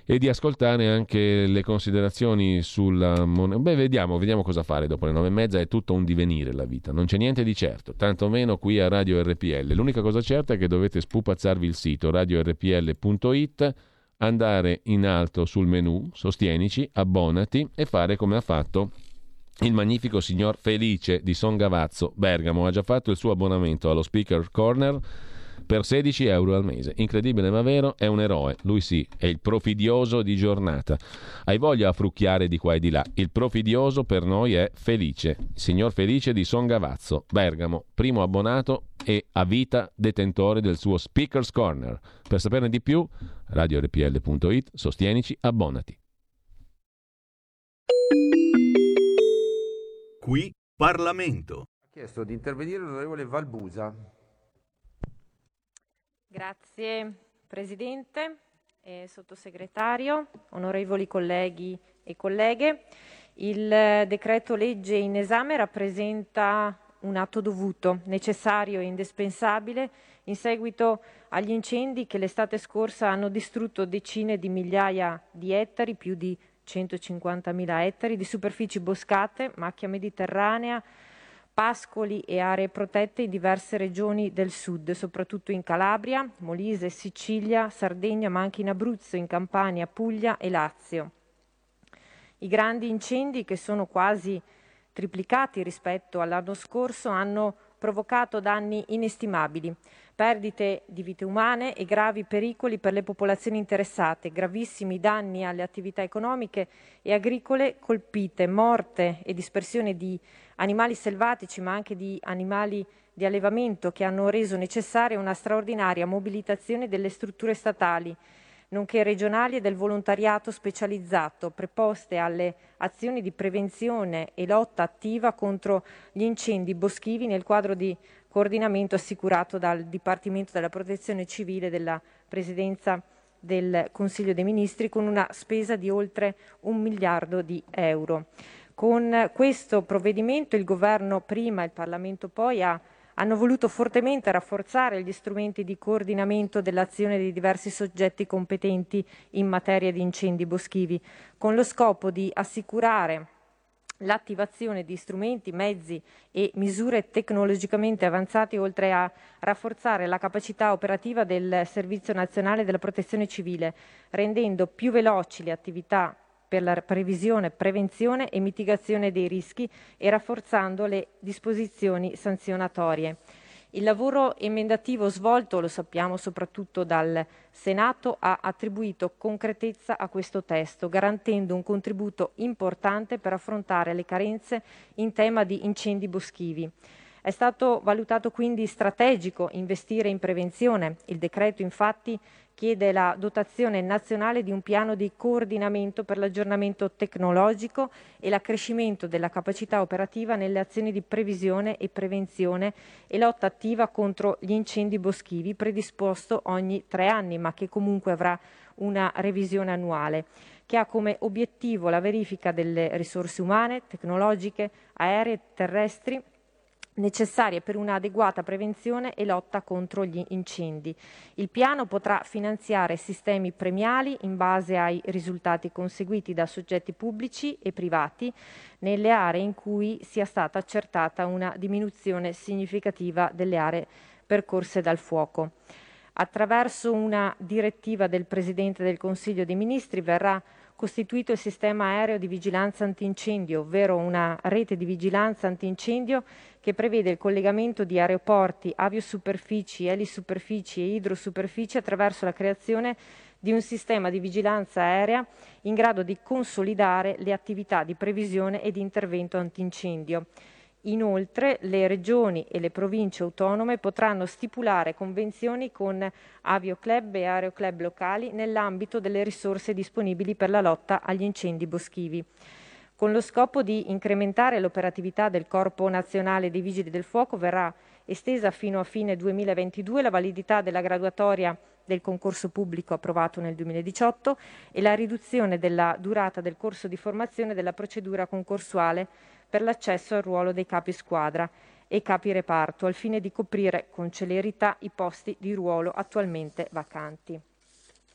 e di ascoltare anche le considerazioni sulla moneta. Beh, vediamo, vediamo cosa fare dopo le nove e mezza. È tutto un divenire la vita, non c'è niente di certo, tantomeno qui a Radio R P L. L'unica cosa certa è che dovete spupazzarvi il sito radio r p l punto i t, andare in alto sul menu Sostienici, abbonati e fare come ha fatto il magnifico signor Felice di Son Gavazzo, Bergamo. Ha già fatto il suo abbonamento allo Speaker Corner per sedici euro al mese. Incredibile ma vero, è un eroe. Lui sì, è il profidioso di giornata. Hai voglia a frucchiare di qua e di là. Il profidioso per noi è Felice, il signor Felice di Son Gavazzo, Bergamo, primo abbonato e a vita detentore del suo Speaker's Corner. Per saperne di più, radio r p l punto i t, sostienici, abbonati. Qui Parlamento. Ha chiesto di intervenire l'onorevole Valbusa. Grazie Presidente e Sottosegretario, onorevoli colleghi e colleghe. Il decreto legge in esame rappresenta un atto dovuto, necessario e indispensabile in seguito agli incendi che l'estate scorsa hanno distrutto decine di migliaia di ettari, più di centocinquantamila ettari di superfici boscate, macchia mediterranea, pascoli e aree protette in diverse regioni del sud, soprattutto in Calabria, Molise, Sicilia, Sardegna, ma anche in Abruzzo, in Campania, Puglia e Lazio. I grandi incendi, che sono quasi triplicati rispetto all'anno scorso, hanno provocato danni inestimabili, perdite di vite umane e gravi pericoli per le popolazioni interessate, gravissimi danni alle attività economiche e agricole colpite, morte e dispersione di animali selvatici, ma anche di animali di allevamento, che hanno reso necessaria una straordinaria mobilitazione delle strutture statali, nonché regionali e del volontariato specializzato, preposte alle azioni di prevenzione e lotta attiva contro gli incendi boschivi nel quadro di coordinamento assicurato dal Dipartimento della Protezione Civile della Presidenza del Consiglio dei Ministri, con una spesa di oltre un miliardo di euro. Con questo provvedimento il Governo prima e il Parlamento poi ha hanno voluto fortemente rafforzare gli strumenti di coordinamento dell'azione dei diversi soggetti competenti in materia di incendi boschivi, con lo scopo di assicurare l'attivazione di strumenti, mezzi e misure tecnologicamente avanzate, oltre a rafforzare la capacità operativa del Servizio Nazionale della Protezione Civile, rendendo più veloci le attività per la previsione, prevenzione e mitigazione dei rischi e rafforzando le disposizioni sanzionatorie. Il lavoro emendativo svolto, lo sappiamo soprattutto dal Senato, ha attribuito concretezza a questo testo, garantendo un contributo importante per affrontare le carenze in tema di incendi boschivi. È stato valutato quindi strategico investire in prevenzione. Il decreto infatti chiede la dotazione nazionale di un piano di coordinamento per l'aggiornamento tecnologico e l'accrescimento della capacità operativa nelle azioni di previsione e prevenzione e lotta attiva contro gli incendi boschivi, predisposto ogni tre anni, ma che comunque avrà una revisione annuale, che ha come obiettivo la verifica delle risorse umane, tecnologiche, aeree e terrestri necessarie per un'adeguata prevenzione e lotta contro gli incendi. Il piano potrà finanziare sistemi premiali in base ai risultati conseguiti da soggetti pubblici e privati nelle aree in cui sia stata accertata una diminuzione significativa delle aree percorse dal fuoco. Attraverso una direttiva del Presidente del Consiglio dei Ministri verrà costituito il sistema aereo di vigilanza antincendio, ovvero una rete di vigilanza antincendio che prevede il collegamento di aeroporti, aviosuperfici, elisuperfici e idrosuperfici attraverso la creazione di un sistema di vigilanza aerea in grado di consolidare le attività di previsione e di intervento antincendio. Inoltre, le regioni e le province autonome potranno stipulare convenzioni con avioclub e aeroclub locali nell'ambito delle risorse disponibili per la lotta agli incendi boschivi. Con lo scopo di incrementare l'operatività del Corpo Nazionale dei Vigili del Fuoco verrà estesa fino a fine duemilaventidue la validità della graduatoria del concorso pubblico approvato nel duemiladiciotto e la riduzione della durata del corso di formazione della procedura concorsuale per l'accesso al ruolo dei capi squadra e capi reparto, al fine di coprire con celerità i posti di ruolo attualmente vacanti.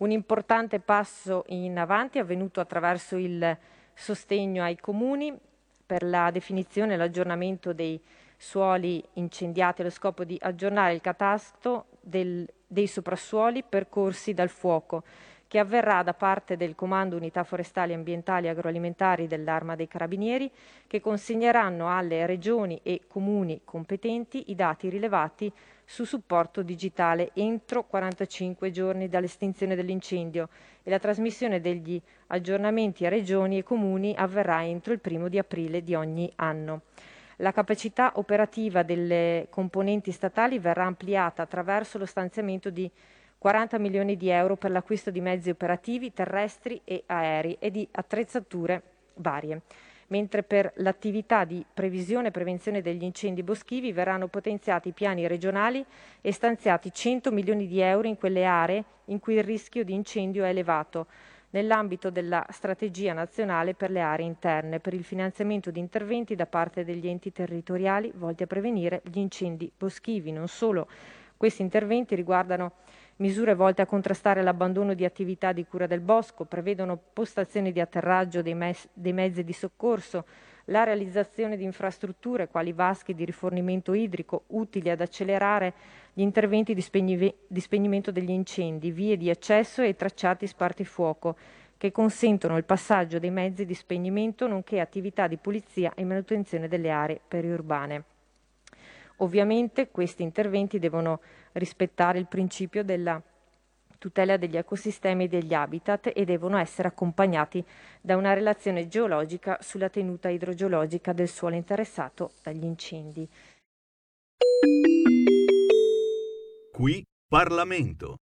Un importante passo in avanti è avvenuto attraverso il sostegno ai comuni per la definizione e l'aggiornamento dei suoli incendiati allo scopo di aggiornare il catasto del, dei soprassuoli percorsi dal fuoco, che avverrà da parte del Comando Unità Forestali Ambientali e Agroalimentari dell'Arma dei Carabinieri, che consegneranno alle regioni e comuni competenti i dati rilevati su supporto digitale entro quarantacinque giorni dall'estinzione dell'incendio, e la trasmissione degli aggiornamenti a regioni e comuni avverrà entro il primo di aprile di ogni anno. La capacità operativa delle componenti statali verrà ampliata attraverso lo stanziamento di quaranta milioni di euro per l'acquisto di mezzi operativi terrestri e aerei e di attrezzature varie, mentre per l'attività di previsione e prevenzione degli incendi boschivi verranno potenziati i piani regionali e stanziati cento milioni di euro in quelle aree in cui il rischio di incendio è elevato, nell'ambito della strategia nazionale per le aree interne, per il finanziamento di interventi da parte degli enti territoriali volti a prevenire gli incendi boschivi. Non solo, questi interventi riguardano misure volte a contrastare l'abbandono di attività di cura del bosco, prevedono postazioni di atterraggio dei, mes- dei mezzi di soccorso, la realizzazione di infrastrutture quali vasche di rifornimento idrico utili ad accelerare gli interventi di, spegni- di spegnimento degli incendi, vie di accesso e tracciati spartifuoco che consentono il passaggio dei mezzi di spegnimento, nonché attività di pulizia e manutenzione delle aree periurbane. Ovviamente questi interventi devono rispettare il principio della tutela degli ecosistemi e degli habitat e devono essere accompagnati da una relazione geologica sulla tenuta idrogeologica del suolo interessato dagli incendi. Qui Parlamento.